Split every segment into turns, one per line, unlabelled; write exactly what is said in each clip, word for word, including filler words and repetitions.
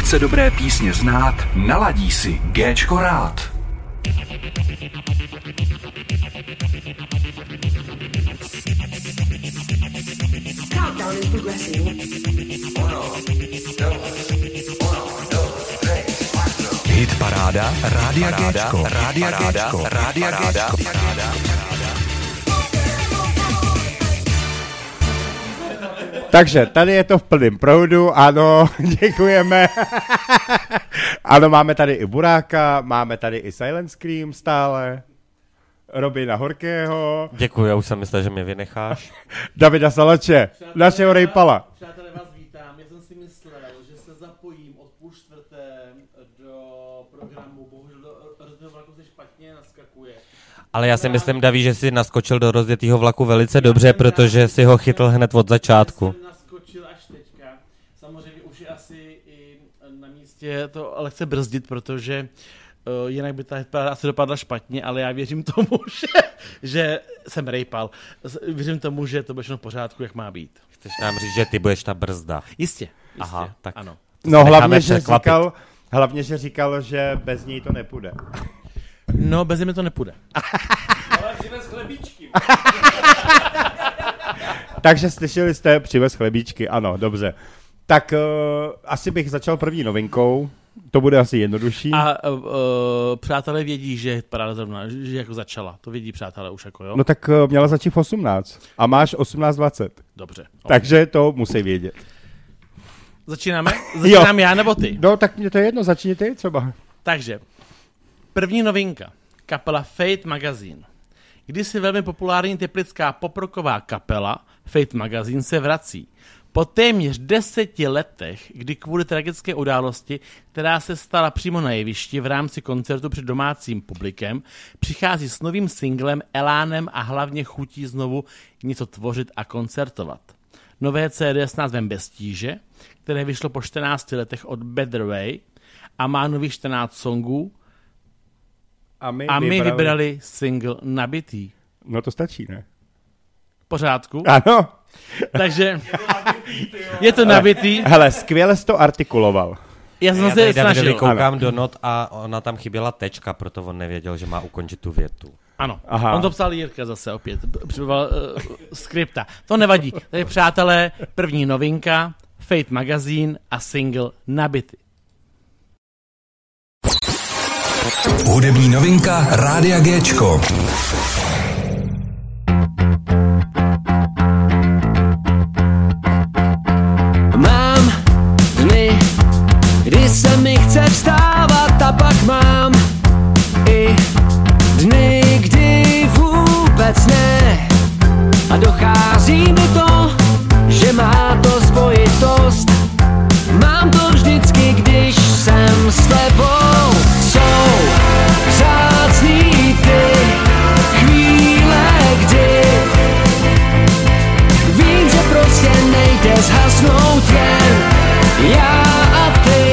Chce dobré písně znát, naladí si Géčko rád.
Countdown is progressing.
Hit paráda Rádia Géčko. Rádia Géčko. Rádia Géčko.
Takže tady je to v plném proudu, ano, děkujeme. Ano, máme tady i Buráka, máme tady i Silent Scream stále, Robina Horkého.
Děkuji, já už jsem myslel, že mě vynecháš.
Davida Salače, našeho rejpala.
Přátelé, vás vítám, já jsem si myslel, že se zapojím od půl čtvrté do programu, bohužel do rozdělného vlaku se špatně naskakuje.
Ale já si myslím, Daví, že jsi naskočil do rozjetého vlaku velice dobře, protože si ho chytl hned od začátku.
Já jsem naskočil až teďka. Samozřejmě už je asi i na místě to lehce brzdit, protože uh, jinak by ta hitparáda asi dopadla špatně, ale já věřím tomu, že, že jsem rejpal. Věřím tomu, že to bude všechno v pořádku, jak má být.
Chceš nám říct, že ty budeš ta brzda.
Jistě, jistě.
Aha, tak
ano.
No hlavně že, říkal, hlavně, že říkal, že bez ní to nepůjde.
No, bez mě to nepůjde.
Ale přivez chlebíčky.
Takže slyšeli jste, přivez chlebíčky, ano, dobře. Tak uh, asi bych začal první novinkou, to bude asi jednodušší.
A uh, uh, přátelé vědí, že paráda zrovna, že jako začala, to vědí přátelé už jako, jo?
No tak uh, měla začít v osmnáct a máš osmnáct dvacet.
Dobře. Okay.
Takže to musí vědět.
Začínáme? Začínám já nebo ty?
No tak mě to je jedno, začni ty třeba.
Takže, první novinka. Kapela Fate Magazine. Kdysi velmi populární teplická poprocková kapela Fate Magazine se vrací. Po téměř deseti letech, kdy kvůli tragické události, která se stala přímo na jevišti v rámci koncertu před domácím publikem, přichází s novým singlem, elánem a hlavně chutí znovu něco tvořit a koncertovat. Nové C D s názvem Bez tíže, které vyšlo po čtrnácti letech od Better Way a má nových čtrnáct songů,
A my,
a my
vybrali...
vybrali single Nabitý.
No to stačí, ne?
Pořádku.
Ano.
Takže je to nabitý.
Hele, skvěle jsi to artikuloval.
Já jsem
Já
se
tady
snažil.
Davidovi koukám ano. do not a ona tam chyběla tečka, proto on nevěděl, že má ukončit tu větu.
Ano,
Aha.
On to psal Jirka zase opět, připravil uh, skripta. To nevadí. Takže přátelé, první novinka, Fate Magazine a single Nabitý.
Hudební novinka Rádia Géčko.
Mám dny, kdy se mi chce vstávat a pak mám i dny, kdy vůbec ne. A dochází mi to, že má to spojitost. Mám to vždycky, když jsem s tebou. Jsou vzácný ty chvíle, kdy vím, že prostě nejde zhasnout jen já a ty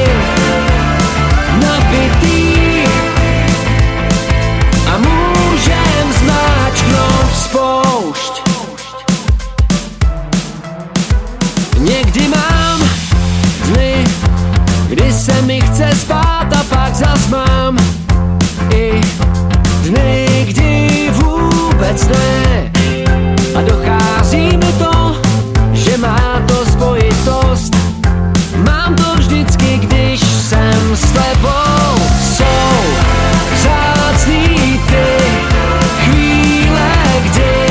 nabitý a můžem zmáčknout spoušť. Někdy mám dny, kdy se mi chce spát a pak zas mám i dny, kdy vůbec ne. A dochází mi to, že má to spojitost. Mám to vždycky, když jsem s tebou. Jsou vzácný ty chvíle, kdy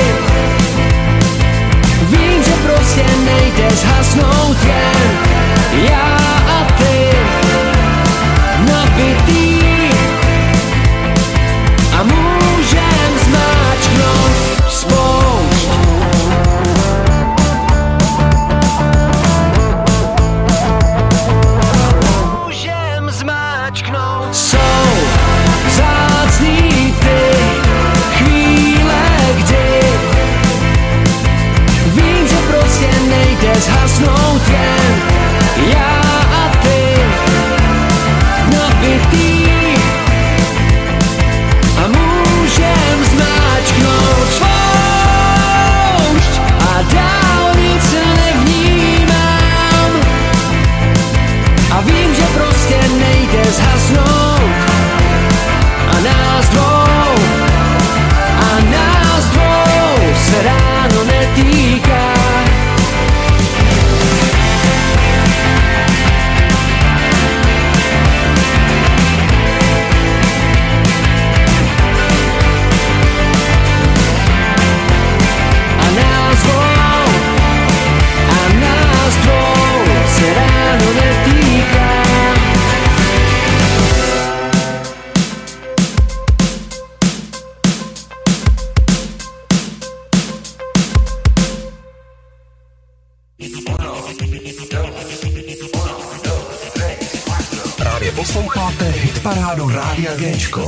vím, že prostě nejde zhasnout jen já a ty nabitý a můžem zmáčknout spoušť. Můžem zmáčknout. Jsou vzácný ty chvíle, kdy vím, že prostě nejde zhasnout jen já a ty nabitý a můžem zmáčknout spoušť a dál nic nevnímám a vím, že prostě
Posloucháte hitparádu Rádia Géčko.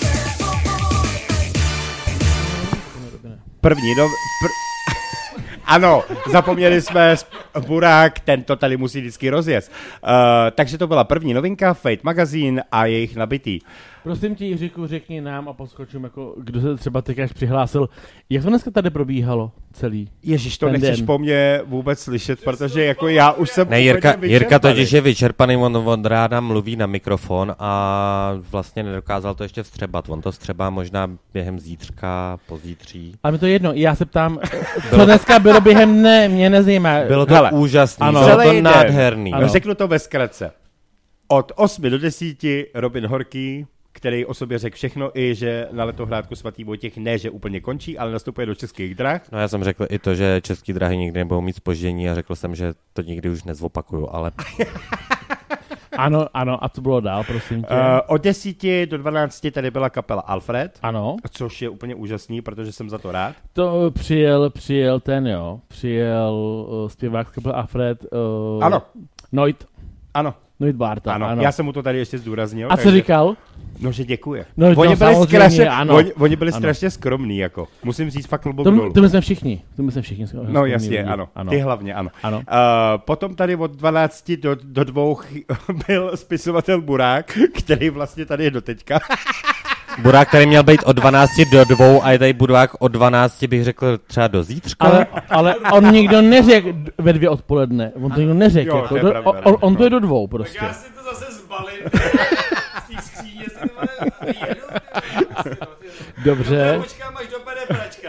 První, no... Pr... Ano, zapomněli jsme Burák, ten to tady musí vždycky rozjet. Uh, takže to byla první novinka, Fate Magazine a jejich nabitý.
Prosím tě, Jiříku, řekni nám a poskočím, jako, kdo se třeba teď až přihlásil. Jak to dneska tady probíhalo celý?
Ježíš, to
ten
nechceš
den.
po mně vůbec slyšet, protože jako já už jsem
Ne, Jirka,
úplně
Jirka
vyčerpaný.
totiž je vyčerpaný, on od ráda mluví na mikrofon a vlastně nedokázal to ještě vstřebat. On to vstřebá možná během zítřka, pozítří.
Ale mi to je jedno, já se ptám, co dneska bylo během dne, mě nezajímá.
Bylo to
Hele,
úžasný,
ano.
bylo to
Celý den.
nádherný.
Ano.
Řeknu to ve zkratce. Od osmi do desíti Robin Horký, který o sobě řekl všechno, i že na letohrádku svatý Vojtěch ne, že úplně končí, ale nastupuje do Českých drah.
No já jsem řekl i to, že Český dráhy nikdy nebudou mít zpoždění a řekl jsem, že to nikdy už nezvopakuju, ale...
Ano, ano, a co bylo dál, prosím tě?
Uh, od desíti do dvanácti tady byla kapela Alfred,
Ano,
což je úplně úžasný, protože jsem za to rád.
to přijel, přijel ten, jo, přijel uh, zpěvák z kapely Alfred. Uh,
Ano.
Noit,
Ano,
Noit Barta,
ano,
ano.
já jsem mu to tady ještě zdůraznil.
A co
takže-
říkal?
No, že děkuje.
No,
oni,
no,
byli
samozřejmě,
strašně,
ano.
oni, oni byli
Ano.
strašně skromní, jako. Musím říct fakt klobouk
To,
dolů.
to my jsme všichni, to my jsme všichni.
No jasně,
lidi.
ano.
ano.
Ty hlavně, ano.
Ano.
Uh, potom tady od dvanácti do, do dvou byl spisovatel Burák, který vlastně tady je doteďka.
Burák tady měl být od dvanácti do dvou a je tady Burák od dvanácti, bych řekl, třeba do zítřka.
Ale, ale on nikdo neřekl ve dvě odpoledne, on to nikdo neřekl,
Jo,
jako,
to je
do,
pravda,
on, on, on
no.
to je do dvou prostě.
Já si to zase zbalím z té skříně, si to a jedu.
Dobře,
Počkám, až dopede pračka.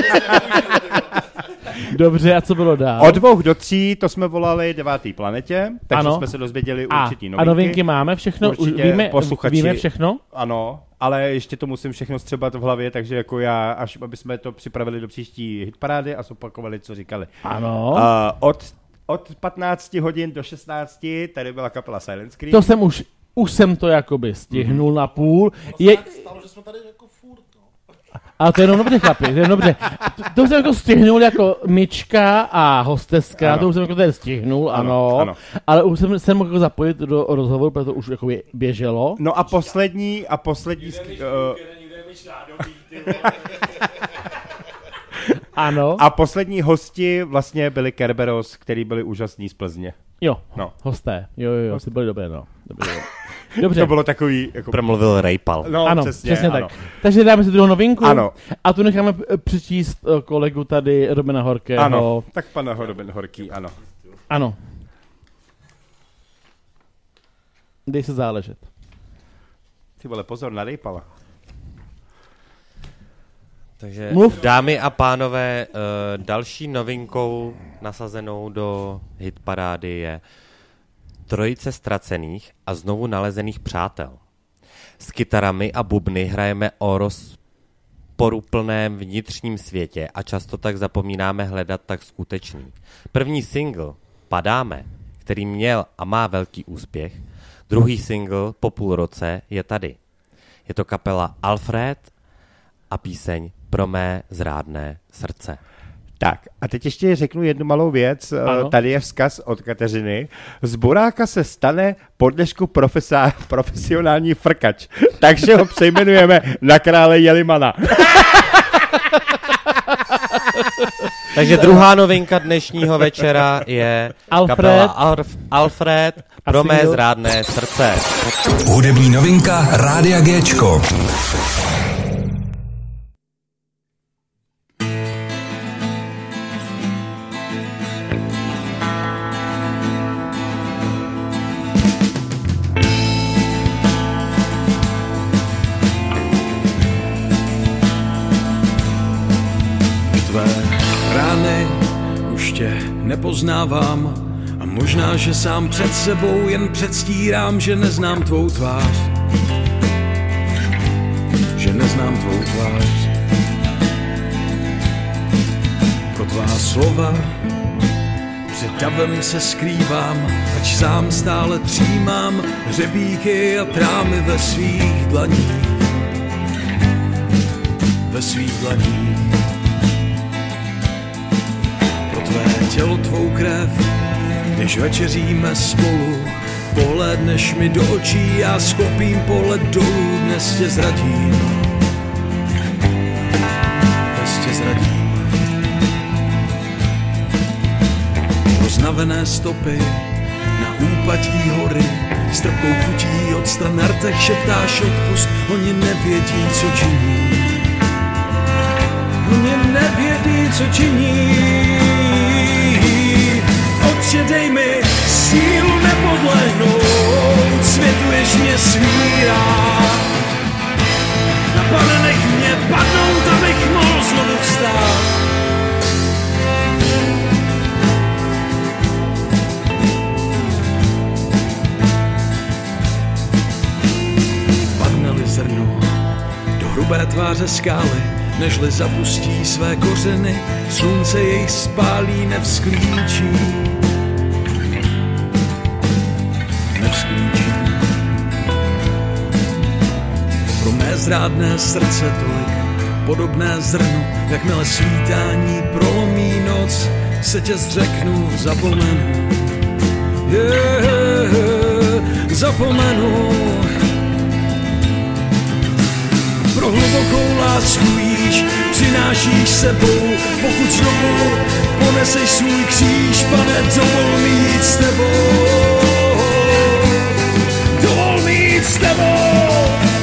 dobře, a co bylo dál?
Od dvou do tří to jsme volali devátý planetě, takže
Ano.
jsme se dozvěděli
a,
určitý
a
novinky.
novinky máme všechno? Už
Určitě
víme,
posluchači-
víme všechno?
Ano, ale ještě to musím všechno střebat v hlavě, takže jako já, až aby jsme to připravili do příští hitparády a zopakovali, co říkali.
Ano.
Uh, od, od patnácti hodin do šestnácti tady byla kapela Silent Scream.
To jsem už, už jsem to jakoby stihnul na půl. Je,
Stalo, že jsme tady jako furt, no.
ale to je jenom dobře, chlapi, to je jenom dobře. To, to jsem jako stihnul jako myčka a hosteska,
Ano.
to už jsem jako tady stihnul, ano.
Ano,
ano.
ano.
Ale už jsem se mohl zapojit do rozhovoru, protože to už jako běželo.
No a poslední, a poslední, sk- uh,
Ano.
a poslední hosti vlastně byli Kerberos, který byli úžasní z Plzně.
Jo,
No.
hosté. Jo, jo, jo, ty byli dobré, no. Dobré, dobré. Dobře.
To bylo takový, jako...
Promluvil Rejpal.
No,
Ano,
přesně,
přesně
ano.
tak. Takže dáme si druhou novinku.
Ano.
A tu necháme eh, přečíst eh, kolegu tady, Robina Horkého.
Ano, tak pana Robin Horký, ano.
Ano. Dej se záležet.
Ty vole, pozor na Rejpala.
Takže
Mluv.
dámy a pánové, uh, další novinkou nasazenou do hitparády je Trojice ztracených a znovu nalezených přátel. S kytarami a bubny hrajeme o rozporuplném vnitřním světě a často tak zapomínáme hledat tak skutečný. První single Padáme, který měl a má velký úspěch, druhý single po půl roce je tady. Je to kapela Alfred a píseň Pro mé zrádné srdce.
Tak, a teď ještě řeknu jednu malou věc.
Ano.
Tady je vzkaz od Kateřiny. Z Buráka se stane po dnešku profesa, profesionální frkač, takže ho přejmenujeme na krále Jelimana.
Takže druhá novinka dnešního večera je
Alfred.
kapela Alf, Alfred Pro mé
single.
zrádné srdce.
Hudební novinka Rádia Géčko.
Tvé rány už tě nepoznávám a možná, že sám před sebou jen předstírám, že neznám tvou tvář. Že neznám tvou tvář. Pro tvá slova před davem se skrývám, ač sám stále třímám hřebíky a trámy ve svých dlaních. Ve svých dlaních. Pro tvé tělo, tvou krev, když večeříme spolu, Pohlédneš mi do očí, já sklopím pohled dolů, dnes tě zradím. Dnes tě zradím. Roznavené stopy na úpatí hory, s trpkou chutí odstran na rtech šeptáš odpust, oni nevědí, co činí. Oni nevědí, co činí. Otče, dej mi sílu nepodlehnout, světuješ mě svírá. Na Pane, nech mě padnout, abych mohl znovu vstát. Padne-li zrno do hrubé tváře skály, nežli zapustí své kořeny, slunce jej spálí, nevzklíčí. Nevzklíčí. Pro mé zrádné srdce tolik podobné zrnu, jakmile svítání prolomí noc, se tě zřeknu, zapomenu. Yeah, zapomenu. Pro hlubokou lásku jíš, přinášíš sebou, pokud znovu poneseš svůj kříž, Pane, dovol mi jít s tebou. Dovol mi jít s tebou.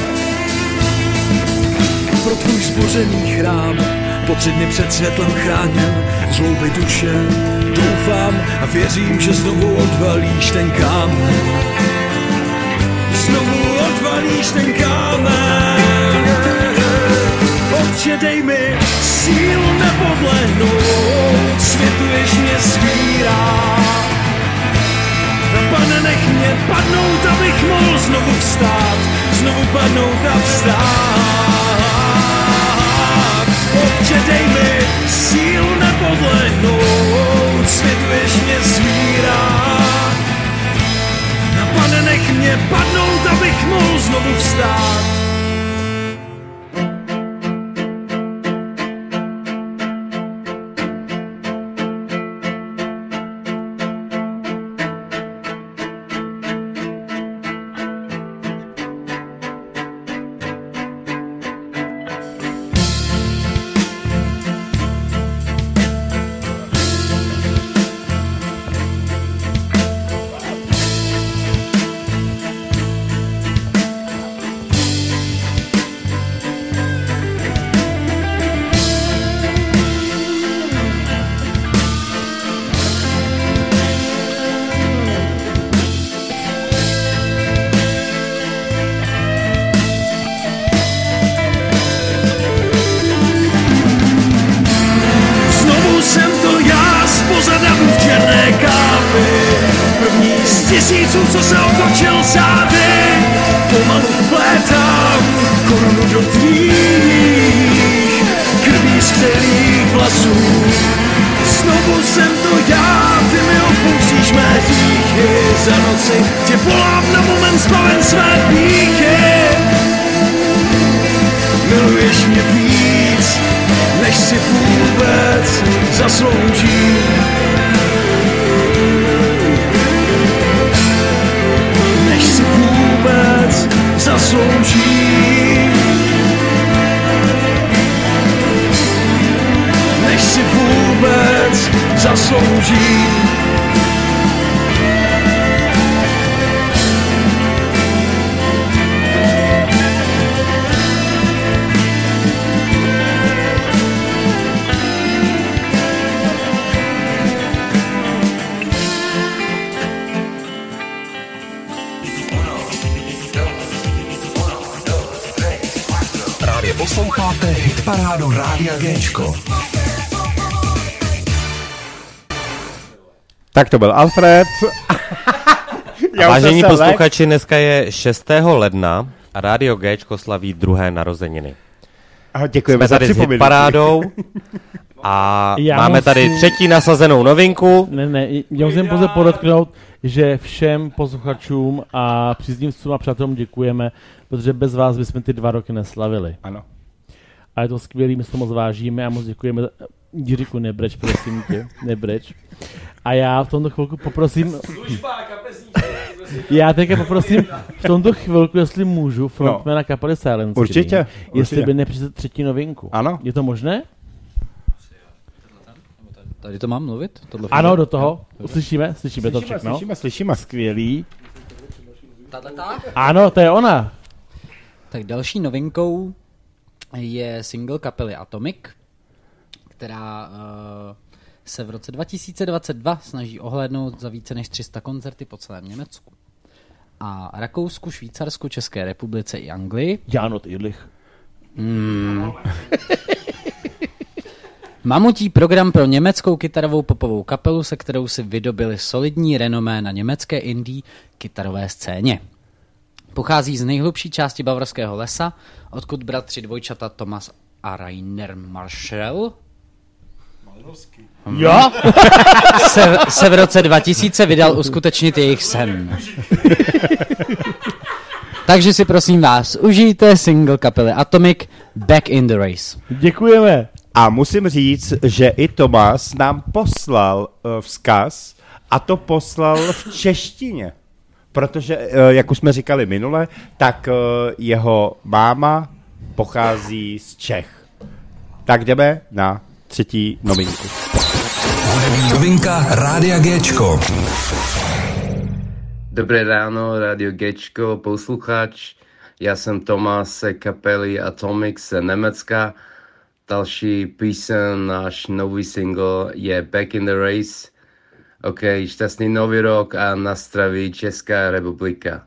Pro tvůj zbořený chrám, po tři dny před světlem chráněn, zlouby duše, doufám a věřím, že znovu odvalíš ten kámen. Znovu odvalíš ten kámen. Otče, dej mi sílu nepodlehnout, světuješ mě svírá. Pane, nech mě padnout, abych mohl znovu vstát, znovu padnout a vstát. Otče, dej mi sílu nepodlehnout, světuješ mě svírá. Pane, nech mě padnout, abych mohl znovu vstát. Co se otočil zády, pomalu vplétám korunu do tvých krví skřelých vlasů. Znovu jsem to já, ty mi odpouštíš mé hříchy, za noci tě volám na moment zbaven své pýchy. Miluješ mě víc, než si vůbec zasloužím. Než si vůbec zasloužím. Než si vůbec zasloužím.
Posloucháte hitparádu Rádia Géčko.
Tak to byl Alfred.
Vážení posluchači, dneska je šestého ledna a Rádio Géčko slaví druhé narozeniny.
Děkujeme
Jsme tady s hitparádou a
Já
máme
musím...
tady třetí nasazenou novinku.
Ne, ne, já musím pouze podotknout, že všem posluchačům a příznivcům a přátelům děkujeme, protože bez vás bychom ty dva roky neslavili.
Ano.
A je to skvělý, my se to moc vážíme a moc děkujeme. Jiříku, nebreč, prosím tě, nebreč. A já v tomto chvilku poprosím...
Služba, kapesník.
Já teďka poprosím v tomto chvilku, jestli můžu, frontmana kapely Silence.
Určitě.
Jestli
určitě.
by nepřišel třetí novinku.
Ano.
Je to možné?
Tady to mám mluvit? Tohle
Ano, do toho. Slyšíme? Slyšíme to
Slyšíme,
všechno?
slyšíme, slyšíme.
Skvělý.
Tato?
Ano, to je ona.
Tak další novinkou je single kapely Atomic, která uh, se v roce dva tisíce dvacet dva snaží ohlédnout za více než tři sta koncerty po celém Německu. A Rakousku, Švýcarsku, České republice i Anglii.
Janot Idlich.
Hmm. Mamutí program pro německou kytarovou popovou kapelu, se kterou si vydobili solidní renomé na německé indie kytarové scéně. Pochází z nejhlubší části bavorského lesa, odkud bratři dvojčata Thomas a Rainer Marshall hmm.
Jo?
se, se v roce dva tisíce vydal uskutečnit jejich sen. Takže si prosím vás, užijte single kapely Atomic Back in the Race.
Děkujeme.
A musím říct, že i Tomas nám poslal uh, vzkaz a to poslal v češtině. Protože, uh, jak už jsme říkali minule, tak uh, jeho máma pochází z Čech. Tak jdeme na třetí novinku.
Hudební novinka Rádia Géčko.
Dobré ráno, Radio Géčko, posluchač. Já jsem Tomas z kapely Atomic z Německa. Další píseň, náš nový single je Back in the Race. OK, šťastný nový rok a na zdraví Česká republika.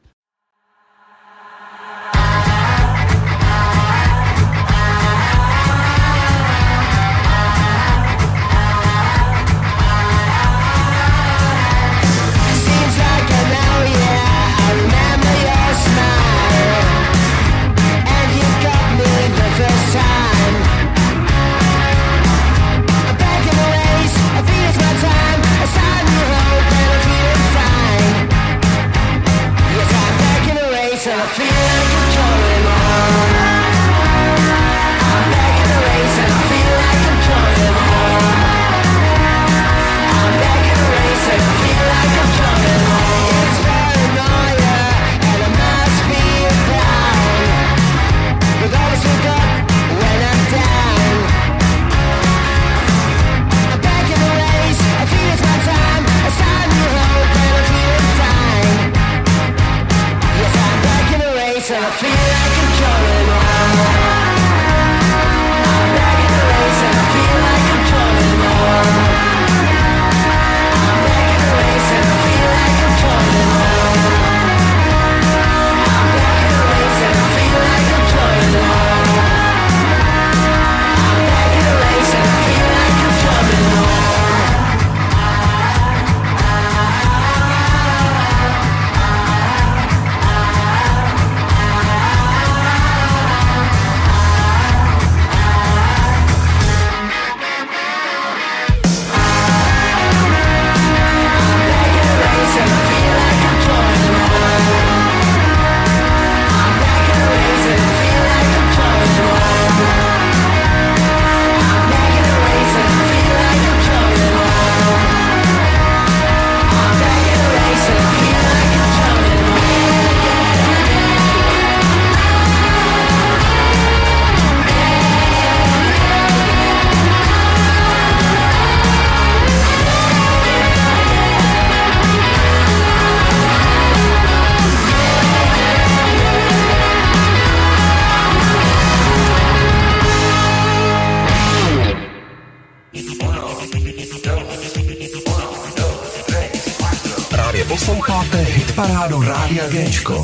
Posloucháte hitparádu Rádia Géčko.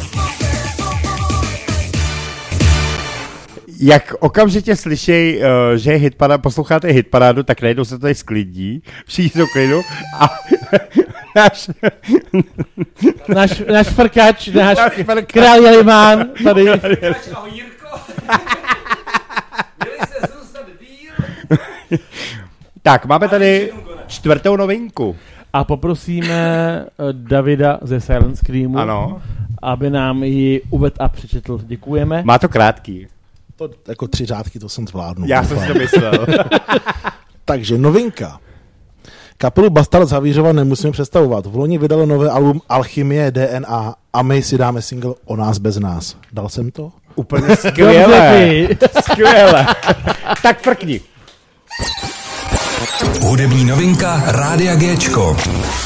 Jak okamžitě slyšej, uh, že je hitparáda, posloucháte hitparádu, tak najednou se tady sklidí, všichni jsou klidu a náš...
náš, náš frkač, náš, náš frkač. Král Jelimán, tady.
Frkač, ahoj Jirko. Měli se zůstat díl.
Tak, máme tady čtvrtou novinku.
A poprosíme Davida ze Silent Screamu,
ano,
aby nám ji uvedl a přečetl. Děkujeme.
Má to krátký.
To jako tři řádky, to jsem zvládnu.
Já jsem si to myslel.
Takže novinka. Kapelu Bastard Zavířova nemusíme představovat. V loni vydalo nové album Alchymie D N A a my si dáme single O nás bez nás. Dal jsem to?
Úplně skvěle. Skvěle. Tak frkni.
Hudební novinka Rádia Géčko.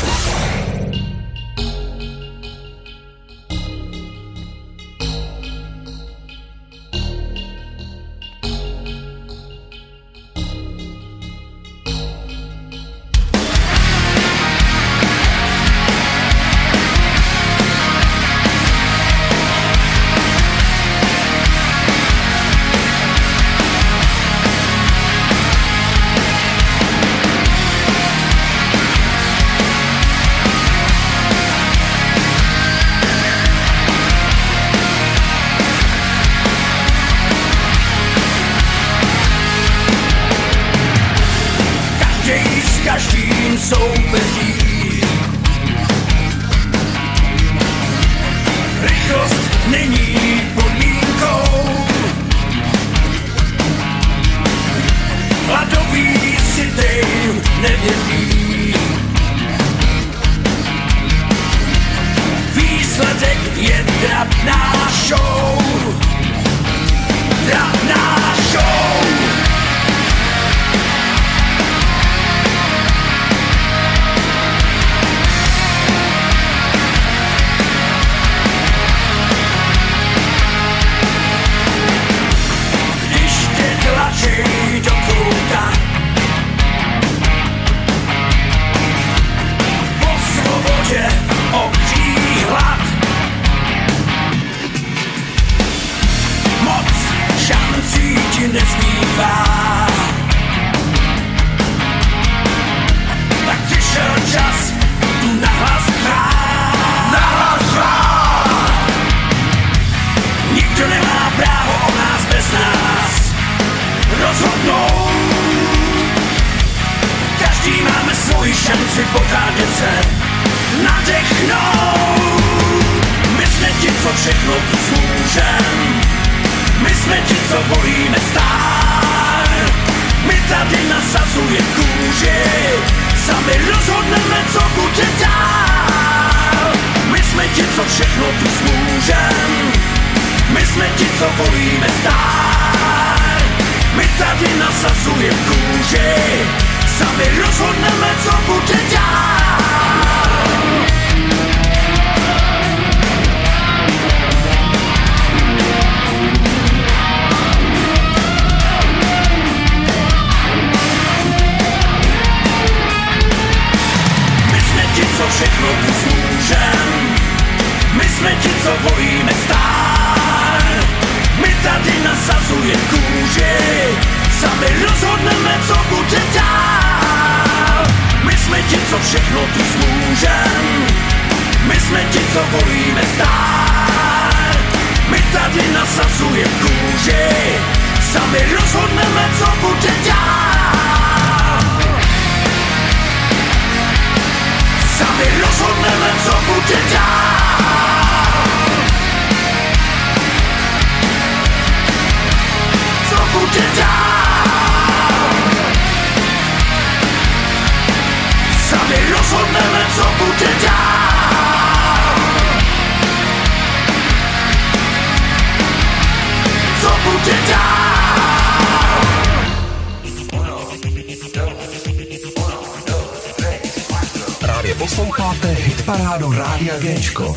Posloucháte hitparádu Rádia Géčko.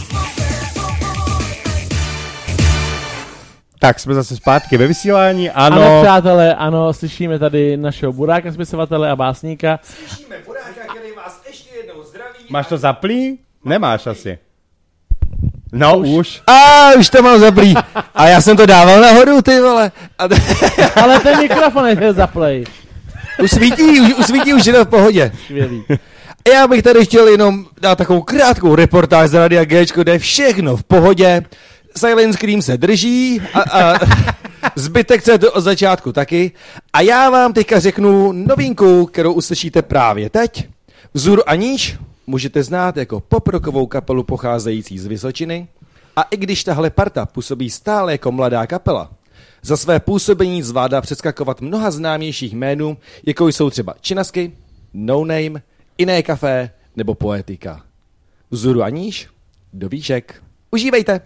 Tak jsme zase zpátky ve vysílání, ano.
Ano, přátelé, ano, slyšíme tady našeho Buráka, spisovatele a básníka.
Slyšíme Buráka, který vás ještě jednou zdraví.
Máš to zaplý? Nemáš asi. No už. už.
A už to mám zaplý. A já jsem to dával nahoru, ty vole. A t-
Ale ten mikrofon je zaplej.
Usvítí, už, usvítí, už je to v pohodě.
Skvělý.
Já bych tady chtěl jenom dát takovou krátkou reportáž z Radia Géčko, kde je všechno v pohodě. Silent Scream se drží a, a zbytek se od začátku taky. A já vám teďka řeknu novinku, kterou uslyšíte právě teď. Vzhůru a níž můžete znát jako poprockovou kapelu pocházející z Vysočiny. A i když tahle parta působí stále jako mladá kapela, Za své působení zvládá přeskakovat mnoha známějších jménů, jako jsou třeba Činasky, No Name, Iné Café nebo Poetika. Vzhůru a níž, do výšek. Užívejte!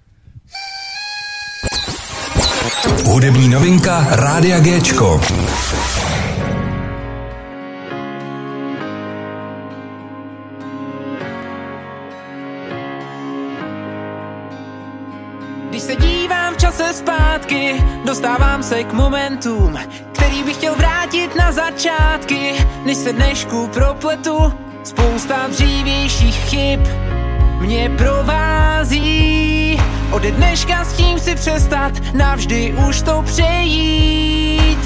Hudební novinka Rádia Géčko.
Když se dívám v čase zpátky, dostávám se k momentům, který bych chtěl vrátit na začátky, než se dnešku propletu. Spousta dřívějších chyb mě provází. Ode dneška s tím si přestat, navždy už to přejít.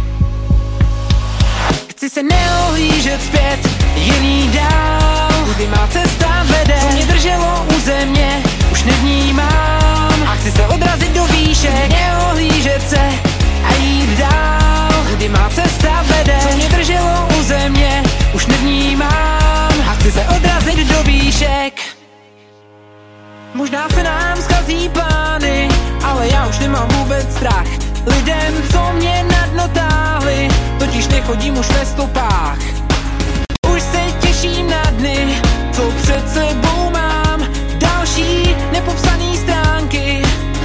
Chci se neohlížet zpět, jen jít dál, kudy má cesta vede. Co mě drželo u země, už nevnímám. A chci se odrazit do výšek, neohlížet se a jít dál, kudy má cesta vede. Co mě drželo u země, už nevnímám. A chci se odrazit do výšek. Možná se nám schází plány, ale já už nemám vůbec strach. Lidem, co mě na dno táhli, totiž nechodím už ve stopách. Už se těším na dny, co před sebou mám. Další nepopsaný stránky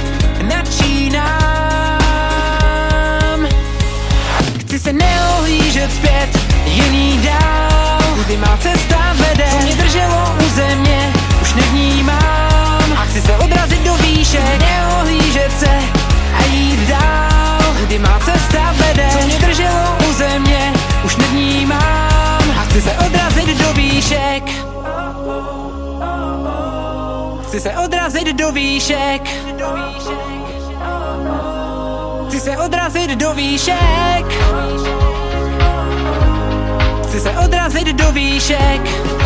načínám. Chci se neohlížet zpět, jen jít dál, kudy má cesta vede. Co mě drželo u země, už nevnímám. A chci se odrazit do výšek, neohlížet se a jít dál, kudy má cesta vede. Co mě drželo u země, už nevnímám. A chci se odrazit do výšek. Chci se odrazit do výšek. Chci se odrazit do výšek. Chci se odrazit do výšek.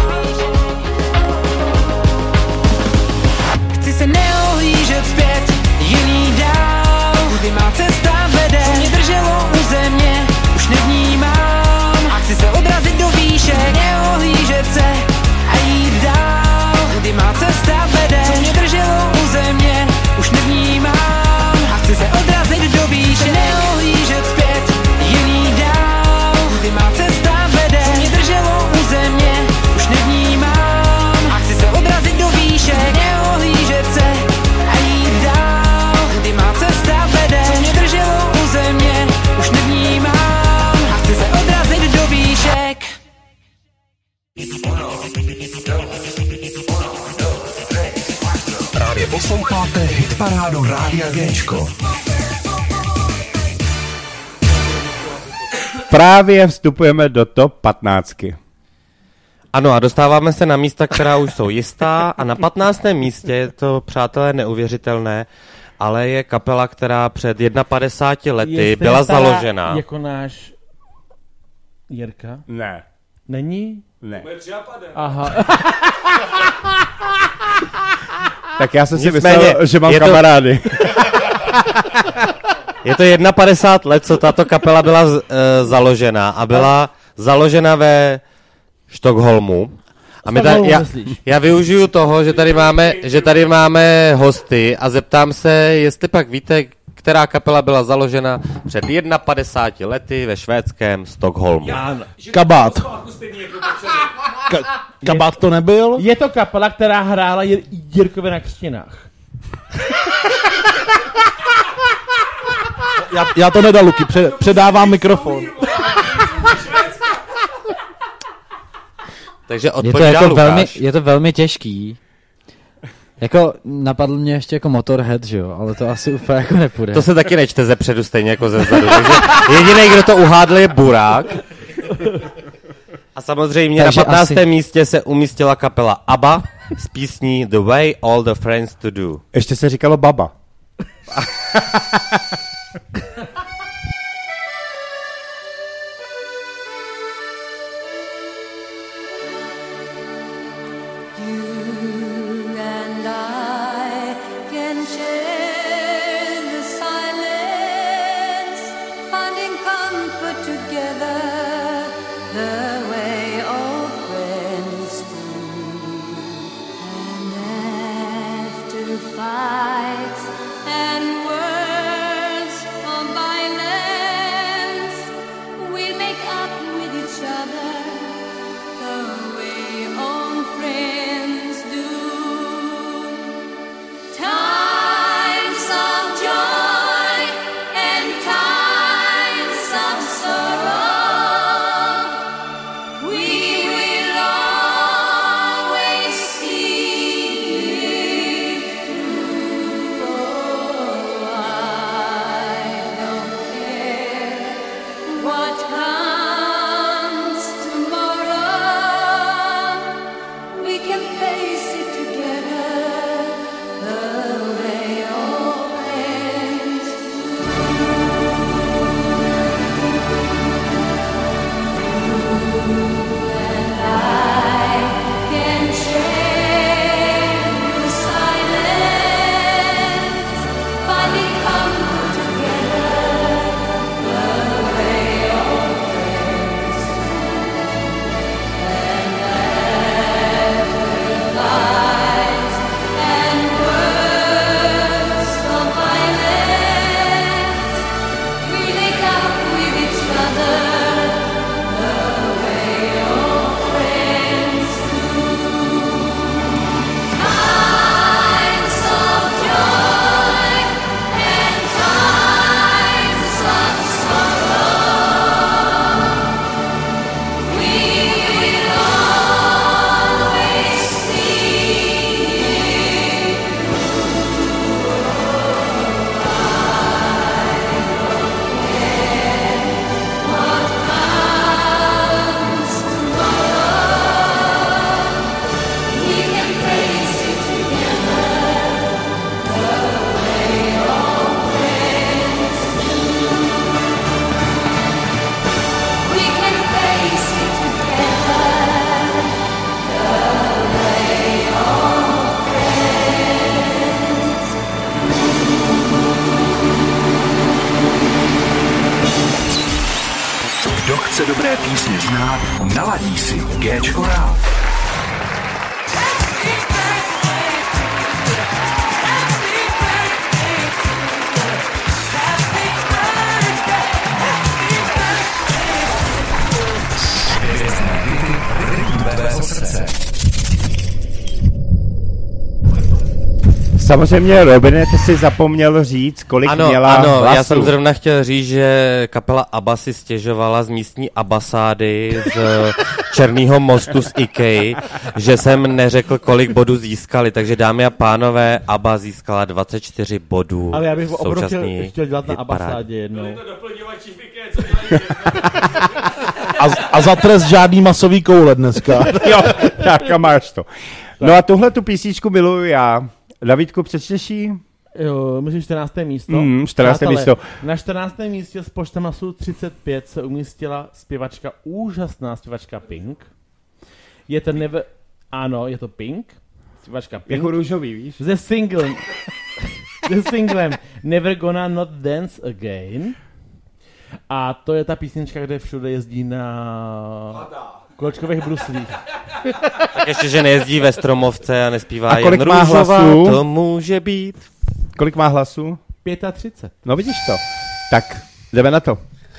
Chci se neohlížet zpět, jen jít dál, kudy má cesta vede. Co mě drželo u země, už nevnímám. A chci se odrazit do výšek, neohlížet se a jít dál, kudy má cesta vede. Co mě drželo u země, už nevnímám. A chci se odrazit do výšek, neohlížet zpět, jen jít dál, kudy má cesta vede. Co mě drželo u země, už nevnímám. A chci se odrazit do výšek, neohlížet se a jít dál, kudy má cesta vede. Co mě drželo u země, už nevnímám. A chci se odrazit do výšek.
Právě posloucháte hitparádu Rádia Géčko.
Právě vstupujeme do top patnáctky.
Ano, a dostáváme se na místa, která už jsou jistá, a na patnáctém místě je to, přátelé, neuvěřitelné, ale je kapela, která před padesáti jedna lety
Je
byla
stará
založena.
jako náš Jirka?
Ne.
Není?
Ne.
Aha.
Tak já jsem si
Nicméně,
myslel, že mám
je to-
kamarády.
Je to padesát jedna let, co tato kapela byla uh, založena a byla založena ve Štokholmu. A my ta,
Stockholmu,
já,
myslíš?
já využiju toho, že tady, máme, že tady máme hosty a zeptám se, jestli pak víte, která kapela byla založena před padesáti jedna lety ve švédském Stockholmu.
Kabát. Ka- kabát to nebyl?
Je to kapela, která hrála Jir- Jirkovi na křtinách.
Já, já to nedal, Luky, pře- předávám mikrofon.
Takže
Je to,
odpovídá
jako
Lukáš.
velmi, je to velmi těžký. Jako napadl mě ještě jako Motorhead, že jo, ale to asi úplně jako nepůjde.
To se taky nečte ze předu stejně jako ze zadu. Takže jediný, kdo to uhádl, je Burák. A samozřejmě
Takže
na patnáctém
asi-
místě se umístila kapela ABBA s písní The Way All the Friends to Do.
Ještě se říkalo baba.
You and I can share the silence, finding comfort together the way all friends do. And after fights and words
chce dobré písně znát, naladí si Géčko rád.
Samozřejmě, Robine, ty jsi zapomněl říct, kolik
ano,
měla
Ano,
hlasů.
já jsem zrovna chtěl říct, že kapela ABBA si stěžovala z místní ambasády z Černýho mostu z IKEA, že jsem neřekl, kolik bodů získali, takže dámy a pánové, ABBA získala dvacet čtyři bodů.
Ale já bych opravdu chtěl,
současný
chtěl dělat na
hitparádě.
ambasádě jednou.
A, a za trest žádný masový koule dneska.
Jo, tak a máš to. No a tuhle tu písničku miluju já. Davidku, přečteš jí?
Jo, myslím čtrnácté místo.
Mm, čtrnácté
Přátelé,
místo.
Na čtrnáctém místě s počtem hlasů třicet pět se umístila zpěvačka, úžasná zpěvačka Pink. Je to never... Ano, je to Pink. Zpěvačka Pink.
Jako růžový, víš?
Ze singlem. Ze singlem Never Gonna Not Dance Again. A to je ta písnička, kde všude jezdí na kolečkových bruslích.
Tak ještě, že nejezdí ve Stromovce a nespívá
A kolik
jen
má
růžová,
hlasů?
to může být.
Kolik má hlasů?
třicet pět.
No vidíš to. Tak, jdeme na to.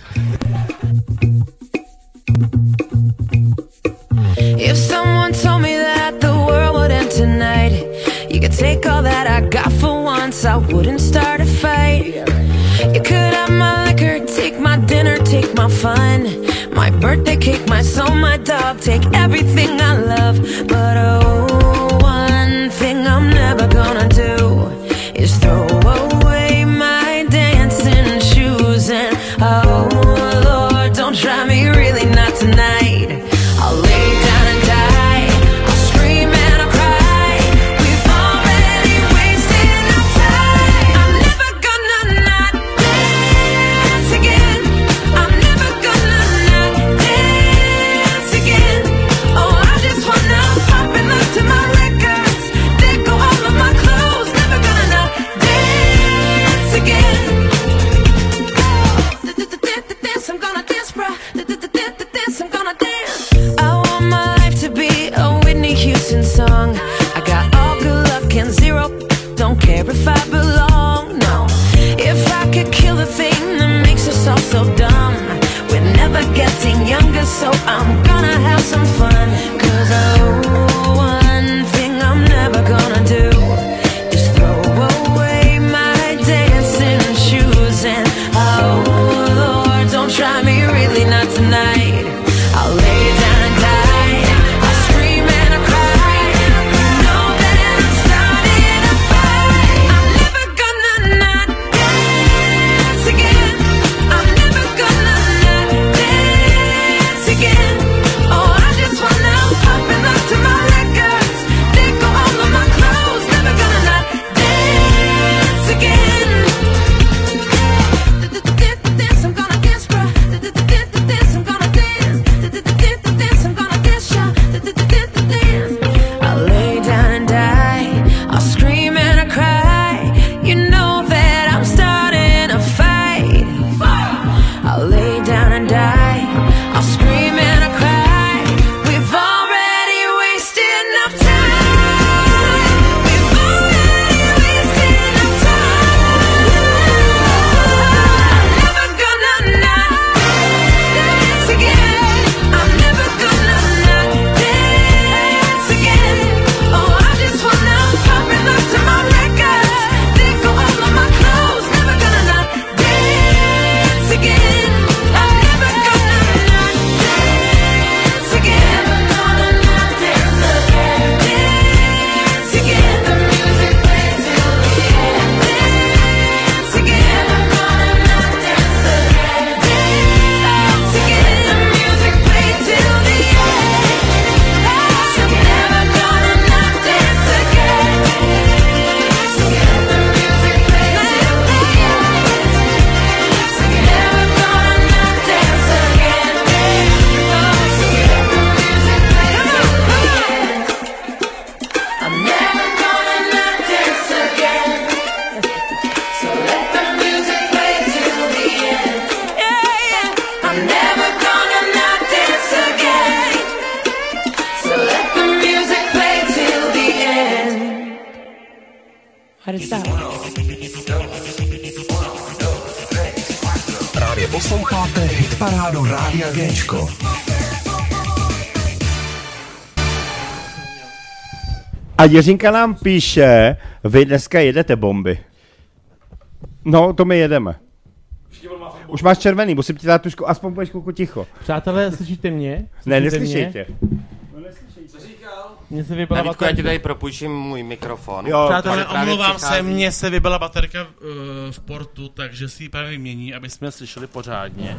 If someone told me that the world would end tonight, you could take all that I got for once, I wouldn't start a fight. You could have my liquor, take my dinner, take my fun, my birthday cake, my soul, my dog, take everything I love. But oh, one thing I'm never gonna do is throw away my dancing shoes. And oh Lord, don't try me, really not tonight. I'll lay down and die, I'll scream and I'll cry. We've already wasted our time. I'm never gonna not dance again. I'm never gonna not dance again. Oh, I just wanna pop and look to
But it's that.
Právě posloucháte hitparádu Rádia Géčko.
A Jiřinka nám píše, vy dneska jedete bomby. No, to my jedeme. Už máš červený, musím ti dát tušku, aspoň budeš chvilku ticho.
Přátelé, slyšíte mě? Slyšíte
Ne, neslyší tě.
Co říkal?
Mně se vybila
Davidku, já ti
baterka.
tady propůjčím můj mikrofon.
Jo,
Přátelé,
právě
omlouvám
přichází.
se, mně se vybila baterka uh, v portu, takže si ji právě vymění, aby jsme slyšeli pořádně.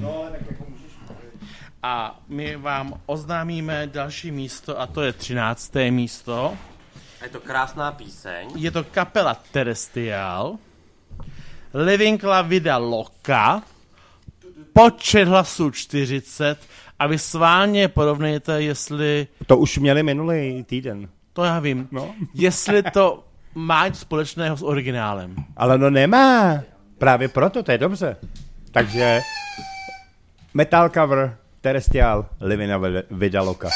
A my vám oznámíme další místo, a to je třinácté místo.
Je to krásná píseň.
Je to kapela Terestial, Living La Vida Loca, počet hlasů čtyřicet a vy sválně porovnejte, jestli...
To už měli minulý týden.
To já vím.
No.
Jestli to má něco společného s originálem.
Ale no nemá. Právě proto, to je dobře. Takže metal cover Terestial Living La Vida Loca.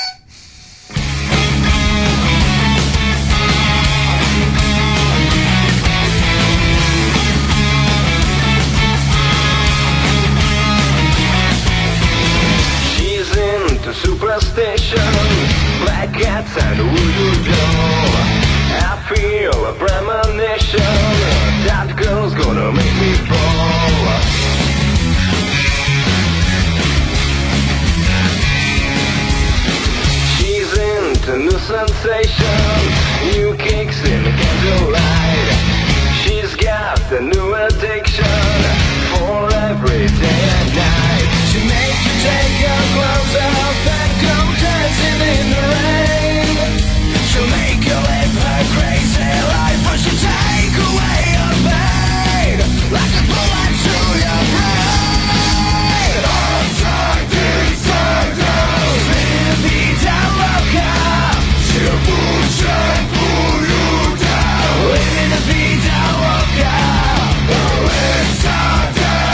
Superstition, black cats and voodoo doll. I feel a premonition, that girl's gonna make me fall. She's into new sensation, new kicks in candlelight. She's got the new addiction for every day and night. She makes you take your clothes off and go dancing in the rain. She'll make you live her crazy life, but she'll take away your pain like a bullet to your brain. Upside, inside out, spin a beat out loca. She'll push and pull you down, living a beat out loca. Inside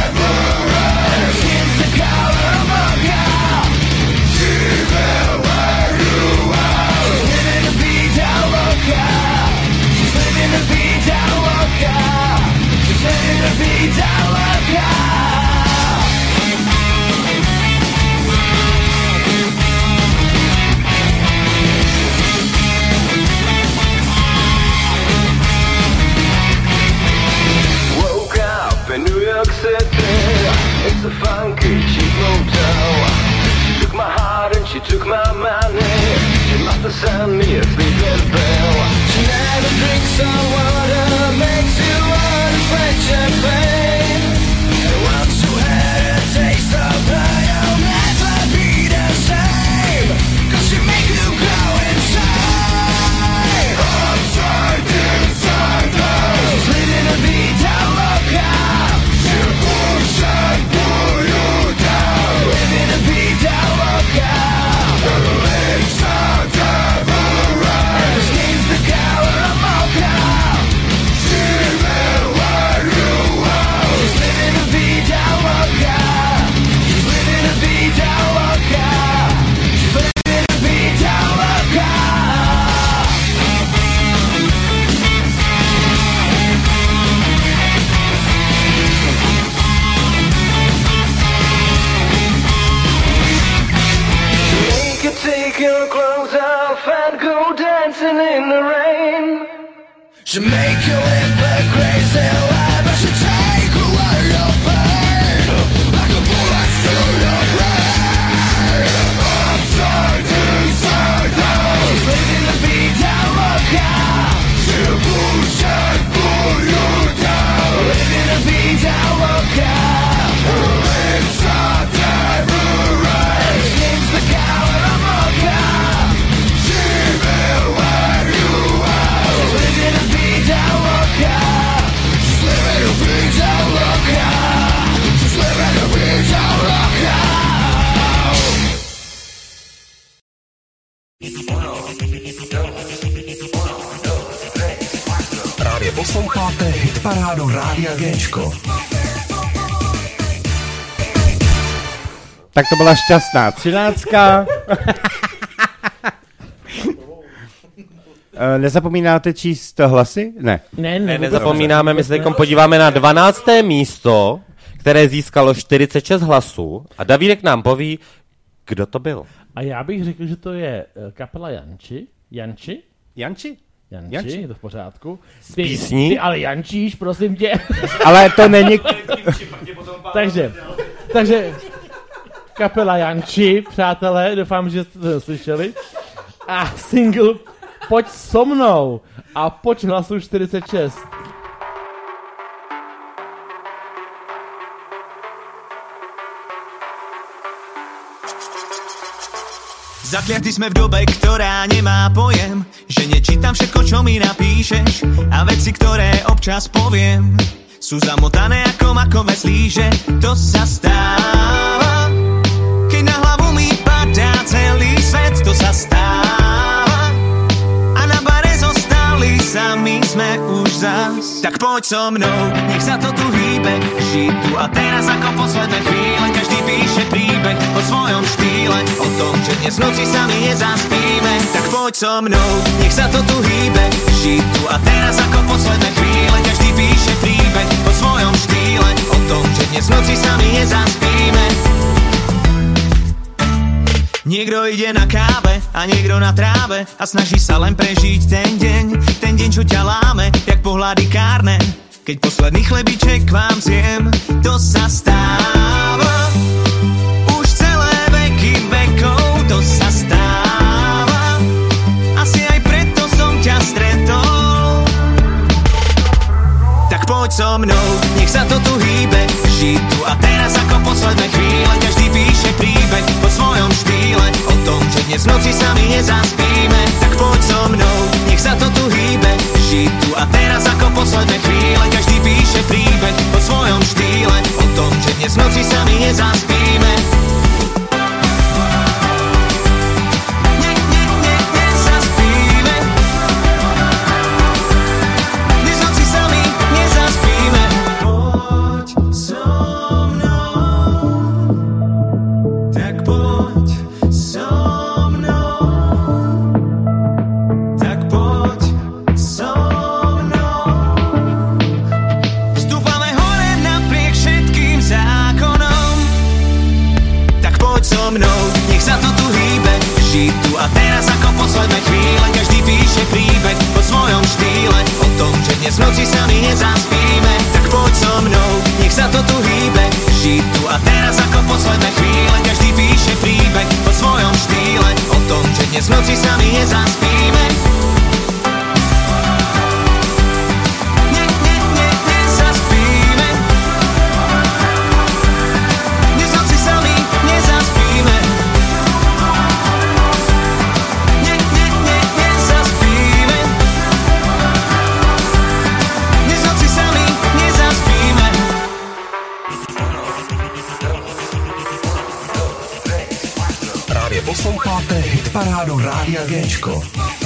woke up in New York City. It's a funky cheap motel. She took my heart and she took my money. She must have sent me a sleeping pill. She never drinks some water, makes you want to French champagne. And once you had a taste of her, you'll never be the same. Cause she make you go insane. Upside, inside out, she's living a vida loca. She'll push and pull you down, living a vida loca. Her legs are devil right, and her skin's the color of mocha. She will wear you out. She's living a vida loca. She's living a vida loca. She's living a vida loca. Make you take your clothes off and go dancing in the rain. She'll make you live a crazy life, but she'll take away your pain like a bullet to your brain. Upside, inside out, she's living the vida loca. She'll push and pull you down, living the vida loca. Her lips are devil red, her skin's the color of mocha. She will wear you out. She's living a vida loca. She's living a vida loca. She's living a vida loca.
Právě posloucháte hitparádu Rádia Géčko.
Tak to byla šťastná třináctka. Uh, nezapomínáte číst hlasy? Ne.
Ne,
ne, nezapomínáme, my se teď podíváme na dvanácté místo, které získalo čtyřicet šest hlasů a Davídek nám poví, kdo to byl.
A já bych řekl, že to je kapela Janči. Janči?
Janči?
Janči,
Janči.
je to v pořádku.
Z písní?
Ty ale Jančíš, prosím tě.
Ale to není...
takže, takže kapela Janči, přátelé, doufám, že jste to slyšeli. A single Pojď so mnou a pojď hlasu čtyřicet šest.
Zakliatí sme v dobe, ktorá nemá pojem, že nečítam všetko, čo mi napíšeš a veci, ktoré občas poviem, sú zamotané ako makové slíže. To sa stáva, keď na hlavu mi padá celý svet. To sa stáva a na bare zostali sami sme už zas. Tak poď so mnou, nech sa to tu hýbe, ži tu a teraz ako posledné chvíle. Každý píše príbeh o svojom štýle, o tom, že dnes v noci sami nezaspíme. Tak poď so mnou, nech sa to tu hýbe, ži tu a teraz ako posledné chvíle. Každý píše príbeh o svojom štýle, o tom, že dnes v noci sami nezaspíme. Niekto ide na káve a niekto na tráve a snaží sa len prežiť ten deň, ten deň, čo ťa láme, jak pohľady kárne. Keď posledný chlebiček k vám zjem, to sa stáva už celé veky vekov. To sa stáva, asi aj preto som ťa stretol. Tak poď so mnou, nech sa to tu hýbe, ži tu a teraz ako posledné chvíle. Každý píše príbeh o svojom štýle, o tom, že dnes v noci sami nezaspíme. Tak poď so mnou, nech sa to tu hýbe, ži tu a teraz ako posledné chvíle. Každý píše príbeh o svojom štýle, o tom, že dnes v noci sami nezaspíme. A teraz ako posledné chvíle, každý píše príbeh o svojom štýle, o tom, že dnes v noci sami nezaspíme. Tak poď so mnou, nech sa to tu hýbe, ži tu a teraz ako posledné chvíle. Každý píše príbeh o svojom štýle, o tom, že dnes v noci sami nezaspíme.
Posloucháte hitparádu Rádia Géčko.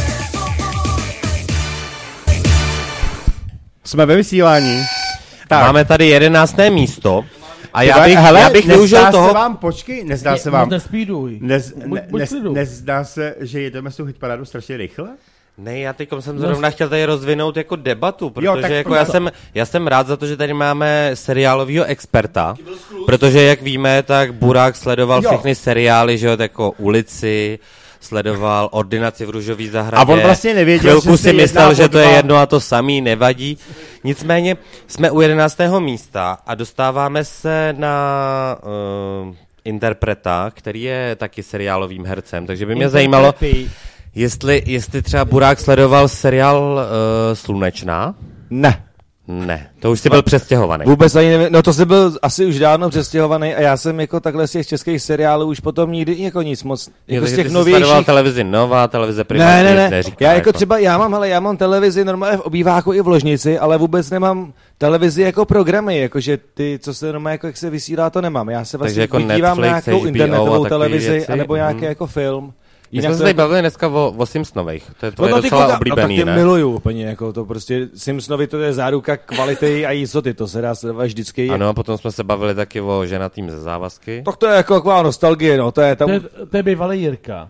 Jsme ve vysílání.
Tak. Máme tady jedenácté místo. A já bych,
hele,
já bych využil toho...
se vám, počkej, nezdá se vám...
Nespíduj.
Nez, ne, nez, nezdá se, že jedeme s tou hitparádu strašně rychle?
Ne, já teď jsem zrovna no, chtěl tady rozvinout jako debatu, protože
jo,
jako já, jsem, já jsem rád za to, že tady máme seriálového experta, protože jak víme, tak Burák sledoval jo. všechny seriály, že jo, jako Ulici, sledoval Ordinaci v Růžové zahradě.
A on vlastně nevěděl,
chvilku
že
si myslel, že to je jedno a to samý, nevadí. Nicméně jsme u jedenáctého místa a dostáváme se na uh, interpreta, který je taky seriálovým hercem, takže by mě zajímalo... Jestli, jestli třeba Burák sledoval seriál uh, Slunečná?
Ne.
Ne, to už jsi byl přestěhovaný.
Vůbec ani nevím, no to jsi byl asi už dávno přestěhovaný a já jsem jako takhle z těch českých seriálů už potom nikdy jako nic moc, jako
jo,
z těch
ty
novějších.
Sledoval televizi Nová, televize Prima,
ne, ne, ne.
Neříká,
já jako,
jako
třeba, já mám, hele, já mám televizi normálně v obýváku i v ložnici, ale vůbec nemám televizi jako programy, jakože ty, co se normálně jako jak se vysílá, to nemám. Já se vlastně
jako
dívám na nějakou internetovou televizi,
věci,
anebo nějaký
hmm.
jako film.
My jsme se tady bavili dneska o, o Simpsonových, to je tvoje no, docela koga, oblíbený,
no, tak
ne?
miluju úplně, jako to prostě Simpsonovi to je záruka kvality a jistoty, to se dá sledovat vždycky.
Ano, a potom jsme se bavili taky o ženatým ze závazky.
Tak to je jako taková nostalgie, no, to je tam...
To je, to je bývalý Jirka.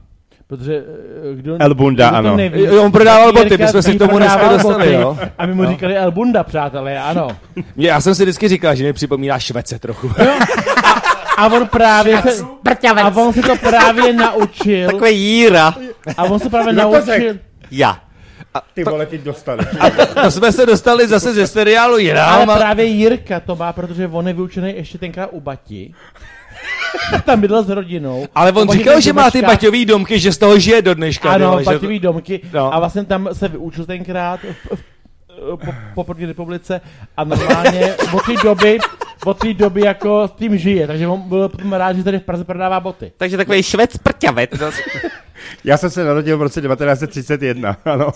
Protože eh, kdo,
El Bunda,
kdo to
ano.
neví,
Jo, on prodával
tak
boty, my jsme se
Jirka
k tomu dneska
prodával
dostali,
boty
jo.
A my mu říkali El Bunda, přátelé, ano.
Já jsem si vždycky říkal, že mi připomíná Švece trochu.
A on právě se, a on se to právě naučil.
Takový Jíra.
A on se právě
Kdo to
naučil.
řekl?
Já.
Ty vole, ty dostali.
To jsme se dostali zase ze seriálu Jirám.
Ale právě Jirka to má, protože on je vyučený ještě tenkrát u Bati. Tam bydlel s rodinou.
Ale on
Oni
říkal,
ten
že má ty
Domečka-
baťový domky, že z toho žije do dneška.
Ano,
tyhle, že-
baťový domky.
No.
A vlastně tam se vyučil tenkrát v, v, po, po první republice a normálně od té doby, od té doby jako s tím žije. Takže on byl potom rád, že tady v Praze prodává boty.
Takže takový švec prťavec.
Já jsem se narodil v roce devatenáct set třicet jedna, ano.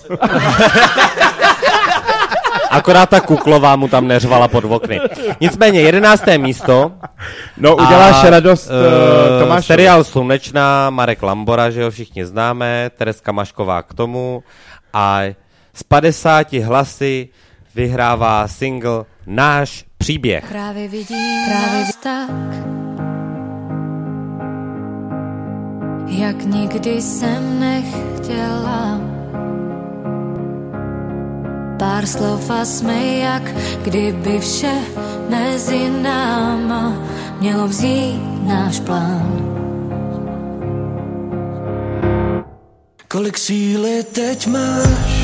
Akorát ta kuklová mu tam neřvala pod okny. Nicméně jedenácté místo.
No, uděláš radost uh,
uh,
Tomášovi.
Seriál Slunečná, Marek Lambora, že ho všichni známe, Tereska Mašková k tomu a s padesáti hlasy vyhrává single Náš příběh.
Právě vidím právě tak, jak nikdy jsem nechtěla. Pár slov a jsme jak kdyby vše mezi náma mělo vzít náš plán.
Kolik síly teď máš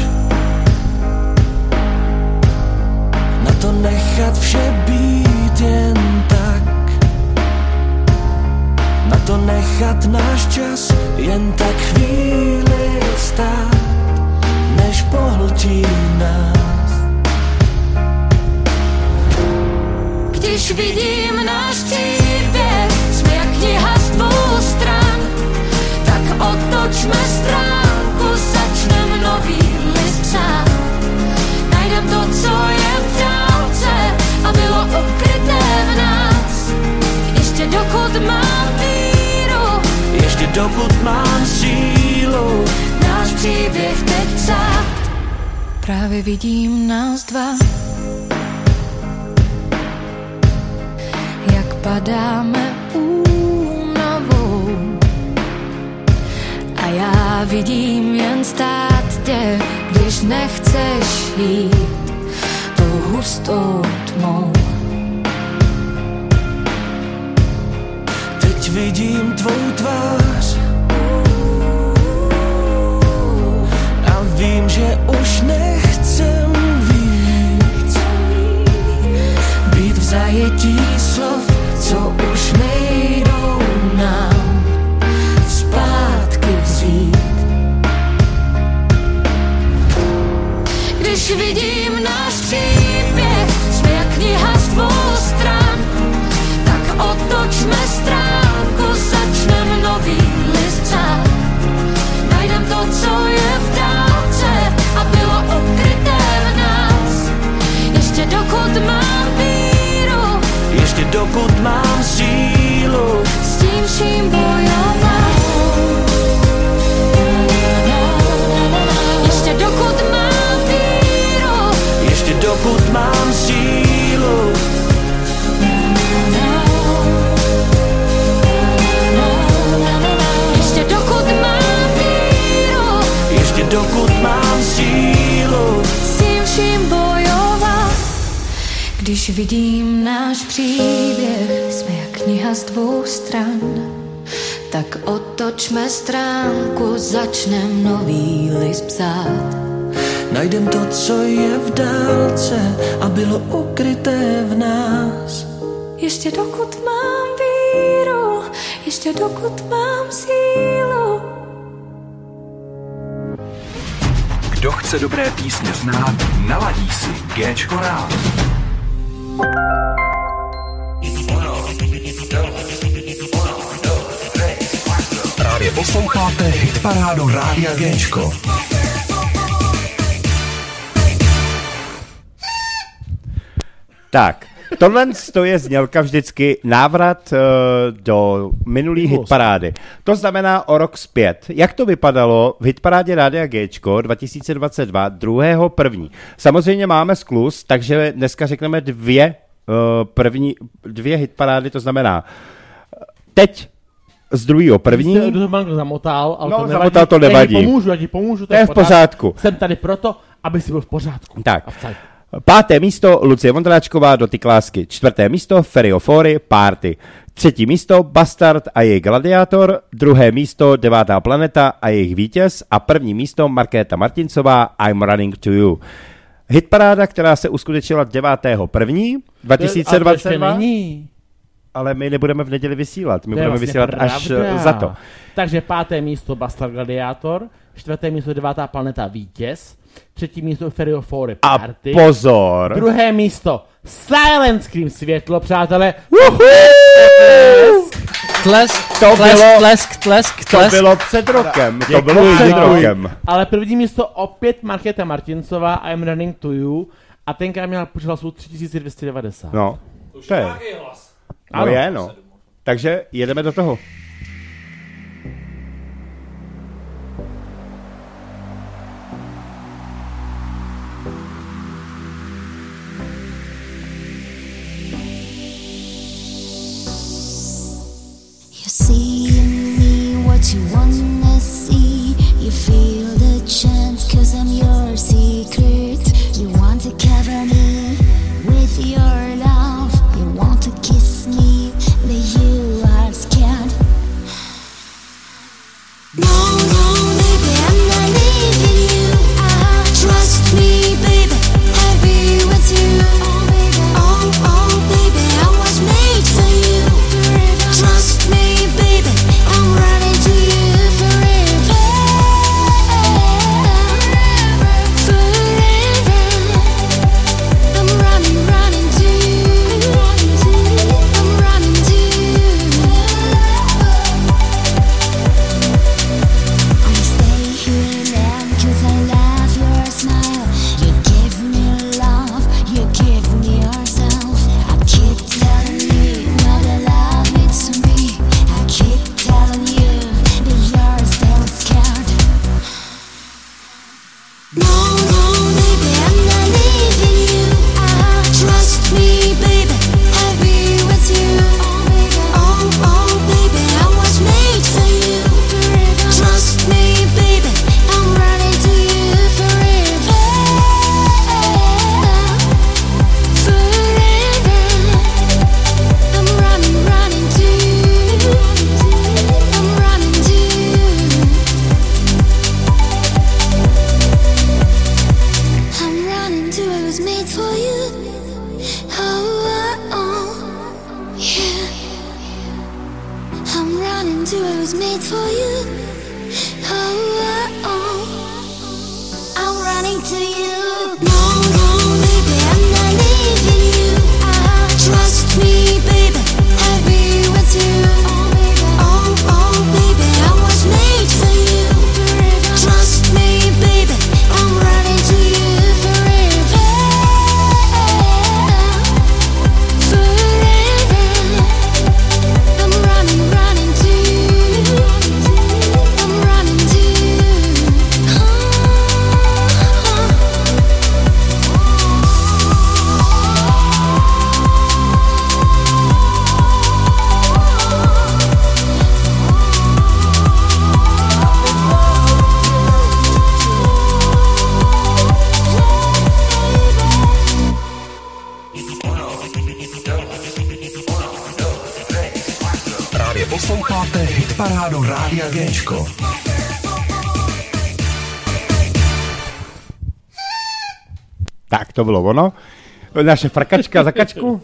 na to nechat vše být jen tak, na to nechat náš čas jen tak chvíli stát, než pohltí nás.
Když vidím náš příběh, jsme jak kniha z dvou stran, tak otočme stránku, začnem nový list psát. Najdem to, co je v dálce a bylo ukryté v nás. Ještě dokud mám víru,
Ještě dokud mám sílu,
náš příběh teď psát. Právě vidím nás dva, jak padáme únavou. A já vidím jen stát tě, když nechceš jít tou hustou tmou.
teď vidím tvou tvář a vím, že už nechcem víc být v zajetí slov, co už nejdou nám zpátky vzít.
Když vidím náš příběh, jsme jak kniha z dvou stran, tak otočme stránku, začnem nový list psát. Najdem to, co je v dálce a bylo ukryté v nás. Ještě dokud mám víru,
Ještě dokud mám sílu,
s tím vším bojovat. Ještě dokud mám víru,
ještě dokud mám sílu,
ještě dokud mám víru,
ještě dokud mám sílu,
s tím vším bojovat. Když vidím náš příběh, jsme jak kniha z dvou stran, tak otočme stránku, začnem nový list psát.
najdem to, co je v dálce a bylo ukryté v nás.
Ještě dokud mám víru, ještě dokud mám sílu.
Kdo chce dobré písně znát, naladí si Géčko rád. Právě posloucháte hitparádu Rádia Géčko.
Tak, tohle to je znělka vždycky návrat uh, do minulý hitparády. To znamená o rok zpět. Jak to vypadalo v hitparádě Rádia Géčko dva tisíce dvacet dva, druhého první. Samozřejmě máme skluz, takže dneska řekneme dvě uh, první, dvě hitparády, to znamená teď z druhého první.
Jste do toho zamotal, ale
no,
to nevadí.
zamotal to nevadí.
Já ti pomůžu, já ti pomůžu,
to je v pořádku.
Jsem tady proto, aby si byl v pořádku.
Tak. Páté místo Lucie Vondráčková, Dotyk lásky. Čtvrté místo Feriofory, Party. Třetí místo Bastard a jejich Gladiátor. Druhé místo Devátá planeta a jejich vítěz. A první místo Markéta Martincová, I'm Running to You. Hitparáda, která se uskutečnila devátého prvního dva tisíce dvacet dva. Ale my nebudeme v neděli vysílat. My budeme
vlastně
vysílat
pravda.
až za to.
Takže páté místo Bastard Gladiátor, čtvrté místo Devátá planeta vítěz, třetí místo Feriofory Party.
A pozor!
Druhé místo Silent Scream světlo, přátelé.
Tlesk,
to
tlesk,
bylo,
tlesk, tlesk, tlesk.
To bylo před rokem.
Děkuji,
to bylo před
děkuji.
rokem.
Ale první místo opět Markéta Martincová, I'm Running to You. A tenkrát měla počet hlasů tři tisíce dvě stě devadesát.
No, to je. No
ano.
je, no. Takže jedeme do toho.
You see in me what you wanna see. You feel the chance cause I'm your secret. You want to cover me with your love. You want to kiss me, but you are scared. No, no, baby, I'm not leaving you. Ah, trust me, baby, I'll be with you. Oh, oh, baby, I was made for you. Trust me, baby, I'm running to you forever. Forever. I'm running, running to you. I'm running to you. I stay here now 'cause I love your smile. You give me love, you give me yourself. I keep telling you what I love it's me. I keep telling you that you're still scared. No, no, baby, I'm not leaving you. Ah, trust me, baby, I'll be with you. Oh, oh, baby, I was made for you. Trust me, baby, I'm running to you forever. Forever. I'm running, running to you. I'm running to you. I'm running to I was made for you. Oh, oh, oh, yeah. I'm running to I was made for you. Oh, oh, oh. I'm running to you. No, no, baby, I'm not leaving you. Ah, trust me, baby, I'll be with you. Oh, oh, baby, I was made for you. Trust me, baby, I'm running to you forever. Forever. I'm running, running to you. I'm running to you.
Právě posloucháte Hitparádu Rádia Géčko.
Tak, to bylo ono. Naše frkačka za kačku.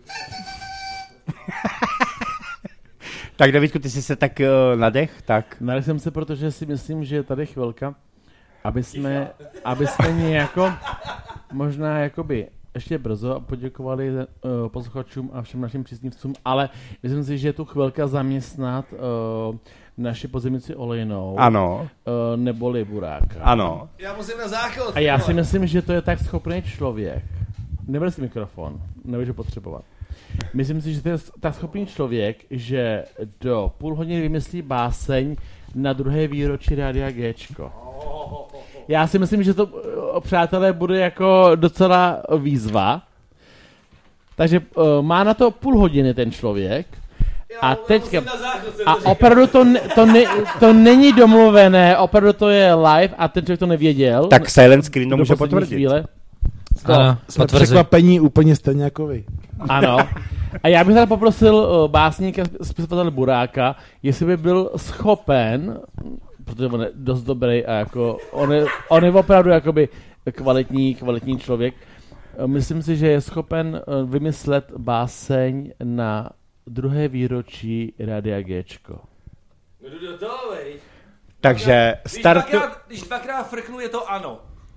Tak, Davidku, ty jsi se tak uh, nadech, tak.
Nadech jsem se, protože si myslím, že je tady chvilka, aby jsme, aby jsme nějako, možná jakoby ještě brzo poděkovali uh, posluchačům a všem našim příznivcům, ale myslím si, že je tu chvilka zaměstnat uh, naši pozemnici Olejnou.
Ano.
Uh, neboli Buráka.
Ano.
Já musím na záchod.
A já si myslím, že to je tak schopný člověk. Neber si mikrofon, nebudeš ho potřebovat. Myslím si, že to je tak schopný člověk, že do půl hodiny vymyslí báseň na druhé výročí Rádia Géčko. Já si myslím, že to, přátelé, bude jako docela výzva. Takže uh, má na to půl hodiny ten člověk A teďka, a opravdu to, ne, to, ne, to není domluvené, opravdu to je live a ten člověk to nevěděl.
Tak Silent Screen to může potvrdit.
Chvíle.
Ano, jsme překvapení úplně stejně jako vy.
Ano. A já bych tady poprosil uh, básníka, spisovatele Buráka, jestli by byl schopen, protože on je dost dobrý a jako, on je, on je opravdu jakoby kvalitní, kvalitní člověk. Uh, myslím si, že je schopen uh, vymyslet báseň na druhé výročí Rádia Géčko.
Jdu do toho, vej.
Takže startu...
Když dvakrát, když dvakrát frknu, je to ano.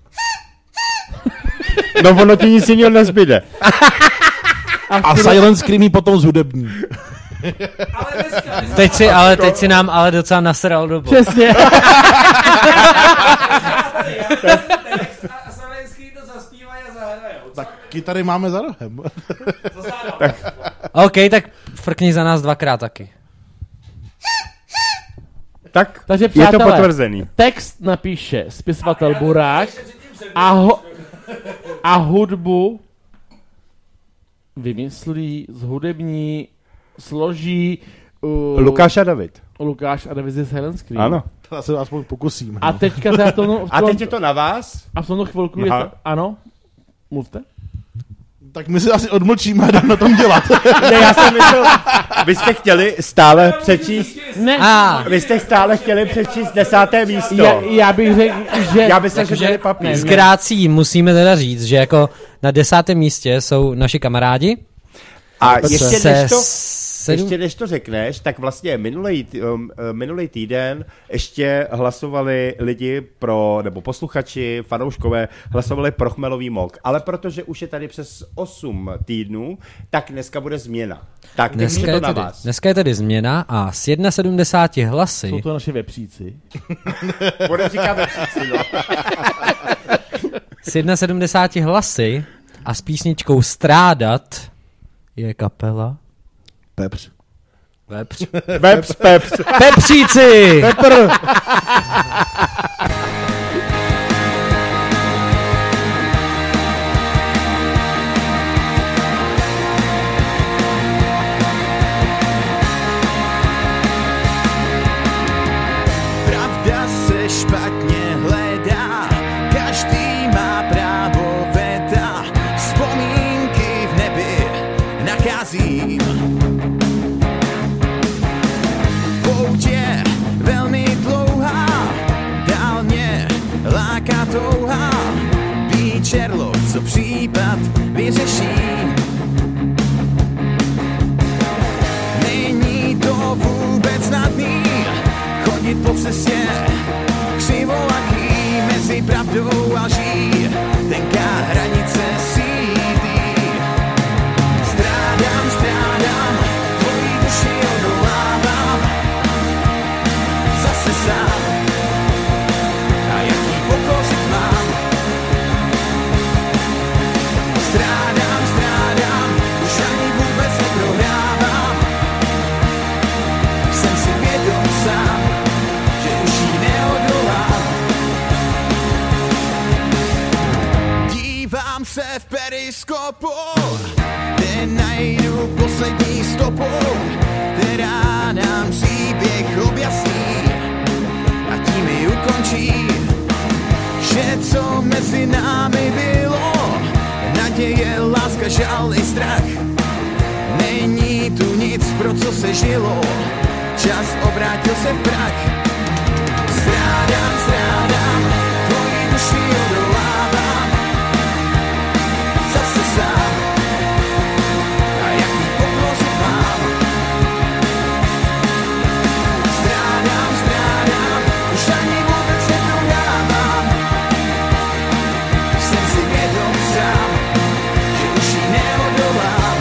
No ono ti nic jiného nezbyde.
A, a Silent Scream potom zhudební.
Ale dneska, dneska
teď si, ale teď si nám ale docela nasral dobu.
Přesně.
A Silent Scream to zaspívají a zahrajou.
Tak kytary máme za rohem.
tak. OK, tak frkni za nás dvakrát taky.
Tak,
takže přátelé,
je to potvrzený.
Text napíše spisovatel Burák a, ho, a hudbu vymyslí, zhudební, složí uh,
Lukáš a David.
Lukáš a David ze Silent Scream.
Ano.
To se aspoň pokusím. No.
A teďka za to, no,
a teď je to na vás?
A v tomto chvilku je to, ano, mluvte.
Tak my si asi odmlčíme a jdeme na tom dělat.
Ne, já jsem myslel, vy jste chtěli stále přečíst,
ne.
Ah. Vy jste stále chtěli přečíst desáté místo.
Já, já bych řekl, že...
Já bych řekl, že papír.
S Grácí musíme teda říct, že jako na desátém místě jsou naši kamarádi.
A ještě než, to,
sedm...
ještě než to řekneš, tak vlastně minulý, um, minulý týden ještě hlasovali lidi pro, nebo posluchači, fanouškové, hlasovali pro chmelový mok. Ale protože už je tady přes osm týdnů, tak dneska bude změna. Tak
dneska
je to na
tedy,
vás.
Dneska je tedy změna a s sedmdesáti jedna hlasy...
Jsou to naši vepříci.
Budeme říkat vepříci, no.
S sedmdesáti jedna hlasy a s písničkou Strádat je kapela...
Pepř.
Pepř.
Pepř, pepř.
Pepříci!
Pepr.
Pravda se špatně hledá, každý má právo veta, vzpomínky v nebi nacházím. Pouť je velmi dlouhá, dál mě láká touha, být Sherlock, co případ vyřeší. Není to vůbec snadný, chodit po cestě křivolaký mezi pravdou a lží, tenká hranice sídlí. Strádám, strádám, tvojí duši odolávám, zase sám, a jaký pokořit mám. Strádám, strádám, už ani vůbec neprohrávám, jsem si vědom sám, že už jí neodolám. Dívám se v periskopu, kde najdu poslední stopu, která nám příběh objasní a tím ji ukončí. Že co mezi námi bylo, naděje, láska, žal i strach, není tu nic, pro co se žilo, čas obrátil se v prach. Strádám, strádám, tvojí duši odolávám, zase sám, a jaký pokořit mám. Strádám, strádám, už ani vůbec neprohrávám, jsem si vědom sám, že už jí neodolám.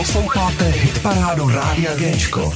Posloucháte Hitparádu Rádia Géčko.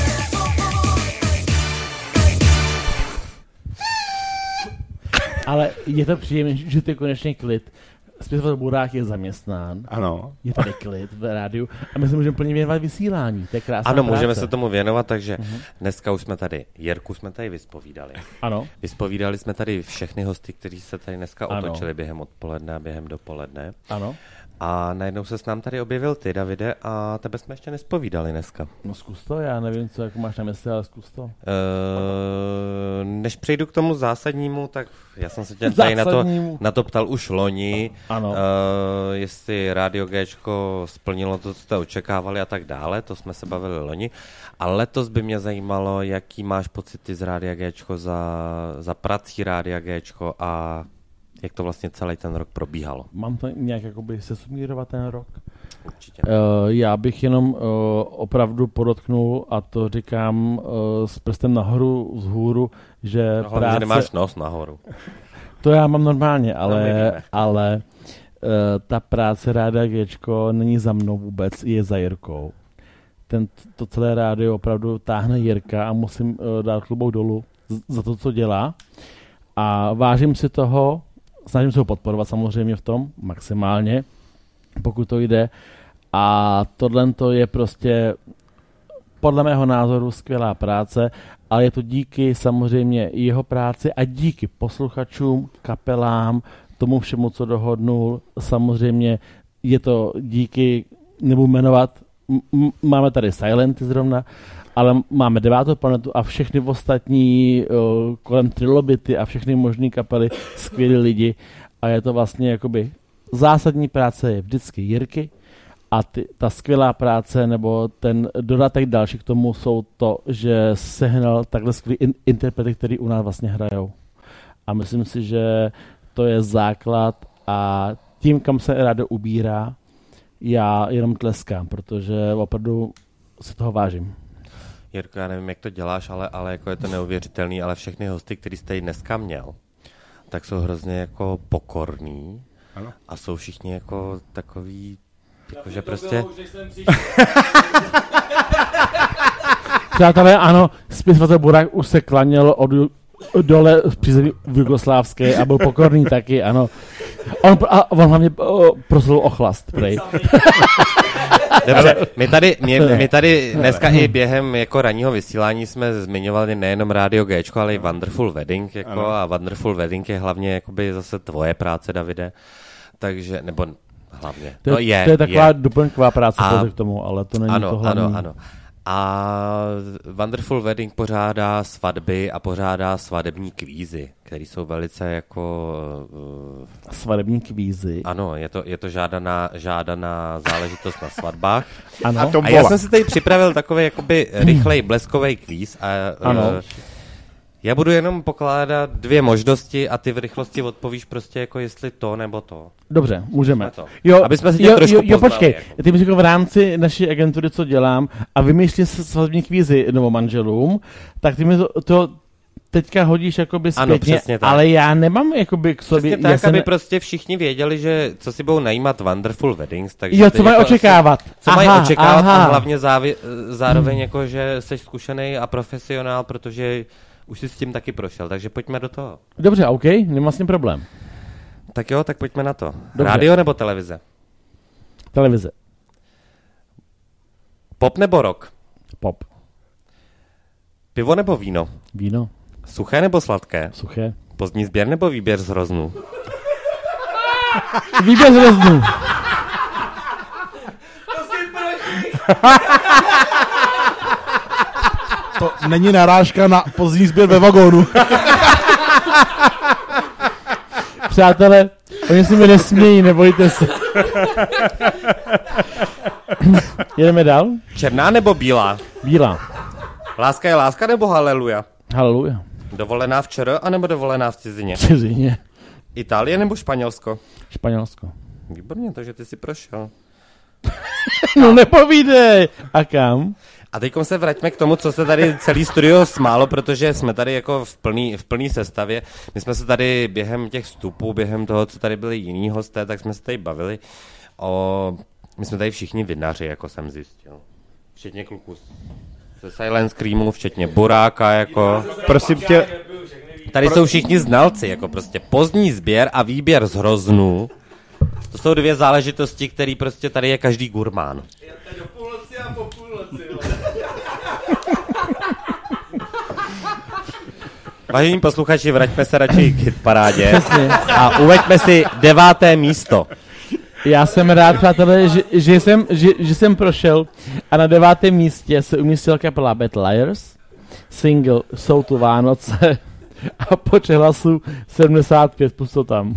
Ale je to příjemné, že to je konečně klid. Zpětovatel Burák je zaměstnán.
Ano.
Je tady klid v rádiu a my se můžeme plně věnovat vysílání. To je krásná
Ano,
práce.
můžeme se tomu věnovat, takže
Mhm.
dneska už jsme tady, Jirku jsme tady vyspovídali.
Ano.
Vyspovídali jsme tady všechny hosty, kteří se tady dneska
Ano.
otočili během odpoledne a během dopoledne.
Ano.
A najednou se s nám tady objevil ty, Davide, a tebe jsme ještě nespovídali dneska.
No zkus to, já nevím, co jako máš na mysli, ale zkus to.
Uh, než přejdu k tomu zásadnímu, tak já jsem se tě tady na to, na to ptal už loni,
ano.
Uh, jestli Rádio Géčko splnilo to, co jste očekávali a tak dále, to jsme se bavili loni. A letos by mě zajímalo, jaký máš pocity z Rádia Géčko za, za prací Rádia Géčko a jak to vlastně celý ten rok probíhalo.
Mám to nějak jakoby sesumírovat ten rok?
Určitě.
Uh, já bych jenom uh, opravdu podotknul, a to říkám uh, s prstem nahoru, vzhůru, že
No, hlavně,
práce...
že nemáš nos nahoru.
To já mám normálně,
No,
ale, ale uh, ta práce Rádia Géčko není za mnou vůbec, je za Jirkou. Ten, to celé rádio opravdu táhne Jirka a musím uh, dát klobouk dolů z, za to, co dělá. A vážím si toho, snažím se ho podporovat samozřejmě v tom, maximálně, pokud to jde. A tohle to je prostě podle mého názoru skvělá práce, ale je to díky samozřejmě jeho práci a díky posluchačům, kapelám, tomu všemu, co dohodnul. Samozřejmě je to díky, nebudu jmenovat, m- máme tady Silenty zrovna, ale máme Devátou planetu a všechny ostatní uh, kolem Trilobity a všechny možné kapely, skvělí lidi. A je to vlastně jakoby zásadní práce je vždycky Jirky a ty, ta skvělá práce nebo ten dodatek další k tomu jsou to, že sehnal takhle skvělý in, interprety, který u nás vlastně hrajou. A myslím si, že to je základ a tím, kam se rádio ubírá, já jenom tleskám, protože opravdu si toho vážím.
Jirko, já nevím, jak to děláš, ale, ale jako je to neuvěřitelný, ale všechny hosty, který jste tady dneska měl, tak jsou hrozně jako pokorný.
Ano.
A jsou všichni jako takový, jako že prostě...
Přátelé, ano, zpětovatel Burák už se klaněl od dole v přízemí v Jugoslávské a byl pokorný taky, ano. On, a on hlavně prosil ochlast, prej.
Dobře, my tady, my, my tady dneska i během jako ranního vysílání jsme zmiňovali nejenom Rádio Géčko, ale i Wonderful Wedding, jako,
ano.
a Wonderful Wedding je hlavně jakoby zase tvoje práce, Davide, takže, nebo hlavně,
to je,
no je,
to je taková
je.
doplňková práce
A,
k tomu, ale to není
ano,
to hlavní.
Ano, ano. A Wonderful Wedding pořádá svatby a pořádá svadební kvízy, které jsou velice jako... Uh,
Svadební kvízy.
Ano, je to, je to žádaná, žádaná záležitost na svatbách.
Ano.
A, a já jsem si tady připravil takový jakoby rychlej bleskový kvíz a
Ano.
uh, já budu jenom pokládat dvě možnosti a ty v rychlosti odpovíš prostě jako jestli to nebo to.
Dobře, můžeme.
To.
Jo,
Aby jsme si tě
jo,
trošku
jo, jo,
poznali,
počkej,
jako.
ty mi řekl v rámci naší agentury, co dělám a vymýšlím se svatební kvízy nebo manželům, tak ty mi to, to teďka hodíš jakoby
Ano,
zpětně,
přesně tak.
ale já nemám jakoby k sobě...
Přesně tak,
já se
aby
ne...
prostě všichni věděli, že co si budou najímat Wonderful Weddings. Takže
Jo,
ty
co mají
jako
očekávat.
Si, co mají
Aha,
očekávat
aha.
a hlavně závě, zároveň jako, že jsi zkušený a profesionál, protože už jsi s tím taky prošel, takže pojďme do toho.
Dobře, OK, nemám s tím problém.
Tak jo, tak pojďme na to.
Dobře.
Rádio nebo televize?
Televize.
Pop nebo rock?
Pop.
Pivo nebo víno?
Víno.
Suché nebo sladké?
Suché.
Pozdní sběr nebo výběr z hroznů?
Výběr z hroznů.
To není narážka na pozdní sběr ve vagónu.
Přátelé, oni si mi nesmějí, nebojte se. Jedeme dál?
Černá nebo bílá?
Bílá.
Láska je láska nebo haleluja?
Haleluja.
Dovolená v ČR anebo dovolená v cizině?
V cizině.
Itálie nebo Španělsko?
Španělsko.
Výborně, takže ty jsi prošel.
No nepovídej. A kam?
A teď se vraťme k tomu, co se tady celý studio smálo, protože jsme tady jako v plný, v plný sestavě. My jsme se tady během těch vstupů, během toho, co tady byli jiní hosté, tak jsme se tady bavili o My jsme tady všichni vinaři, jako jsem zjistil. Včetně kluků ze Silent Screamu, včetně Buráka, jako...
Prosím tě...
Tady pro... jsou všichni znalci, jako prostě pozdní sběr a výběr z hroznů. To jsou dvě záležitosti, které prostě tady je každý gurmán.
Do půlnoci a po půlnoci,
Vážení posluchači, vraťme se radši k hitparádě a uveďme si deváté místo.
Já jsem rád, přátelé, že, že, jsem, že, že jsem prošel a na devátém místě se umístil kapela Bad Liars, single Jsou tu Vánoce a počet hlasů sedmdesát pět, plus to tam.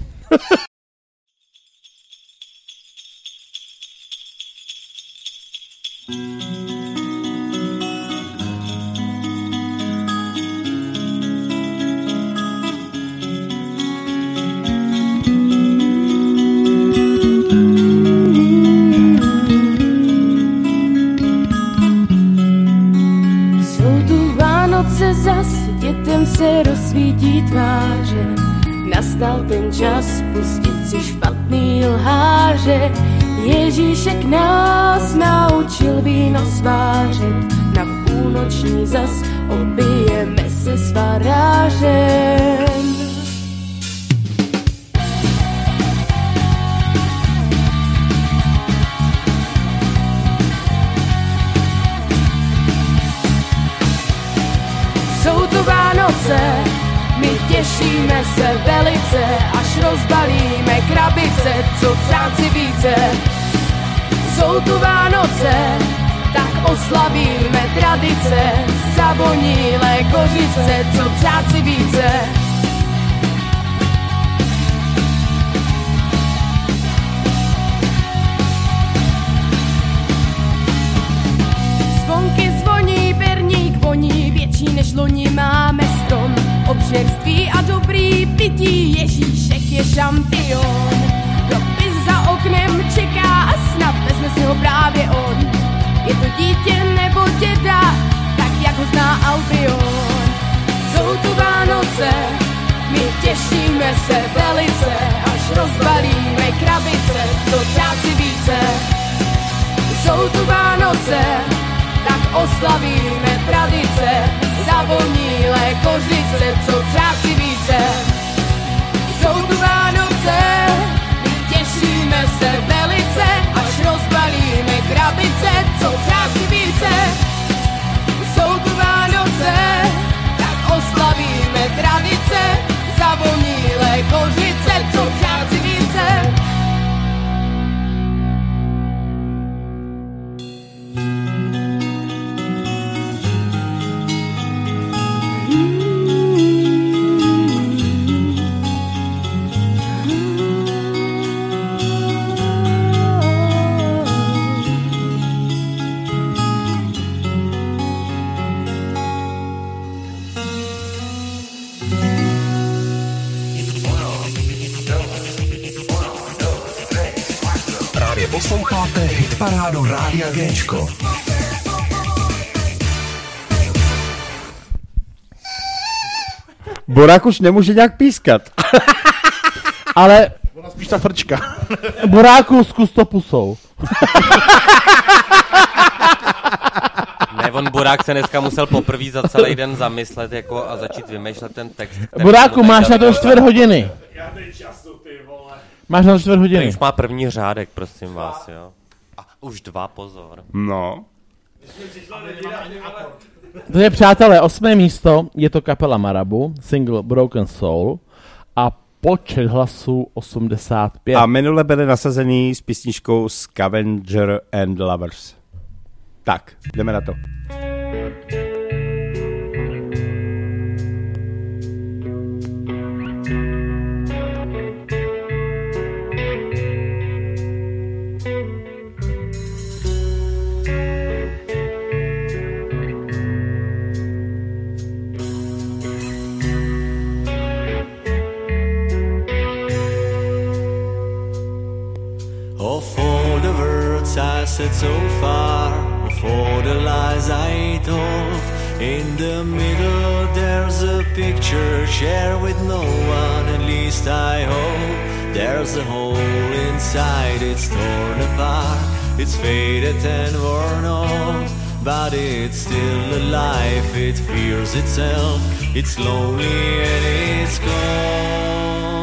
Zas dětem se rozsvítí tváře, nastal ten čas pustit si špatný lháře. Ježíšek nás naučil víno svářet, na půlnoční zas opijeme se s farářem. Jsou tu Vánoce, my těšíme se velice, až rozbalíme krabice, co přát si více. Jsou tu Vánoce, tak oslavíme tradice, zavonilé kořice, co přát si více. Zvonky zvoní, berník voní, větší než loni máme strom. Obžerství a dobrý pití, Ježíšek je šampion. Dopis za oknem čeká a snad vezme si ho právě on. Je to dítě nebo děda, tak jak ho zná Albion. Jsou tu Vánoce, my těšíme se velice, až rozbalíme krabice, co přát si více. Jsou tu Vánoce, tak oslavíme tradice, zavonilé kořice, co přát si více. Jsou tu Vánoce, my těšíme se velice, až rozbalíme krabice, co přát si více. Jsou tu Vánoce, tak oslavíme tradice, zavonilé kořice, co přát si více.
Posloucháte hitparádu Rádia Géčko.
Borák už nemůže nějak pískat.
Ale...
Ona spíš ta frčka.
Boráku, zkus to pusou.
Ne, on Borák se dneska musel poprvé za celý den zamyslet jako a začít vymýšlet ten text.
Boráku, máš na to čtvrt hodiny.
Já teď času, ty vole.
Máš na to čtvrt hodiny.
Už má první řádek, prosím vás, jo. A už dva, pozor.
No.
To je, přátelé, osmé místo, je to kapela Marabu, single Broken Soul a počet hlasů osmdesát pět.
A minule byli nasazený s písničkou Scavenger and Lovers. Tak, jdeme na to.
Of all the words I said so far, of all the lies I told, in the middle there's a picture shared with no one, at least I hope. There's a hole inside, it's torn apart, It's faded and worn off, but it's still alive. It fears itself, it's lonely and it's gone.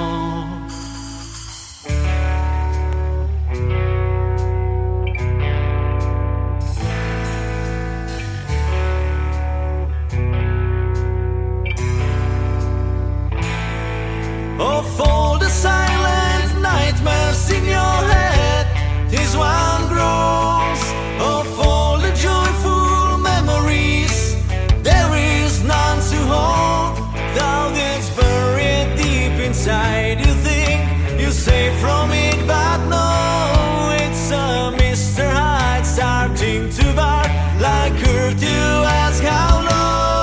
Of all the silent nightmares in your head, this one grows. Of all the joyful memories, there is none to hold. Thou it's buried deep inside. You think you're safe from it, but no, it's a Mister Hyde starting to bark like Kurt. You ask how long.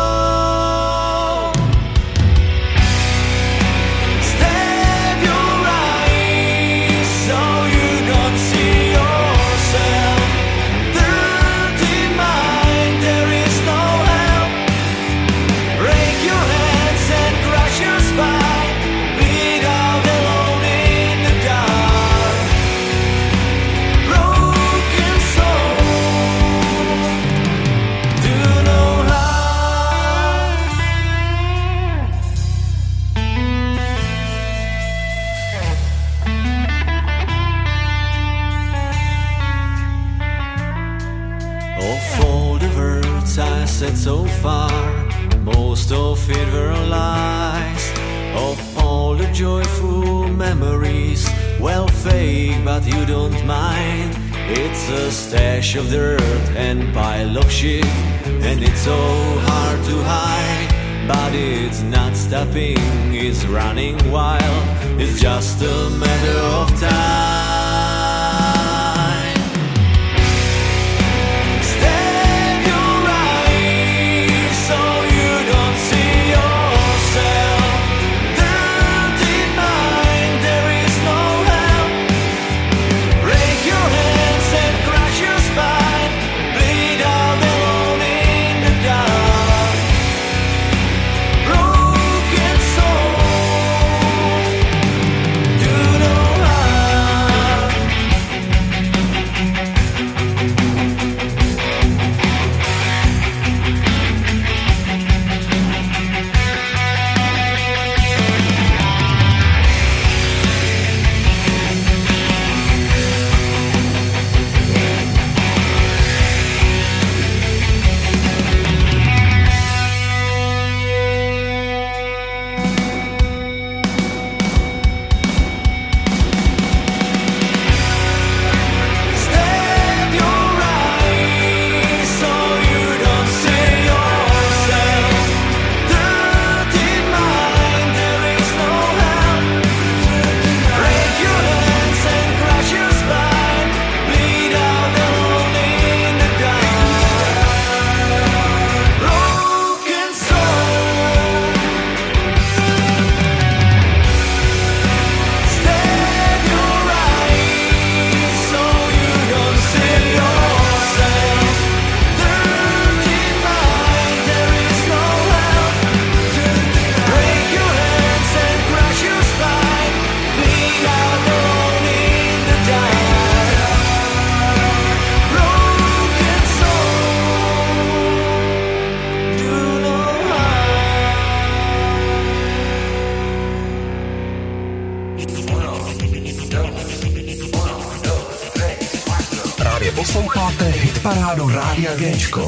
Said so far, most of it were lies. Of all the joyful memories, well fake, but you don't mind. It's a stash of dirt and pile of shit, and it's so hard to hide. But it's not stopping, it's running wild. It's just a matter of time.
Posloucháte hitparádu Rádia Géčko.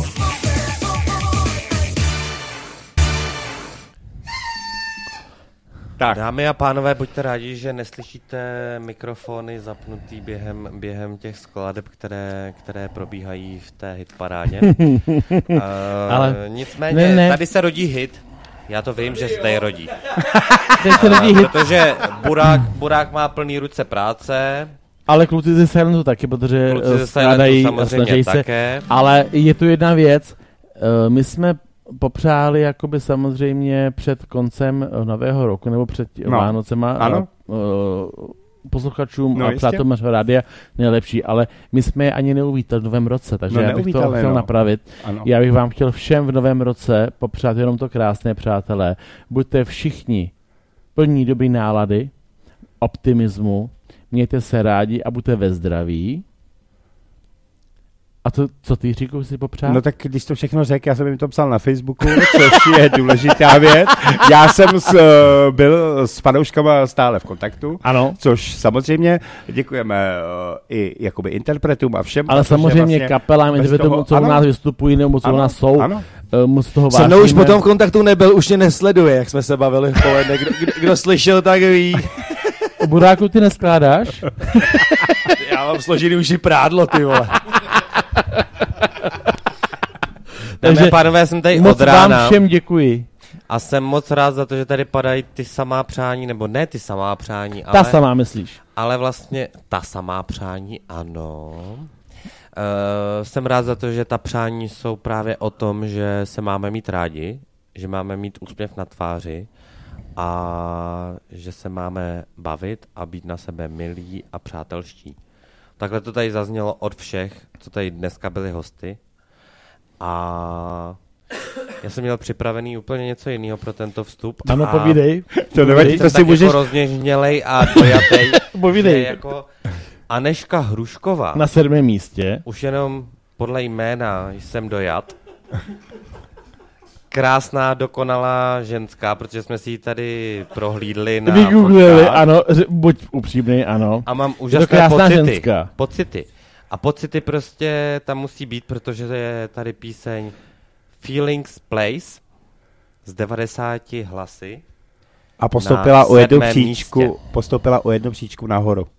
Tak. Dámy a pánové, buďte rádi, že neslyšíte mikrofony zapnutý během, během těch skladeb, které, které probíhají v té hitparádě. uh,
Ale
nicméně,
ne, ne.
tady se rodí hit. Já to vím, že zde rodí.
se rodí hit.
Protože Burák, Burák má plný ruce práce.
Ale kluci ze Silentu taky, protože skládají a snaží se.
Také.
Ale je tu jedna věc. My jsme popřáli jakoby samozřejmě před koncem nového roku nebo před no. Vánocema
ano.
posluchačům
no,
a přátelům našeho rádia nejlepší, ale my jsme je ani neuvítali v novém roce, takže
no,
já bych to chtěl
no.
napravit.
Ano.
Já bych vám chtěl všem v novém roce popřát jenom to krásné, přátelé. Buďte všichni plní dobrý nálady, optimismu, mějte se rádi a buďte ve zdraví. A to, co ty, Říku, si popřál?
No tak když to všechno řekl, já jsem jim to psal na Facebooku, což je důležitá věc. Já jsem s, byl s fanouškama stále v kontaktu,
ano.
Což samozřejmě děkujeme uh, i jakoby interpretům a všem.
Ale samozřejmě vlastně kapelám, interpretům, co u nás vystupují nebo co ano, u nás jsou,
ano.
Uh, moc toho
vážíme. Se mnou už potom v kontaktu nebyl, už mě nesleduje, jak jsme se bavili v poledne. Kdo, kdo, kdo slyšel, tak ví.
O Buráku ty neskládáš?
Já mám složený už i prádlo, ty vole.
Takže pánové, jsem tady
moc
od rána.
vám všem děkuji.
A jsem moc rád za to, že tady padají ty samá přání, nebo ne ty samá přání,
ta
ale...
Ta samá myslíš?
Ale vlastně ta samá přání, ano. Uh, jsem rád za to, že ta přání jsou právě o tom, že se máme mít rádi, že máme mít úsměv na tváři a že se máme bavit a být na sebe milí a přátelští. Takhle to tady zaznělo od všech, co tady dneska byli hosty. A já jsem měl připravený úplně něco jiného pro tento vstup.
Ano, povídej.
To nevadí, to si můžeš...
Jako rozněžnělej a dojatej.
Povídej.
Jako Anežka Hrušková.
Na sedmém místě.
Už jenom podle jména jsem dojat. Krásná, dokonalá ženská, protože jsme si ji tady prohlídli na
Vygooglili, ano, buď upřímný, ano.
A mám úžasné pocity. Ženská. Pocity. A pocity prostě tam musí být, protože je tady píseň Feelings Place z devadesáti hlasy.
A postoupila o jednu příčku, postoupila o jednu příčku nahoru.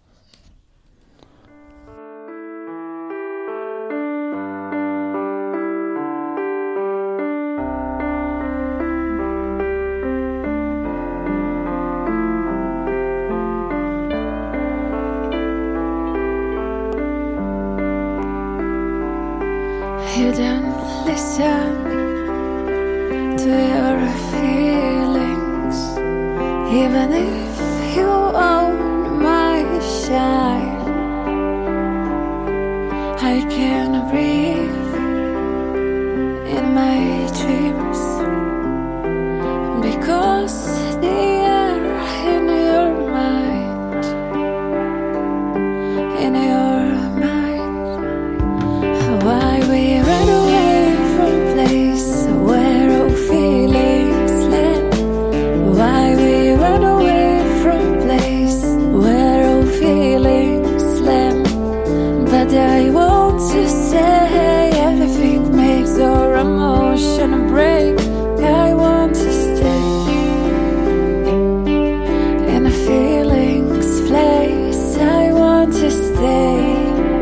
You don't listen to your feelings, even if you own my shine. I can breathe in my dreams because they are in your mind, in your mind. Why we run away from place where our feelings land? Why we run away from place where our feelings land? But I want to say everything makes our emotion break. I want to stay in a feelings place. I want to stay.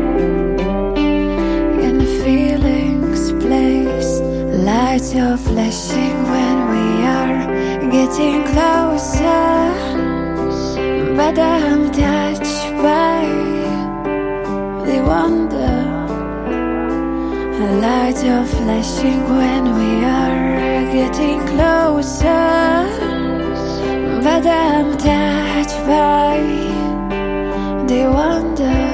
Lights are flashing when we are getting closer, but I'm touched by the wonder. Lights are flashing when we are getting closer, but I'm touched by the wonder.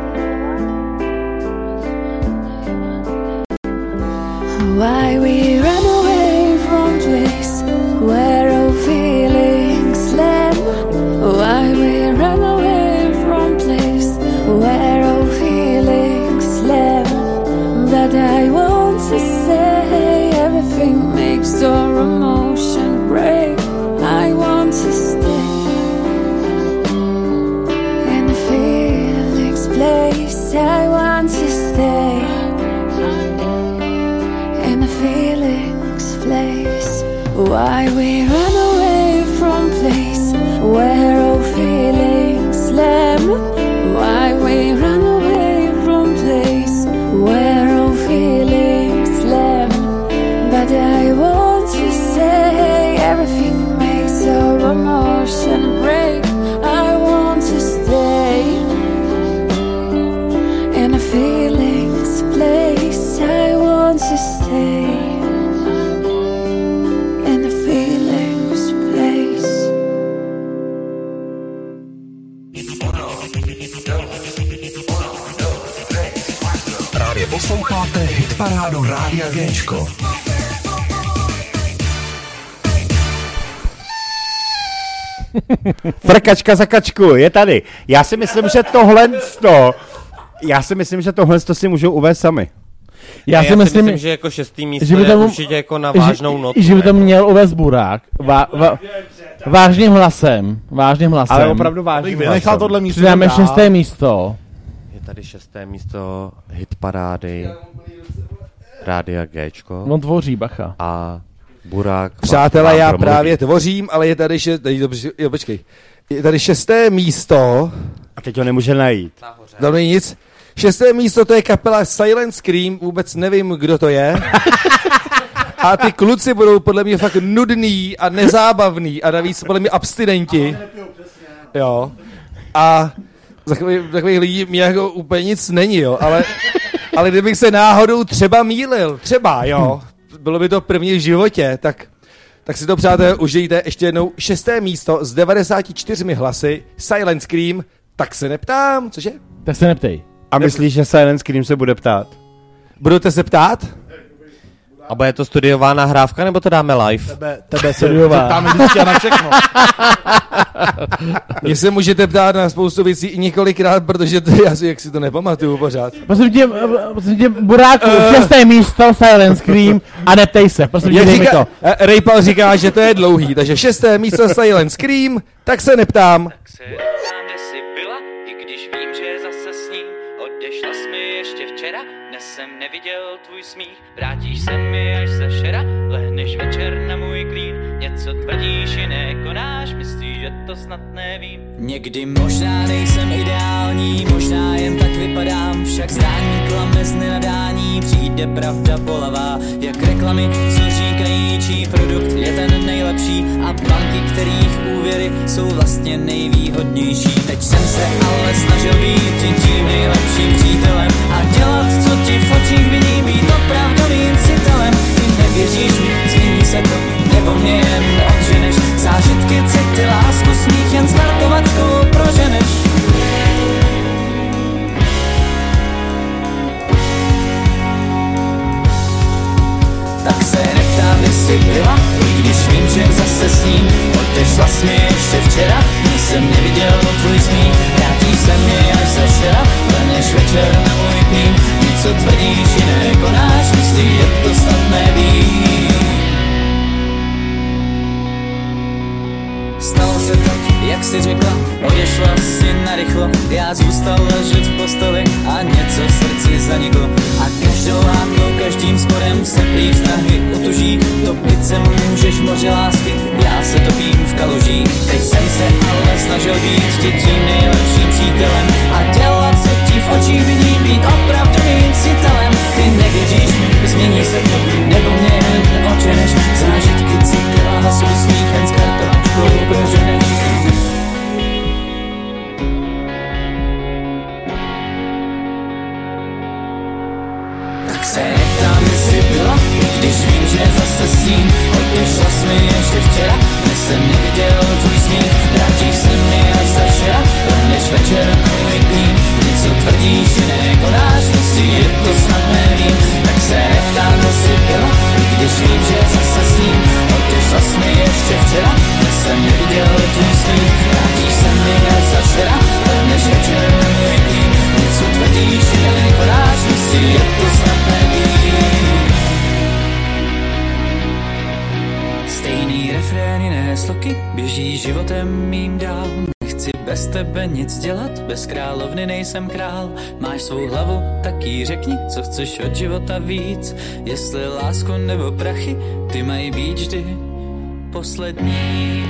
Why we run away from place where our feelings land? Why we run away from place where our feelings land? But I want to say everything makes our emotion break. I want to stay in the feelings place. I want to stay in a feelings place. Why we run away from place where our feelings land? Why we run away from place where our feelings land? But I want to say everything makes our emotion break. I want to stay in a feelings place. I want to stay in the feelings place.
Právě posloucháte hitparádu Rádia Géčko.
Frkačka za kačku, je tady. Já si myslím, že tohle sto, já si myslím, že tohle sto si můžou uvést sami.
Já
Ne,
si myslím,
myslím, že jako šestý místo
že by
je
tomu,
určitě jako na vážnou
že,
notu.
Že by to
jako.
měl uvést Burák. Va, va, vážným hlasem. Vážným hlasem.
Ale opravdu vážným
Bych vynechal tohle místo.
Přidáme
dál.
šesté místo.
Je tady šesté místo hitparády Rádia Géčko.
On tvoří, bacha.
A Burák...
Přátelé, já
promluví.
právě tvořím, ale je tady šest... Dobře, jo, počkej. Je tady šesté místo.
A teď ho nemůže najít.
Tam není nic. Šesté místo, to je kapela Silent Scream, vůbec nevím, kdo to je. A ty kluci budou podle mě fakt nudný a nezábavný a navíc podle mě abstinenti. Jo. A za takových, takových lidí mě jako úplně nic není, jo. Ale, ale kdybych se náhodou třeba mýlil, třeba, jo, bylo by to první v životě, tak, tak si to, přátelé, užijte ještě jednou. Šesté místo s devadesáti čtyřmi hlasy, Silent Scream, tak se neptám, cože?
Tak se neptej.
A myslíš, že Silent Scream se bude ptát?
Budete se ptát?
A bude to studiová nahrávka, nebo to dáme live?
Tebe, tebe se ptáme vždycky na všechno.
Mě se můžete ptát na spoustu věcí i několikrát, protože to, já si, jak si to nepamatuju pořád.
Prosím tě, prosím tě, Buráku, uh, šesté místo, Silent Scream a neptej se, prosím tě, dej mi to.
Rejpal říká, že to je dlouhý, takže šesté místo Silent Scream, tak se neptám.
Tak se tam, kde jsi byla, i když vím, že je zase s ním. Odešla jsi mi ještě včera, dnes jsem neviděl tvůj smích. Vrátíš se mi až za šera, lehneš večer na můj klín. Něco tvrdíš i nekonáš, myslíš, že to snad nevím. Někdy možná nejsem ideální, možná jen tak vypadám. Však zdání klame z nenadání, přijde pravda bolavá. Jak reklamy, co říkají, čí produkt je ten nejlepší. A banky, kterých úvěry jsou vlastně nejvýhodnější. Teď jsem se ale snažil být tím nejlepším přítelem a dělat, co ti v očích vidí, být opravdovým citelem. Ty nevěříš mi, změní se to, nebo mě jen odženeš. Zážitky, city, lásku, smích jen s kartovačkou proženeš. Tak se neptám, kde jsi byla, i když vím, že zase s ním. Odešla jsi mi ještě včera, když jsem neviděl tvůj smích. Vrátí se mi až za šera, leneš večer na můj klín. Něco tvrdíš i nekonáš, myslíš, že to snad neví. Stalo se tak, jak jsi řekla, odešla si narychlo. Já zůstal ležet v posteli a něco v srdci zaniklo. A každou hámkou, každým sporem se prý vztahy utuží. Topit se můžeš moře lásky, já se topím v kalužích. Teď jsem se ale snažil být ti tím nejlepším přítelem a dělat, co ti v očích vidí, být opravdovým citelem. Ty nevěříš mi, změní se to, nebo mě jen očeneš. Zážitky, city, lásku, smích jen s kartovačkou proženeš. Tak se neptám, kde jsi byla, když vím, že zase s ním. Odešla jsi mi ještě včera, dnes jsem neviděl tvůj smích. Vrátíš se mi až za šera, lehneš večer na můj klín. Něco tvrdíš i nekonáš, myslíš, že to snad nevím. Tak se neptám, kde jsi byla, když vím, že zase s ním. Odešla jsi mi ještě včera, dnes jsem neviděl tvůj smích. Vrátíš se mi až za šera, lehneš večer na můj klín. Něco tvrdíš i nekonáš, myslíš, že to snad nevím. Stejný refrén, jiné sloky, běží životem mým dál. Nechci bez tebe nic dělat, bez královny nejsem král. Máš svou hlavu, tak jí řekni, co chceš od života víc. Jestli lásku nebo prachy, ty mají být vždy poslední.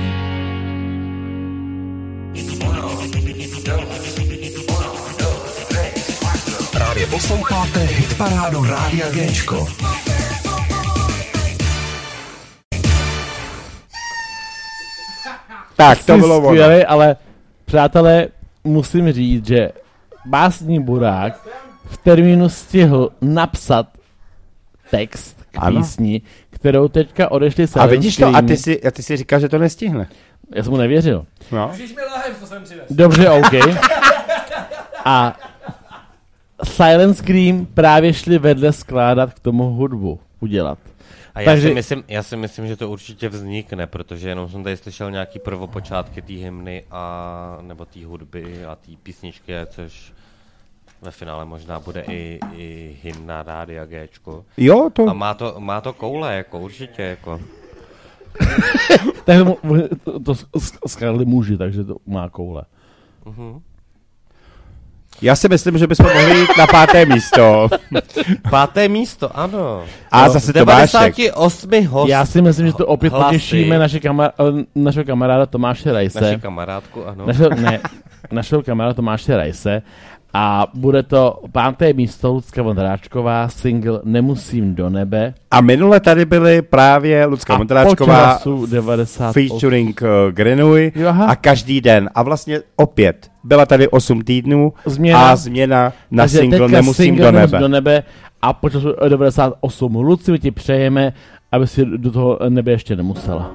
Právě posloucháte hitparádu Rádia Géčko.
Tak, to bylo ono.
Skvělé, ale přátelé, musím říct, že básník Burák v termínu stihl napsat text k
Ano.
písni, kterou teďka odešli
A
Silent
vidíš to,
Scream.
a ty si, a ty si říkal, že to nestihne.
Já jsem mu nevěřil.
No.
Můžeš mi lahev, co jsem přivez.
Dobře, OK. A Silent Scream právě šli vedle skládat k tomu hudbu udělat.
A já,
Takže...
si myslím, já si myslím, že to určitě vznikne, protože jenom jsem tady slyšel nějaký prvopočátky té hymny a nebo té hudby a té písničky, což ve finále možná bude i, i hymna Rádia Géčko.
Jo, to...
A má to, má to koule, jako určitě, jako.
Tak to, to skradli muži, takže to má koule.
Uh-huh.
Já si myslím, že bychom mohli jít na páté místo.
Páté místo, ano.
A
no,
zase
devadesát osm host.
Já si myslím, že to opět
hlasy.
potěšíme naše kamar, našeho kamaráda Tomáše Rajse.
Naši kamarádku, ano.
Našeho, ne, našeho kamaráda Tomáše Rajse. A bude to páté místo Lucka Vondráčková, single Nemusím do nebe.
A minule tady byly právě Lucka Vondráčková featuring uh, Grenouille a každý den. A vlastně opět byla tady osm týdnů změna. A změna na
Takže
single Nemusím single do nebe.
do nebe. A po času devadesát osm. Luci, my ti přejeme, aby si do toho nebe ještě nemusela.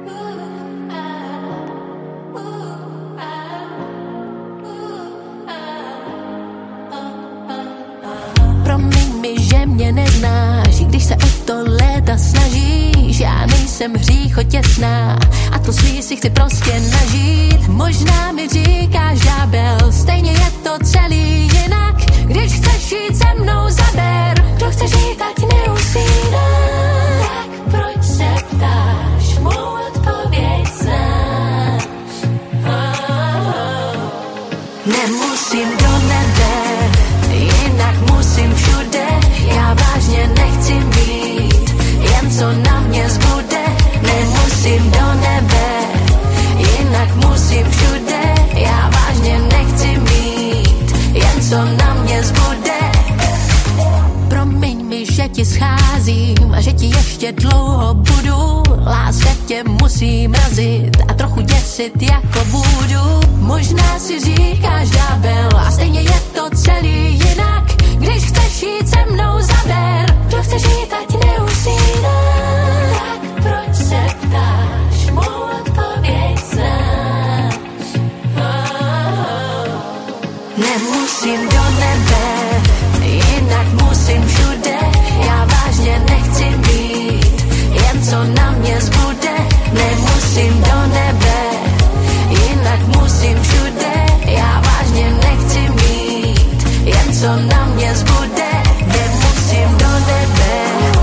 Mě neznáš, i když se o to léta snažíš. Já nejsem hříchotěsná a to svý si chci prostě nažít. Možná mi říkáš ďábel, stejně je to celý jinak. Když chceš jít se mnou, zaber. Kdo chce žít, ať neusíná. Tak proč se ptáš, mou odpověď znáš. Oh, oh. Nemusím do nebe, jinak musím všude. Já vážně nechci být, jen co na mě zbude. Nemusím do nebe, jinak musím všude. Já vážně nechci mít, jen co na mě zbude. Promiň mi, že ti scházím a že ti ještě dlouho budu. Láska tě musím mrazit a trochu děsit jako budu. Možná si říkáš ďábel a stejně je to celý jinak. Když chceš jít se mnou, zaber. Kdo chce žít, ať neusíná. Tak proč se ptáš, mou odpověď znáš. Oh, oh. Nemusím do nebe, jinak musím všude. Já vážně nechci být, jen co na mě zbude. Nemusím do nebe, jinak musím všude. Já vážně nechci mít, jen co na mě zbude. Nemusím do nebe.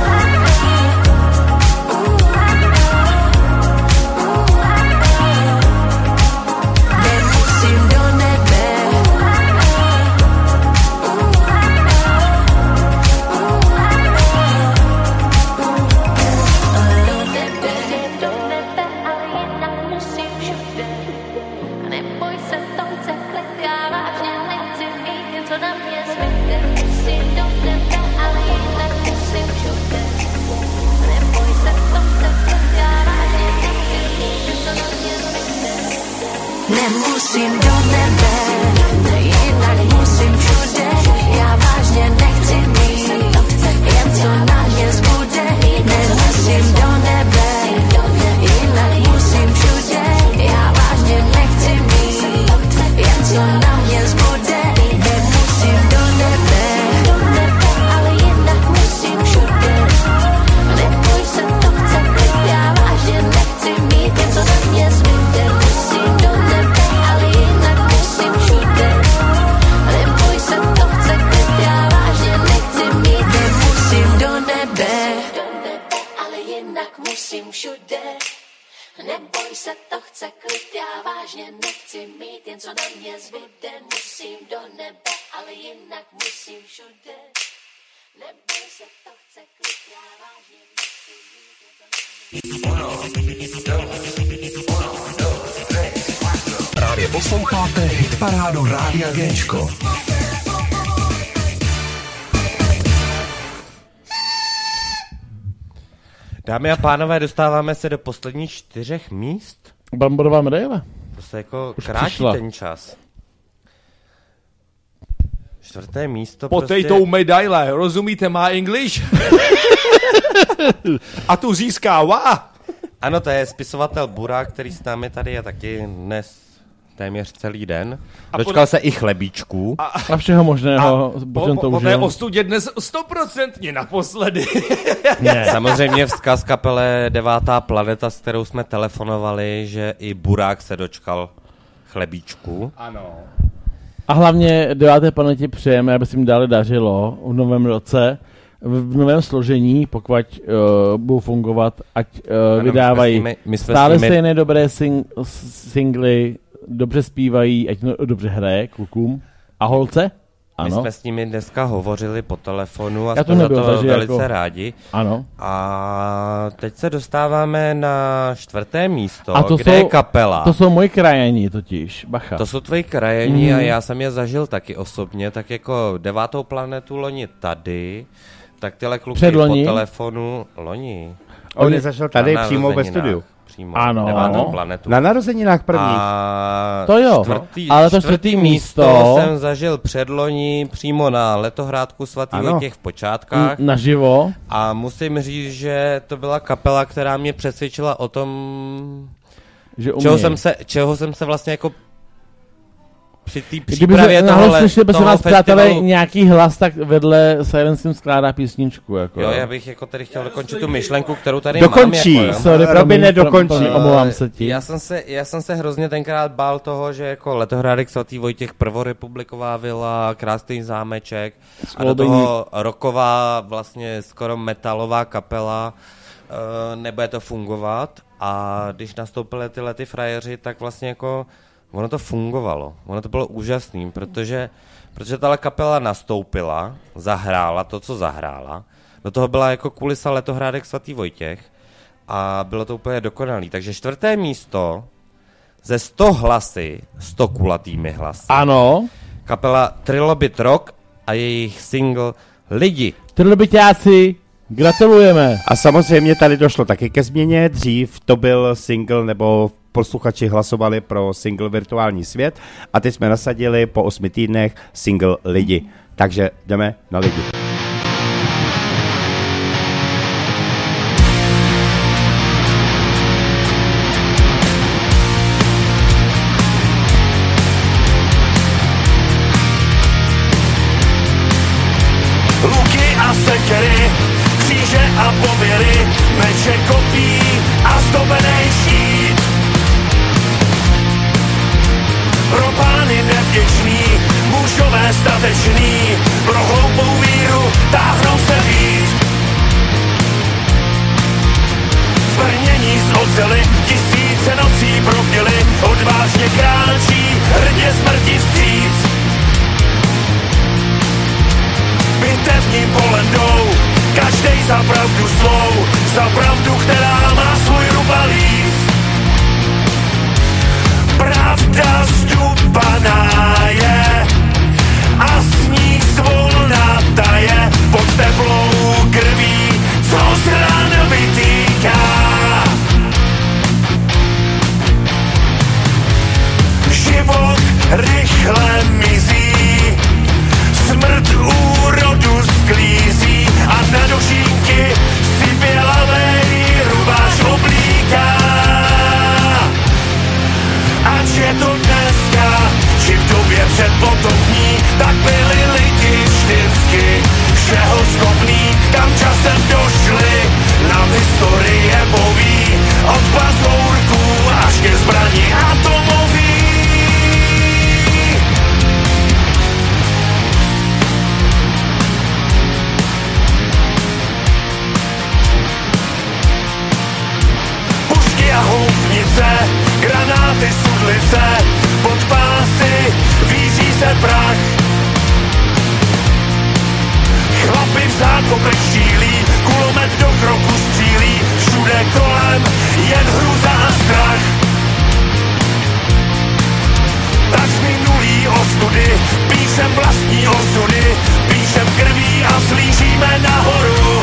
Nemusím do nebe. Do nebe, do nebe, ale jinak musím všude. Neboj se, to chce klid, já vážně nechci mít, jen co na mě zbyde. Musím do nebe, ale jinak musím všude. Neboj se, to chce klid, já vážně nechci mít, jen co na mě zbyde. Nemusím do nebe, jinak musím všude. Já vážně nechci mít, jen co na mě zbude. Nemusím do nebe, jinak musím všude. Já vážně nechci mít, jen co na mě zbude. Nemusím do nebe, ale jinak musím všude. Neboj se, to chce klid, já vážně nechci mít, jen co na mě zbyde. Musím do nebe, ale jinak musím všude. Neboj se, to chce klid, já vážně nechci mít, nemusím do nebe, ale jinak musím všude. Neboj se, to chce klid, já vážně nechci mít, jen co na mě zbyde. Musím do nebe, ale jinak musím všude. Neboj se, to chce klid, já vážně nechci mít, jen co na mě zbyde.
Právě posloucháte hitparádu Rádia Géčko.
Dámy a pánové, dostáváme se do posledních čtyřech míst.
Bramborová medaile.
To se jako
Už
krátí
přišla.
ten čas. Čtvrté místo
Potato
prostě...
medaile, rozumíte má English? A tu získá Wá.
Ano, to je spisovatel Burák, který s námi tady je taky dnes téměř celý den.
A
Dočkal
pod-
se i chlebíčků.
A všeho možného.
Po, po, po té ostudě dnes stoprocentně naposledy.
Samozřejmě vzkaz kapele Devátá planeta, s kterou jsme telefonovali, že i Burák se dočkal chlebíčku.
Ano.
A hlavně deváté planetě přejeme, aby se jim dále dařilo v novém roce, v, v novém složení, pokud uh, budou fungovat, ať uh, ano, vydávají my jsme my jsme stále nimi... stejné dobré sing, singly, dobře zpívají, ať no, dobře hraje klukům. A holce? Ano.
My jsme s nimi dneska hovořili po telefonu a
Já
jsme za to
takže
velice
jako...
rádi.
Ano.
A teď se dostáváme na čtvrté místo,
a to
kde
jsou,
je kapela.
To jsou moji krajani totiž, bacha.
To jsou tvoji krajani mm. a
Mhm.
já jsem je zažil taky osobně, tak jako devátou planetu loni tady, tak tyhle kluky
Předloni?
po telefonu loni.
On je zažil tady přímo ve studiu.
Přímo,
ano,
devátou
ano.
planetu.
Na narozeninách prvních.
A
to jo,
čtvrtý,
ale to
čtvrtý
čtvrtý
místo,
místo
jsem zažil předloni přímo na letohrádku svatý
Ano.
Vojtěch v Počátkách.
N- naživo.
A musím říct, že to byla kapela, která mě přesvědčila o tom,
že
čeho
umějí.
jsem, se, čeho jsem se vlastně jako při té
Kdyby
přípravě
nahoře
tohle,
slyšeli by se
toho
vás, přátelé,
festivalu.
nějaký hlas, tak vedle Silence Team skládá písničku. Jako.
Jo, já bych jako tady chtěl dokončit tu myšlenku, kterou tady
Dokončí.
mám. Jako,
Sorry,
Robine,
promiň,
dokončí.
promiň, omlouvám se ti.
Já jsem se, já jsem se hrozně tenkrát bál toho, že jako Letohrádek svatý Vojtěch, prvorepubliková vila, krásný zámeček a do toho rocková, vlastně skoro metalová kapela, uh, nebude to fungovat. A když nastoupily tyhle ty frajeři, tak vlastně jako ono to fungovalo. Ono to bylo úžasný, protože, protože tahle kapela nastoupila, zahrála to, co zahrála. Do toho byla jako kulisa Letohrádek svatý Vojtěch a bylo to úplně dokonalý. Takže čtvrté místo ze sto hlasy, sto kulatými hlasy.
Ano.
Kapela Trilobit Rock a jejich single Lidi.
Trilobitáci, gratulujeme.
A samozřejmě tady došlo taky ke změně. Dřív to byl single, nebo posluchači hlasovali pro single Virtuální svět a teď jsme nasadili po osmi týdnech single Lidi. Takže jdeme na Lidi.
Luky a sekery, kříže a pověry, meče kopí a zdobenej štít. Pro pány nevděčný, mužové statečný, pro hloupou víru táhnou se víc. Zbrnění z oceli, tisíce nocí propěli, odvážně kráčí, hrdě smrti vstříc. Bitevním polem jdou, každej za pravdu svou, za pravdu, která má svůj rubalíc. Pravda zdupaná je a sníh zvolna taje pod teplou krví, co z ran vytýká. Život rychle mizí, smrt úrodu sklízí a na dožínky si bělavej rubáš oblíká. Ať je to dneska, či v době předpotopní, tak byli lidi vždycky všeho schopní, kam časem došli, nám historie poví, od pazourků až ke zbraní atomový. Pušky a houfnice, granáty, sudlice, pod pásy víří se prach. Chlapi v zákopech šílí, kulomet do kroku střílí, všude kolem jen hrůza a strach. Tak z minulý ostudy píšem vlastní osudy, píšem krví a slížíme nahoru.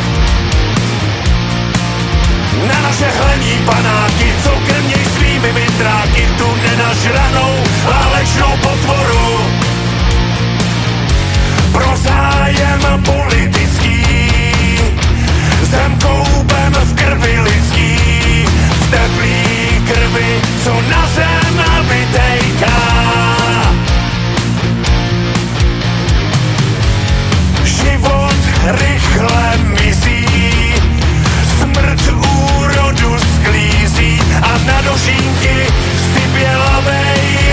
Na naše hledí panáky, co krměj svými mindráky, tu nenažranou válečnou potvoru. Pro zájem politický, zem koupem v krvi lidský, v teplý krvi, co na zem vytejká. Život rychle mizí, smrt úrodu sklízí a na dožínky si bělavej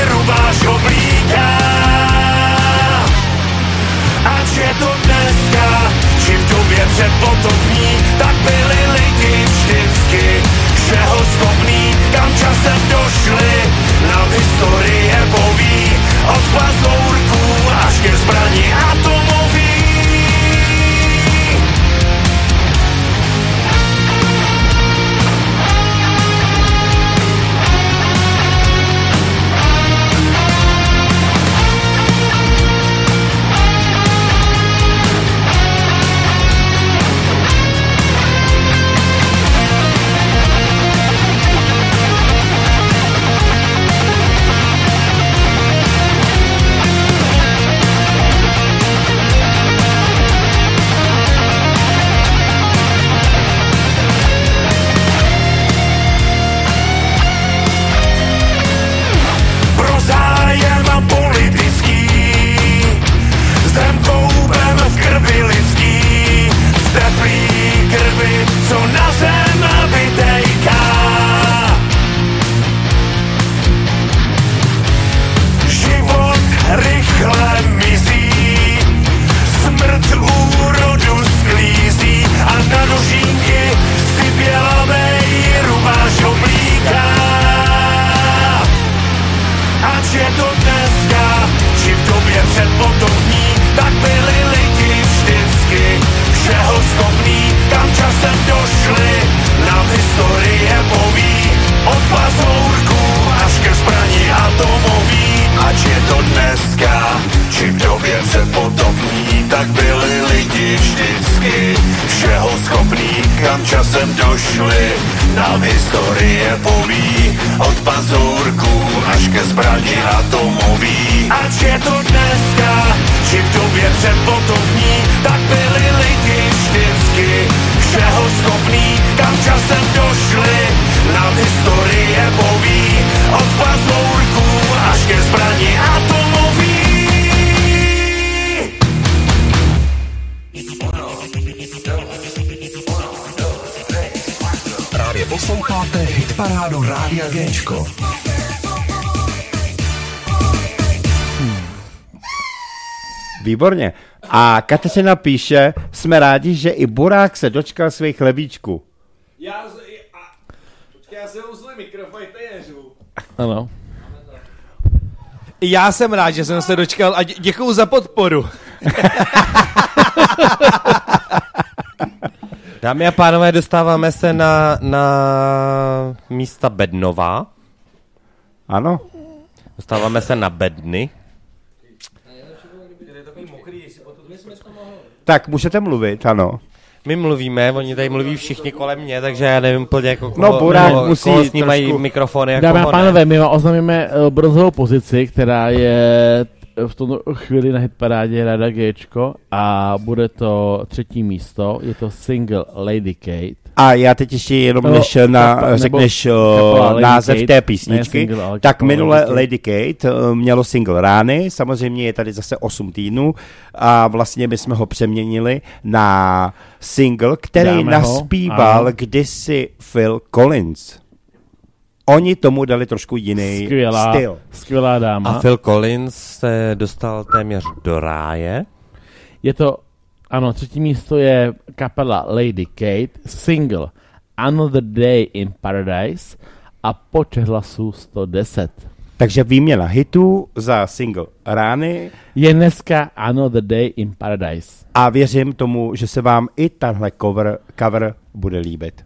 časem došli, nám historie poví, od pazourků až ke zbrani atomový. Ač je to dneska, či v době předpotopní, tak byli lidi vždycky všeho schopný, kam časem došli, nám historie poví, od pazourků až ke zbrani atomový.
Právě posloucháte hitparádu Rádia Géčko.
Výborně. A Kateřina píše, jsme rádi, že i Burák se dočkal svých chlebíčků.
Já, a, počkej, já se uzli mikrofon, to je neřvu.
Ano.
Já jsem rád, že jsem se dočkal a dě- děkuju za podporu.
Dámy a pánové, dostáváme se na, na místa Bednova.
Ano.
Dostáváme se na Bedny.
Tak, můžete mluvit, ano.
My mluvíme, oni tady mluví všichni kolem mě, takže já nevím plně, jako koho,
No, Burák
koho,
musí
koho snímají
trošku...
mikrofony a
Dámy a
koho ne.
pánové, my vám oznámíme uh, bronzovou pozici, která je v tomto chvíli na hitparádě Rádia Géčko a bude to třetí místo, je to single Lady Kate.
A já teď ještě jenom,
No,
než na,
kapa-
řekneš
kapela
uh,
Lady
název
Kate,
té písničky,
ne single, ale
tak
kapela
minule
Lady
Lady Kate uh, mělo single Rány, samozřejmě je tady zase osm týdnů a vlastně my jsme ho přeměnili na single, který
Dáme ho,
naspíval
ano.
kdysi Phil Collins. Oni tomu dali trošku jiný
Skvělá,
styl.
skvělá dáma.
A Phil Collins se dostal téměř do ráje.
Je to, ano, třetí místo je kapela Lady Kate, single Another Day in Paradise a počet hlasů sto deset.
Takže výměna hitů za single Rány.
Je dneska Another Day in Paradise.
A věřím tomu, že se vám i tahle cover, cover bude líbit.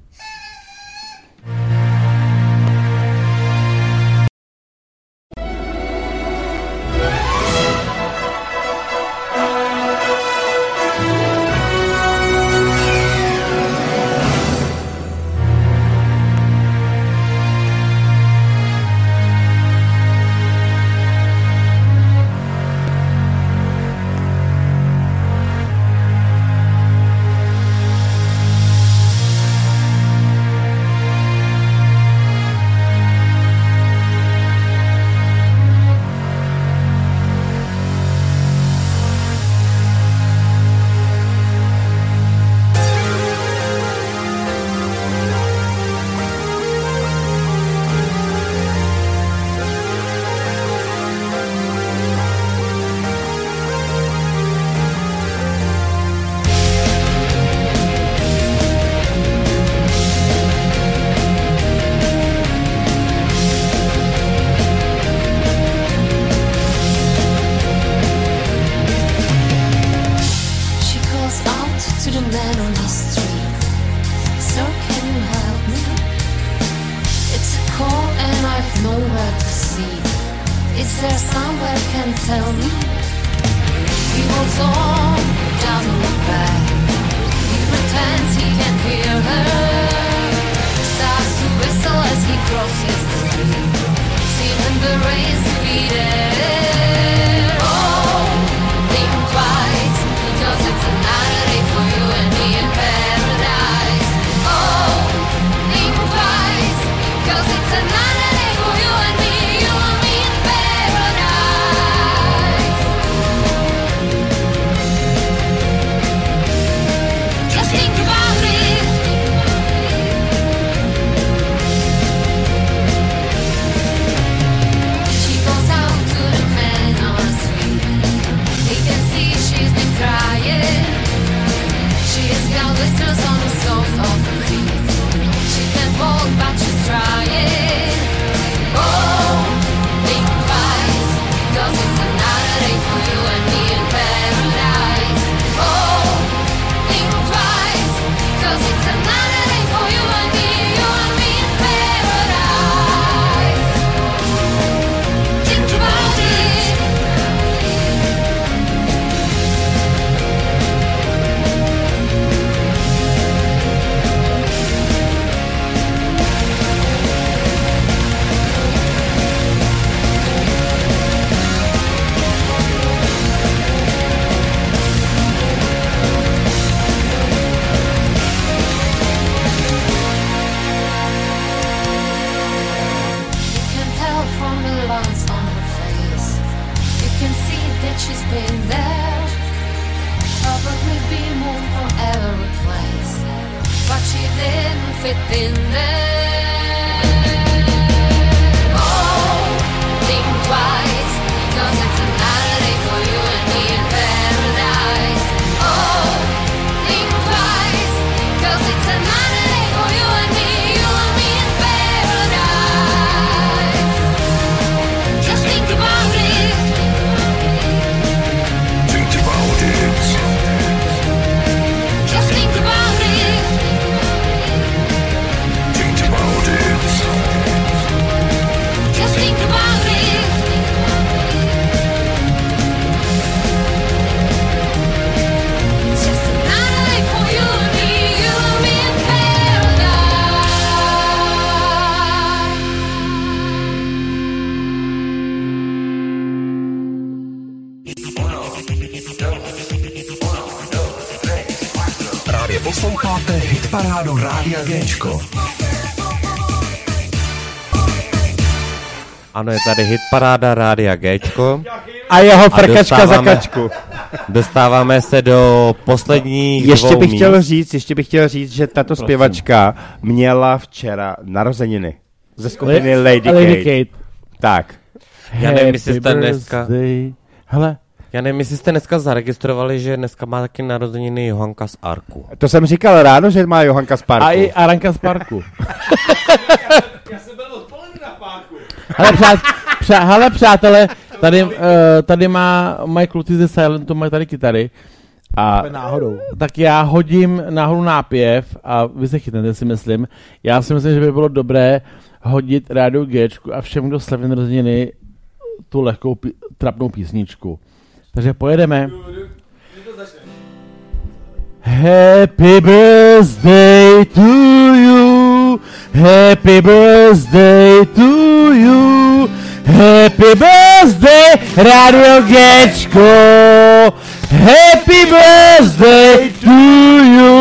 She goes out
she's been there. Probably be moved from every place, but she didn't fit in there. Oh, think twice, cause it's another day for you and me in paradise. Oh, think twice, cause it's another day for you and me, you and me in paradise. Just think about it.
Think about it.
Just think about it.
Think about it.
Just think about it. It's just another day for you and me, you and me in
Právě posloucháte hitparádu Rádia Géčko.
Ano, je tady hitparáda Rádia Géčko.
A jeho frkačka
dostáváme-
za kačku.
Dostáváme se do posledních
Ještě
dvou
bych
míst.
chtěl říct, ještě bych chtěl říct, že tato
Prosím.
zpěvačka měla včera narozeniny ze skupiny
Le-
Lady,
Lady
Kate.
Kate.
Tak.
Já nevím, jestli jste dneska...
birthday. Hele.
Já nevím, jestli jste dneska zaregistrovali, že dneska má taky narozeniny Johanka z Arku.
To jsem říkal ráno, že má Johanka z parku.
A i Aranka z parku.
Já jsem byl odpoledne na páku.
Hele, přát, přá, hele přátelé, tady, uh, tady má, mají kluci ze Silentu, mají tady kytary. A
náhodou.
Tak já hodím náhodou nápěv a vy se chytnete, si myslím. Já si myslím, že by bylo dobré hodit Rádiu Géčku a všem, kdo slaví narozeniny, tu lehkou pí- trapnou písničku. Takže pojedeme. Happy birthday to you, happy birthday to you, happy birthday Radio Géčko, happy birthday to you.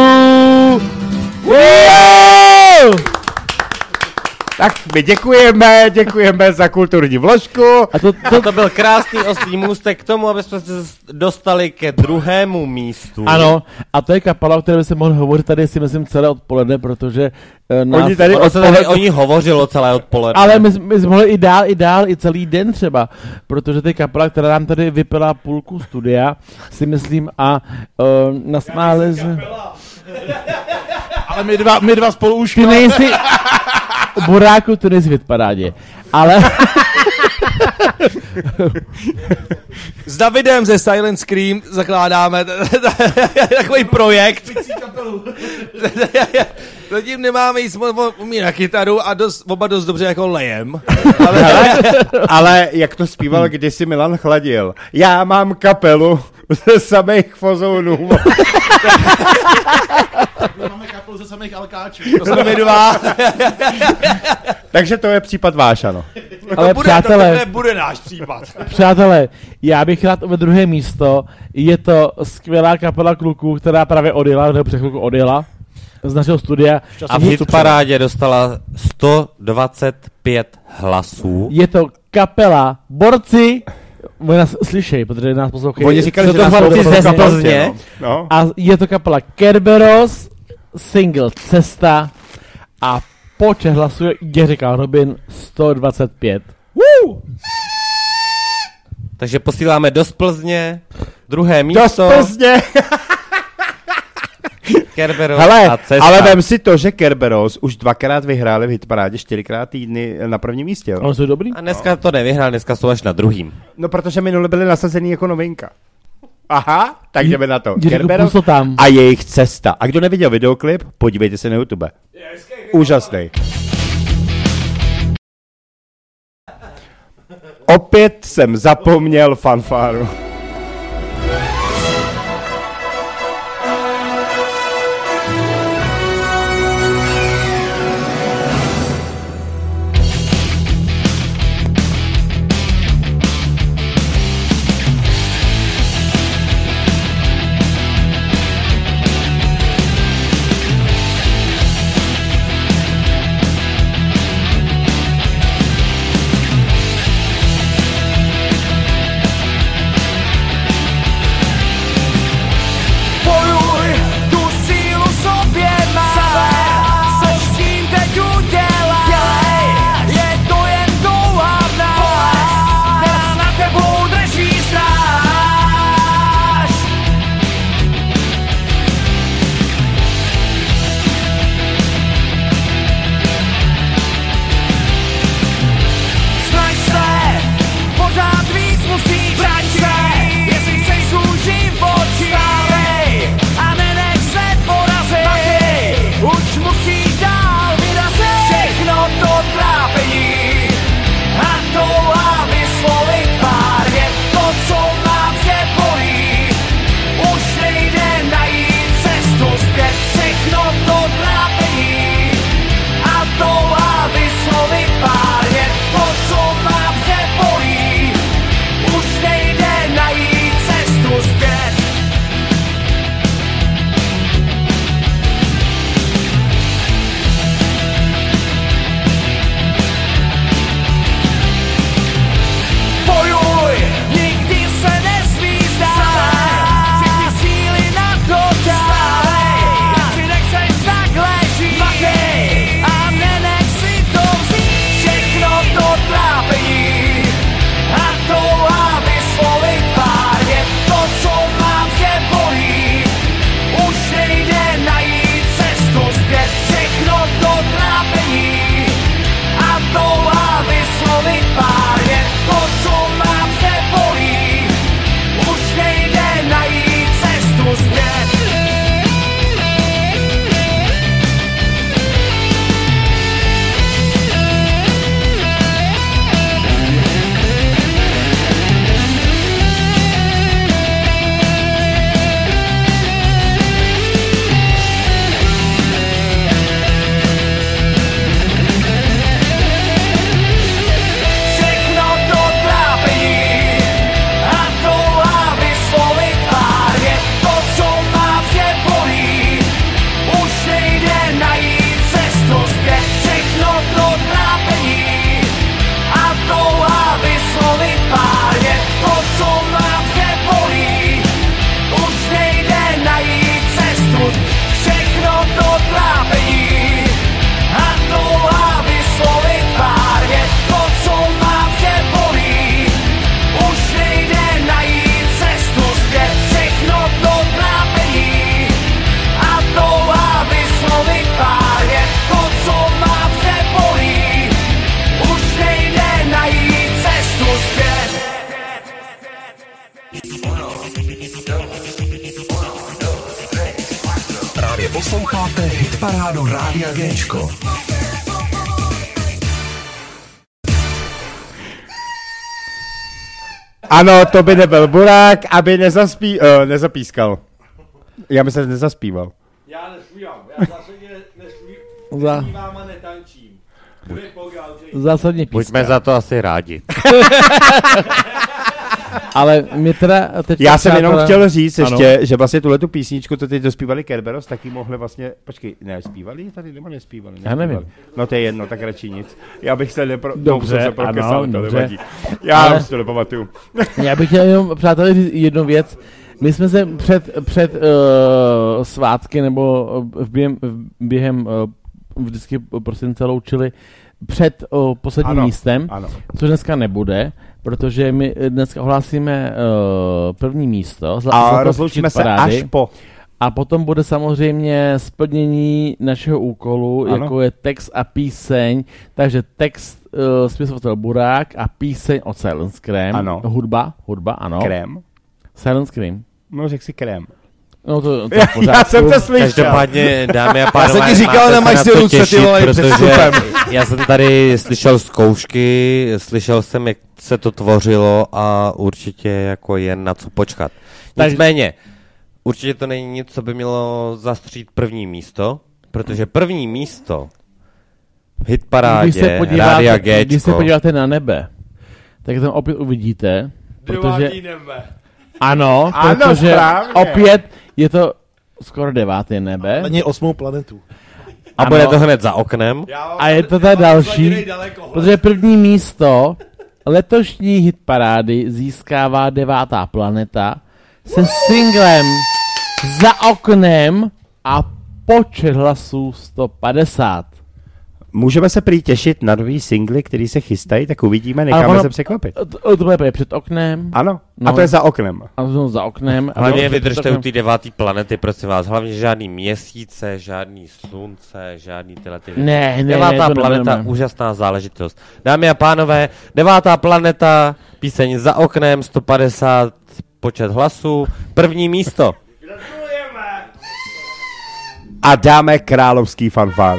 Wow!
Tak my děkujeme, děkujeme za kulturní vložku.
A to,
to... A to byl krásný oslý můstek k tomu, aby jsme se dostali ke druhému místu.
Ano, a to je kapela, o které by se mohl hovořit tady, si myslím, celé odpoledne, protože uh, nás...
Oni tady, odpoledne... tady o ní hovořilo celé odpoledne.
Ale my, my jsme mohli i dál, i dál, i celý den třeba, protože to je kapela, která nám tady vypila půlku studia, si myslím, a uh, nasmáli se...
Ale my dva, my dva spolu už...
Ty nejsi... Boráku, ty nejsi v hitparádě. Ale...
S Davidem ze Silent Scream zakládáme takový projekt. Zatím nemáme jít, umí na kytaru a dost, oba dost dobře jako lejem.
Ale, ale jak to zpíval kdysi Milan Chladil, já mám kapelu ze samých fozounů.
Máme kapelu ze samých alkáčů.
To jsme my dva.
Takže to je případ váš, ano.
Ale
to bude,
přátelé,
to bude náš případ.
Přátelé, já bych rád uvedl druhé místo. Je to skvělá kapela kluků, která právě odjela, nebo před chvilku odjela z našeho studia.
A v hitparádě dostala sto dvacet pět hlasů.
Je to kapela Borci. Oni nás slyšejí, protože nás poslouchají.
Oni říkali,
Jsou
že
to
nás
chlapci
poslouchají,
ze
no.
Plzně.
No.
A je to kapela Kerberos, single Cesta a počet hlasuje, jak říkal Robin, sto dvacet pět. Woo!
Takže posíláme do Plzně, druhé místo.
Do Plzně!
Kerberos
Hele,
a Cesta.
ale vem si to, že Kerberos už dvakrát vyhráli v hitparádě, čtyřikrát týdny na prvním místě. Jo.
Oni jsou dobrý?
A dneska to nevyhrál, dneska jsou až na druhým.
No, protože minule byli nasazený jako novinka. Aha, tak jdeme na to.
Jiříku,
Kerberos
pusto tam.
a jejich cesta. A kdo neviděl videoklip, podívejte se na YouTube. Úžasný. Opět jsem zapomněl fanfáru.
Thank
Posloucháte hitparádu Rádia Géčko.
Ano, to by nebyl Burák, aby nezaspí, uh, nezapískal. Já myslím, že nezaspíval.
Já nespívám, já zásadně nespívám a netančím.
Zásadně píská.
Buďme za to asi rádi.
Ale mě teda teď
Já jsem jenom
přátelé...
chtěl říct
ano.
ještě, že vlastně tuhletu písničku, to teď dospívali Kerberos, taky mohli vlastně, počkej, ne, zpívali tady nebo nespívali?
Já nevím.
No to je jedno, tak radši nic. Já bych se nepro...
Dobře,
no, se prokesal,
ano,
to
dobře.
nevadí. Já
Ale...
už to nepamatuju.
Já bych chtěl jenom, přátelé, říct jednu věc. My jsme se před, před uh, svátky nebo v během, v během uh, vždycky prosince loučili před uh, posledním
Ano,
místem,
ano.
což dneska nebude, protože my dneska ohlásíme uh, první místo. Zla,
A rozloučíme se až po.
A potom bude samozřejmě splnění našeho úkolu,
Ano.
jako je text a píseň. Takže text uh, spisovatel Burák a píseň od Silence Cream.
Ano.
Hudba, hudba, ano.
Krém?
Silence Cream.
No řek si krém.
No to, to je v
Já jsem to slyšel.
Každopádně, dámy a pánové,
Já jsem ti říkal,
máte
nemáš
se
si
na co
ruce, ty
těšit,
vole, před
protože
vstupem.
já jsem tady slyšel zkoušky, slyšel jsem, jak se to tvořilo a určitě jako jen na co počkat. Nicméně, určitě to není nic, co by mělo zastřít první místo, protože první místo v hitparádě Rádia Géčko.
Když se podíváte na nebe, tak tam opět uvidíte, protože...
Devátý nebe.
Ano,
Ano,
protože
správně.
opět je to skoro deváté nebe.
Není osmou planetu.
A
Ano.
bude to hned za oknem.
A je to ta další, protože první místo letošní hitparády získává devátá planeta se singlem Za oknem a počet hlasů sto padesát.
Můžeme se prý těšit na nový singly, který se chystají, tak uvidíme, necháme
ono-
se překvapit.
To, to bude před oknem.
Ano,
No.
a to je za oknem.
A to za oknem.
Hlavně
A to-
vydržte
před
u
oknem.
té devátý planety, prosím vás. Hlavně žádný měsíce, žádný slunce, žádný tyhle ty věci.
Ne, ne,
Devátá
ne, to
planeta,
nebudeme.
úžasná záležitost. Dámy a pánové, devátá planeta, píseň Za oknem, sto padesát počet hlasů, první místo.
A dáme královský fanfár.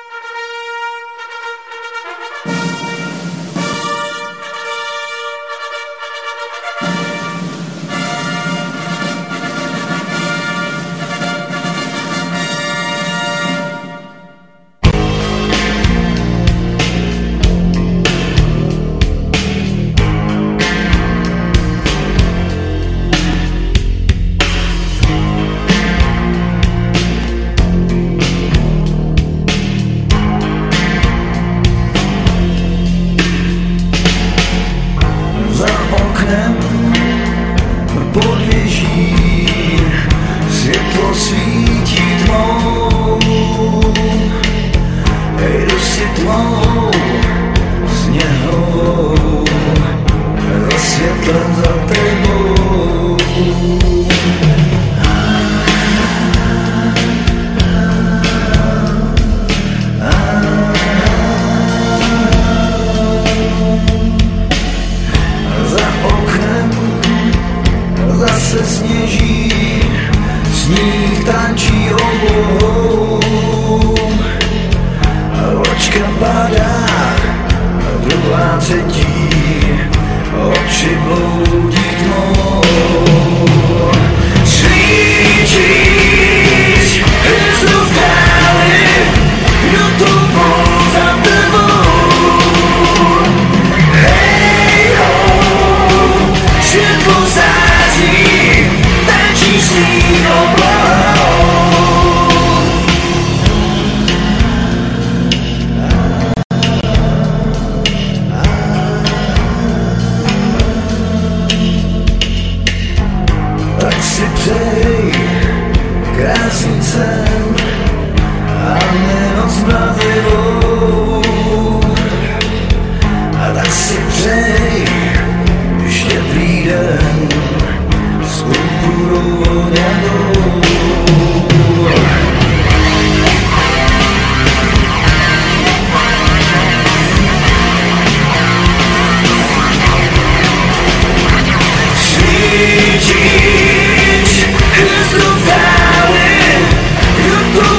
Za oknem podvěží světlo svítí tmou. Jdu si tmou sněhovou za světlem za tebou. Za oknem zase sněží, sníh tančí oblohou. Očka padá, druhá třetí, oči bloudí tmou. Svítíš hvězdu v dáli, kdo tu bol za tebou. Hej ho, světlo září, tančí sníh oblohou. Tak si přeji krásný sen a nemoc mrazivou. A tak si přeji štědrý den s purpurou voňavou. Svítíš hvězdu v dáli, kdo tu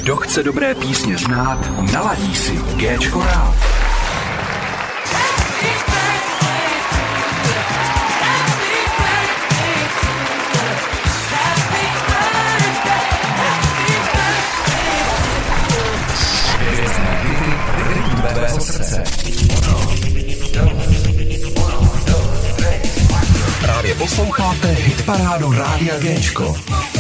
Kdo chce dobré písně znát, naladí si Géčko rád. Právě posloucháte hitparádu Rádia Géčko.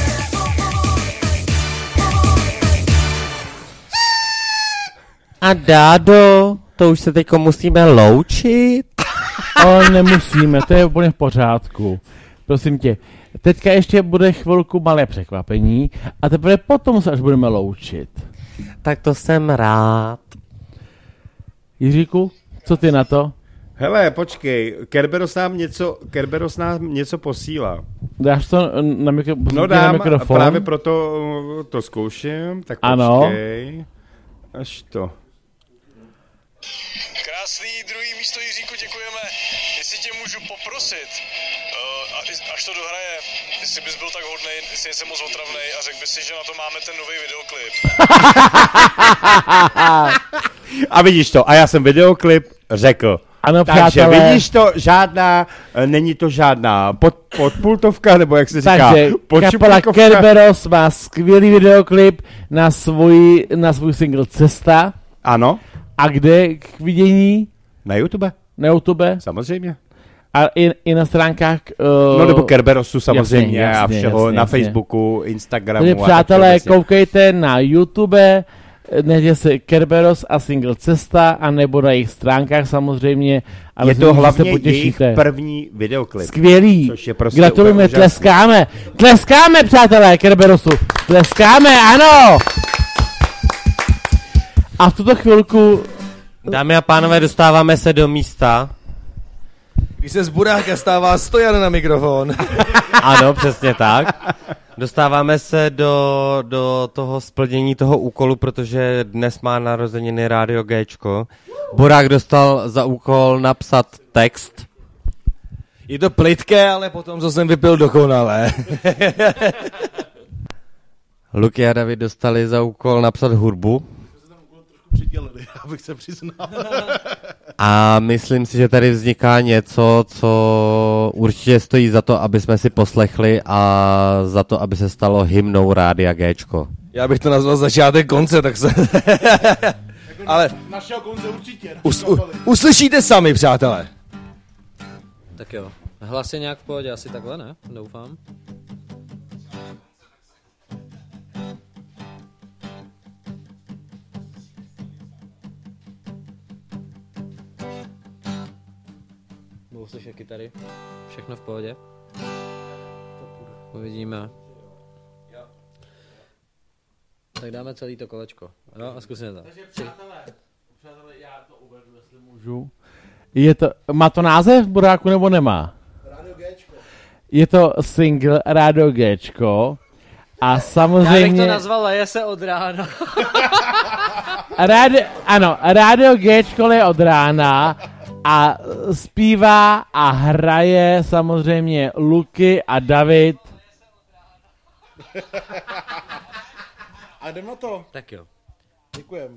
A Dádo, to už se teďko musíme loučit?
Ale nemusíme, to je úplně v pořádku. Prosím tě, teďka ještě bude chvilku malé překvapení a teprve potom se až budeme loučit.
Tak to jsem rád.
Jiříku, co ty na to?
Hele, počkej, Kerberos nám něco, Kerberos nám něco posílá.
Dáš to na, mikro,
no
na
dám,
mikrofon?
Právě proto to zkouším, tak
ano.
Počkej. Až to.
Krásný druhý místo, Jiříku, děkujeme. Jestli tě můžu poprosit, uh, až to dohraje, jestli bys byl tak hodnej, jestli jsem moc otravnej a řekl bys si, že na to máme ten nový videoklip.
A vidíš to, a já jsem videoklip řekl.
Ano,
takže
přátelé.
vidíš to, žádná, není to žádná pod, podpultovka, nebo jak se říká,
takže kapela Kerberos má skvělý videoklip na svůj, na svůj single Cesta.
Ano.
A kde k vidění?
Na YouTube.
Na YouTube?
Samozřejmě.
A i, i na stránkách... Uh,
no nebo Kerberosu samozřejmě
jasně, jasně,
a všeho,
jasně,
na
jasně.
Facebooku, Instagramu.
Takže
a
přátelé, koukejte na YouTube, najděte se Kerberos a single Cesta, a nebo na jejich stránkách samozřejmě. A
je to hlavně
se potěšíte.
jejich první videoklip.
Skvělý.
Což je prostě
gratulujeme, tleskáme. Tleskáme, přátelé, Kerberosu. Tleskáme, ano. A v tuto chvilku...
Dámy a pánové, dostáváme se do místa.
Když se z Buráka stává stojan na mikrofon.
Ano, přesně tak. Dostáváme se do, do toho splnění toho úkolu, protože dnes má narozeniny Rádio Géčko. Burák dostal za úkol napsat text.
Je to plitké, ale potom, co jsem vypil, dokonale.
Luky a David dostali za úkol napsat hudbu.
Přidělili, abych se přiznal.
A myslím si, že tady vzniká něco, co určitě stojí za to, aby jsme si poslechli a za to, aby se stalo hymnou Rádia Géčko.
Já bych to nazval začátek konce, tak se... Ale...
Našeho konce určitě.
Us, u, uslyšíte sami, přátelé.
Tak jo. Hlas je nějak v pohodě, asi takhle, ne? Doufám. Mohu slyšet kytary? Všechno v pohodě? Uvidíme. Tak dáme celý to kolečko. Jo, a zkusíme to.
Takže přátelé, přátelé, já to uvedu, jestli můžu. Je to, má to název Buráku nebo nemá?
Rádio Géčko.
Je to single Rádio Géčko a samozřejmě...
Já bych to nazval Leje se od rána.
Rádio, ano, Rádio Géčko je od rána a zpívá a hraje samozřejmě Luky a David.
A jdem na to.
Tak jo.
Děkujem.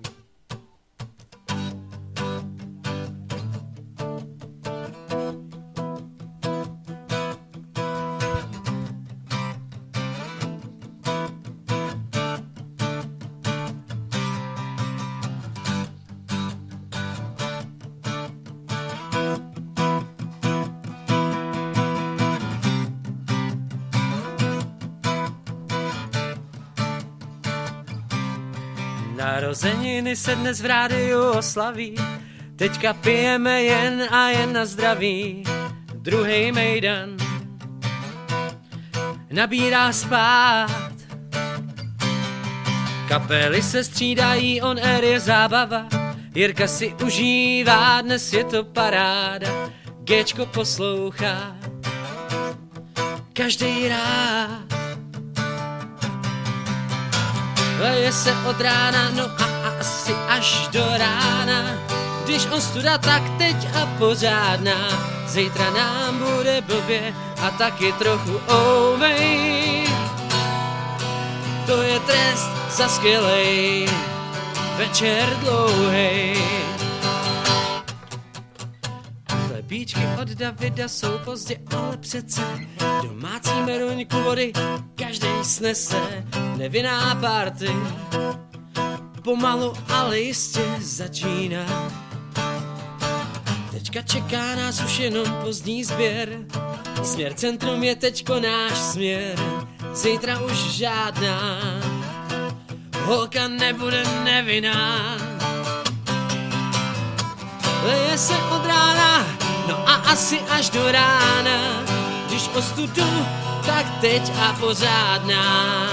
Narozeniny se dnes v rádiu oslaví, teďka pijeme jen a jen na zdraví. Druhý mejdan nabírá spát, kapely se střídají, on air je zábava, Jirka si užívá, dnes je to paráda, Géčko poslouchá každý rád. Leje se od rána, no a asi až do rána. Když on studa, tak teď a pořádná. Zítra nám bude blbě a taky trochu ouvej.
to je trest za skvělej večer dlouhej. Chlebíčky od Davida jsou pozdě, ale přece domácí meruňku vody každý snese. Nevinná party pomalu, ale jistě začíná. Teďka čeká nás už jenom pozdní sběr. Směr centrum je teďko náš směr. Zítra už žádná holka nebude nevinná. Leje se od rána, no a asi až do rána. Když ostudu, tak teď a pořádná.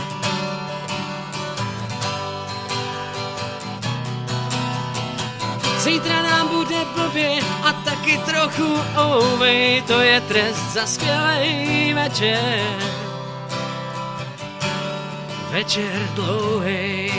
Zítra nám bude blbě a taky trochu ouvej, to je trest za skvělej večer. Večer dlouhej.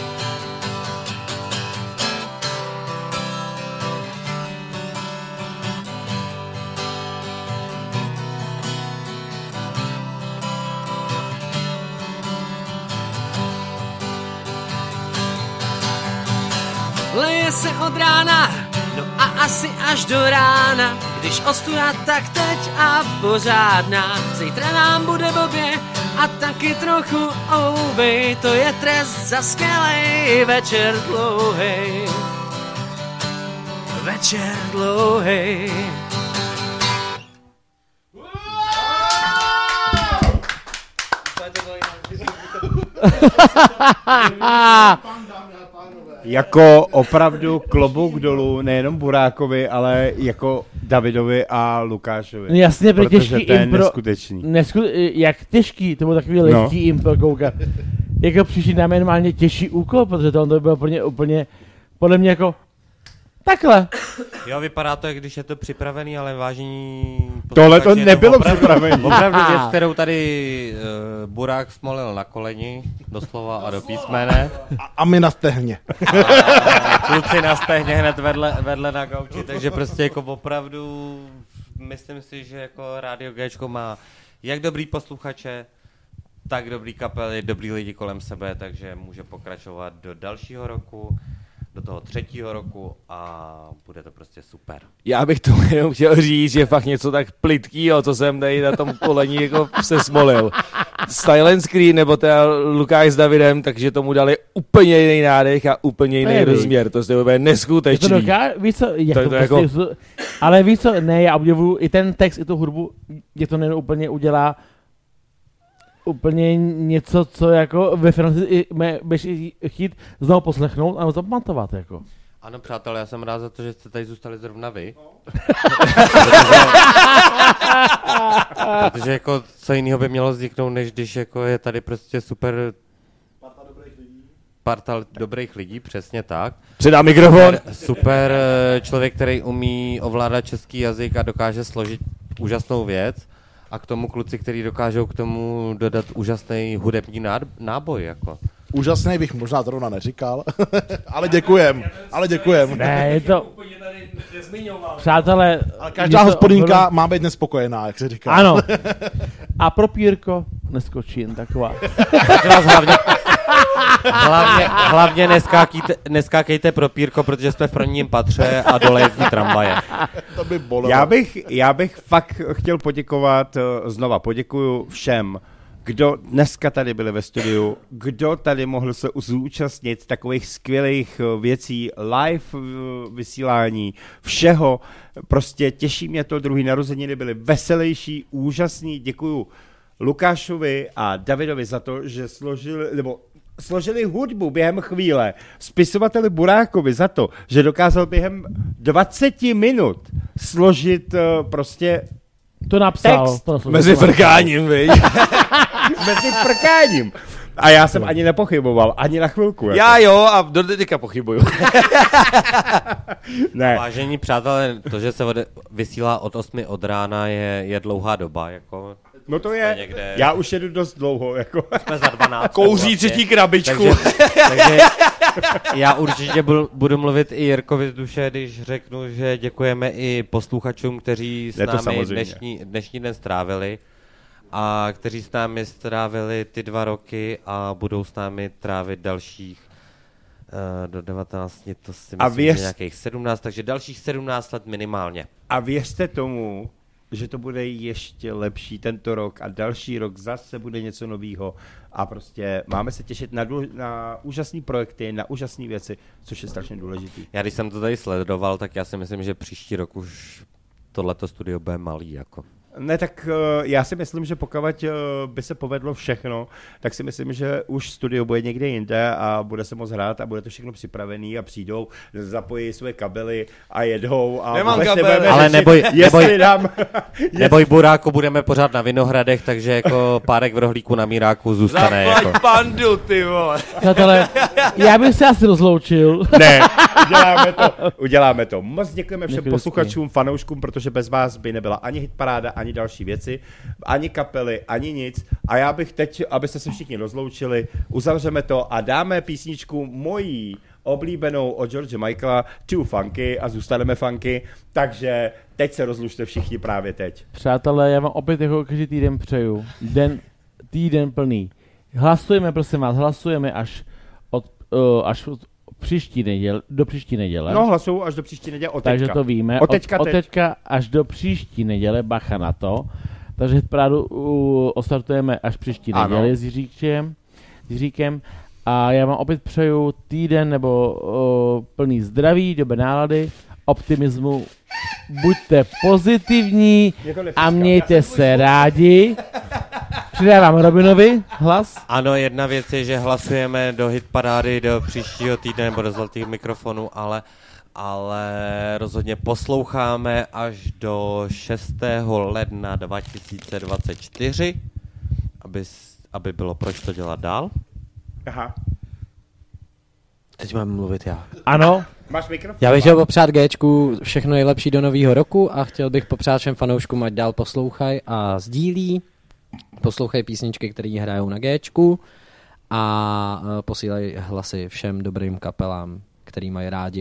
Leje se od rána, no a asi až do rána. Když ostuda, tak teď a pořádná. Zítra nám bude blbě a taky trochu ouvej, to je trest za skvělej večer dlouhej. Večer dlouhej.
Jako opravdu klobouk dolů, nejenom Burákovi, ale jako Davidovi a Lukášovi.
No jasně, pro
protože
těžký
to je
impro,
neskutečný.
Nesku, jak těžký, to byl takový lehký no. impro koukat. Jako přišli nám normálně těžší úkol, protože to, to bylo úplně, úplně, podle mě jako takhle.
Jo, vypadá to, jak když je to připravený, ale vážení...
Tohle to nebylo připravený.
Opravdu věc, kterou tady uh, Burák smolil na koleni, doslova a do písmene.
A, a my na stehně.
A kluci na stehně hned vedle, vedle na gauči, takže prostě jako opravdu myslím si, že jako Rádio Géčko má jak dobrý posluchače, tak dobrý kapely, dobrý lidi kolem sebe, takže může pokračovat do dalšího roku, do toho třetího roku a bude to prostě super.
Já bych tomu jenom chtěl říct, že fakt něco tak plytkýho, co jsem tady na tom koleni jako se smolil. Silent Screen nebo teda Lukáš s Davidem, takže tomu dali úplně jiný nádech a úplně jiný rozměr. To je úplně neskutečný.
To doká, víš co, jak to, to, to prostě, jako... ale víš co, ne, já obdivuju i ten text, i tu hudbu, je to nejen úplně udělá úplně něco, co jako ve Francii budeš chtít znovu poslechnout a zapamatovat, jako.
Ano, přátelé, já jsem rád za to, že jste tady zůstali zrovna vy. No. protože, protože jako co jiného by mělo vzniknout, než když jako je tady prostě super parta dobrých lidí. Parta dobrých lidí, přesně tak.
Předám mikrofon.
Super, super člověk, který umí ovládat český jazyk a dokáže složit úžasnou věc. A k tomu kluci, kteří dokážou k tomu dodat úžasný hudební náboj, jako.
Úžasný bych možná zrovna neříkal, ale děkujem, ale děkujem.
Ne, je to... Přátelé...
Ale každá hospodinka to... má být nespokojená, jak se říká.
Ano. A pro Pírko neskočí jen taková.
hlavně, hlavně, hlavně neskákejte, neskákejte pro Pírko, protože jsme v prvním patře a dole jezdí tramvaje.
To by bolelo.
Já bych, já bych fakt chtěl poděkovat, znova poděkuju všem, kdo dneska tady byli ve studiu, kdo tady mohl se zúčastnit takových skvělých věcí, live vysílání, všeho. Prostě těší mě to, druhý narozeniny byly veselější, úžasný. Děkuju Lukášovi a Davidovi za to, že složili, nebo složili hudbu během chvíle. Spisovateli Burákovi za to, že dokázal během dvacet minut složit uh, prostě
to napsal.
Text.
To
Mezi frkáním, viď?
Mezi frkáním. A já jsem ani nepochyboval, ani na chvilku. Jako.
Já jo, a do teďka pochybuju.
Ne.
Vážení přátelé, to, že se ode, vysílá od osmi od rána, je, je dlouhá doba. Jako,
no to je, někde, já už jedu dost dlouho. Jako.
Jsme za dvanáct.
Kouří třetí krabičku.
Takže, takže já určitě budu, budu mluvit i Jirkovi z duše, když řeknu, že děkujeme i posluchačům, kteří s námi dnešní, dnešní den strávili. a kteří s námi strávili ty dva roky a budou s námi trávit dalších uh, do devatenácti, to si myslím, věř... že nějakých sedmnáct, takže dalších sedmnáct let minimálně.
A věřte tomu, že to bude ještě lepší tento rok a další rok zase bude něco novýho a prostě máme se těšit na, důle, na úžasné projekty, na úžasné věci, což je strašně důležitý.
Já když jsem to tady sledoval, tak já si myslím, že příští rok už tohleto studio bude malý jako.
Ne, tak uh, já si myslím, že pokud uh, by se povedlo všechno, tak si myslím, že už studio bude někde jinde a bude se moc hrát a bude to všechno připravený a přijdou, zapojí své kabely a jedou a
nemám kabely.
Ale neboj, neboj,
dám,
neboj Buráku, budeme pořád na Vinohradech, takže jako párek v rohlíku na Míráku zůstane.
Zaplať
jako.
pandu, ty vole.
Přátelé, já bych se asi rozloučil.
Ne, uděláme to, uděláme to. Moc děkujeme všem posluchačům, fanouškům, protože bez vás by nebyla ani hitparáda, ani další věci, ani kapely, ani nic. A já bych teď, abyste se všichni rozloučili, uzavřeme to a dáme písničku mojí oblíbenou od George Michaela, Too Funky a zůstaneme funky. Takže teď se rozlučte všichni právě teď.
Přátelé, já vám opět jako každý týden přeju. Den, týden plný. Hlasujeme, prosím vás, hlasujeme až od, uh, až od příští neděle, do příští neděle.
No, hlasuju až do příští neděle, od teďka.
Takže to víme.
Od teďka,
od, od teďka až do příští neděle, bacha na to. Takže hitparádu uh, ostartujeme až příští
ano.
neděli s Jiříkem, s Jiříkem. A já vám opět přeju týden nebo uh, plný zdraví, dobré nálady, optimismu. Buďte pozitivní a mějte se rádi. Přidávám Robinovi hlas.
Ano, jedna věc je, že hlasujeme do hitparády do příštího týdne nebo do zlatých mikrofonů, ale, ale rozhodně posloucháme až do šestého ledna dva tisíce dvacet čtyři, aby, aby bylo proč to dělat dál.
Aha.
Teď mám mluvit já.
Ano.
Máš mikrofon?
Já bych chtěl popřát Géčku všechno nejlepší do nového roku a chtěl bych popřát všem fanouškům, ať dál poslouchají a sdílí. Poslouchají písničky, které hrajou na Géčku a posílají hlasy všem dobrým kapelám, který mají rádi.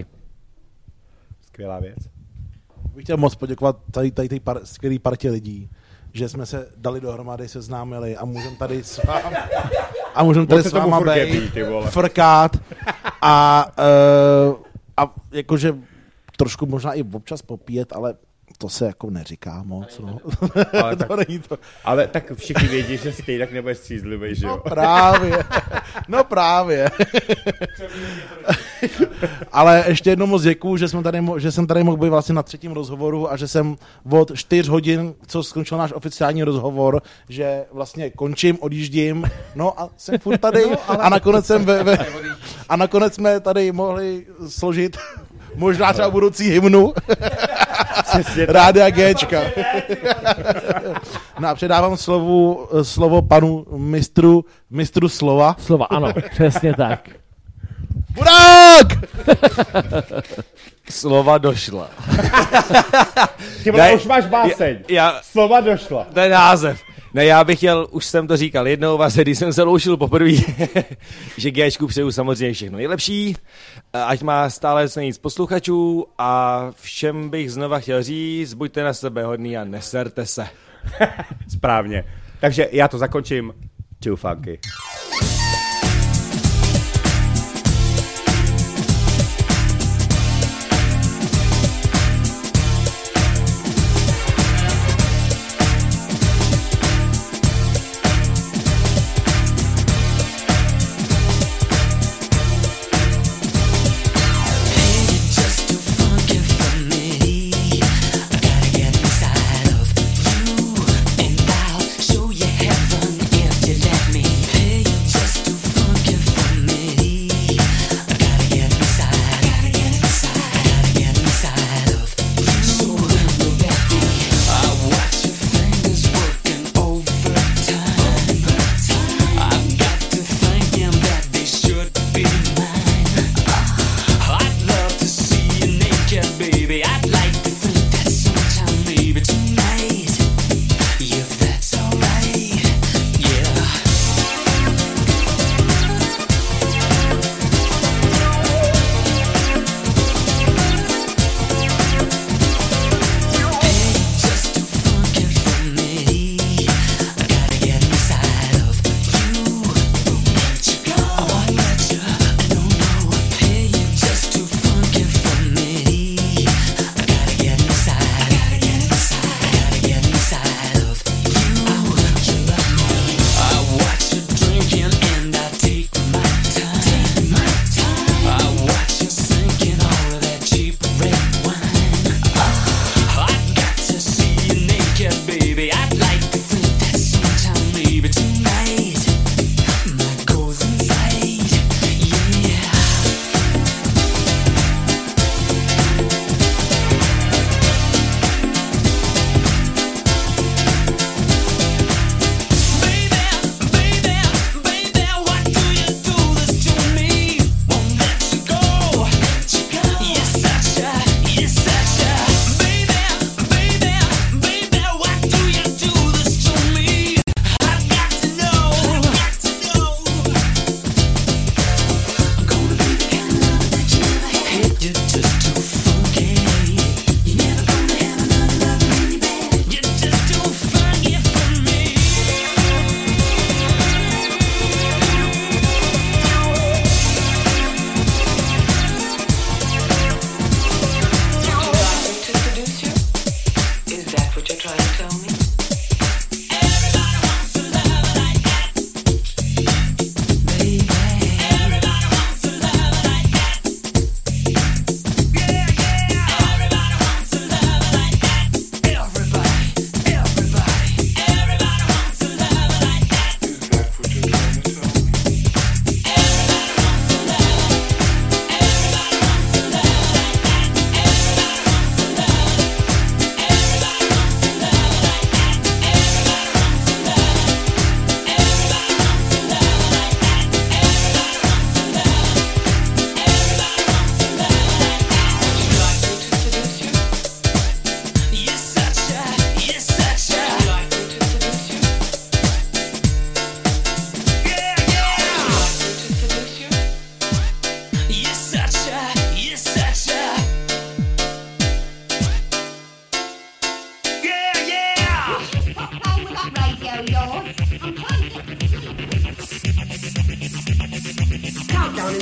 Skvělá věc.
Bych chtěl moc poděkovat tady, tady té par, skvělé partě lidí, že jsme se dali dohromady, seznámili a můžeme tady s vámi a můžeme tady s váma být, frkát a, uh, a jakože trošku možná i občas popíjet, ale to se jako neříká moc, no.
Ale, tak,
to není to.
Ale tak všichni vědí, že stejně tak nebudeš střízlivý, že jo?
No právě, no právě. Ale ještě jednou moc děkuju, že, jsme tady, že jsem tady mohl být vlastně na třetím rozhovoru a že jsem od čtyř hodin, co skončil náš oficiální rozhovor, že vlastně končím, odjíždím, no a jsem furt tady no, ale... a nakonec jsem ve, ve, a nakonec jsme tady mohli složit možná třeba budoucí hymnu Rádia Géčka. No a předávám slovu, slovo panu mistru, mistru slova.
Slova, ano, přesně tak.
Burák!
Slova došla.
Ty vole, už máš báseň.
Já,
Slova došla.
To je název. Ne, já bych chtěl, už jsem to říkal jednou vás, když jsem se loučil poprvé, že Géčku přeju samozřejmě všechno nejlepší, ať má stále co nejvíc posluchačů a všem bych znova chtěl říct, buďte na sebe hodný a neserte se.
Správně. Takže já to zakončím. Too funky.
Hey,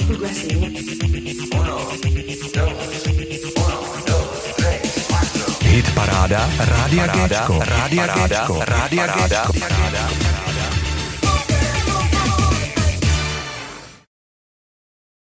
is progressing.
Hit paráda Rádia Géčko. Rádia Géčko. Rádia Géčko.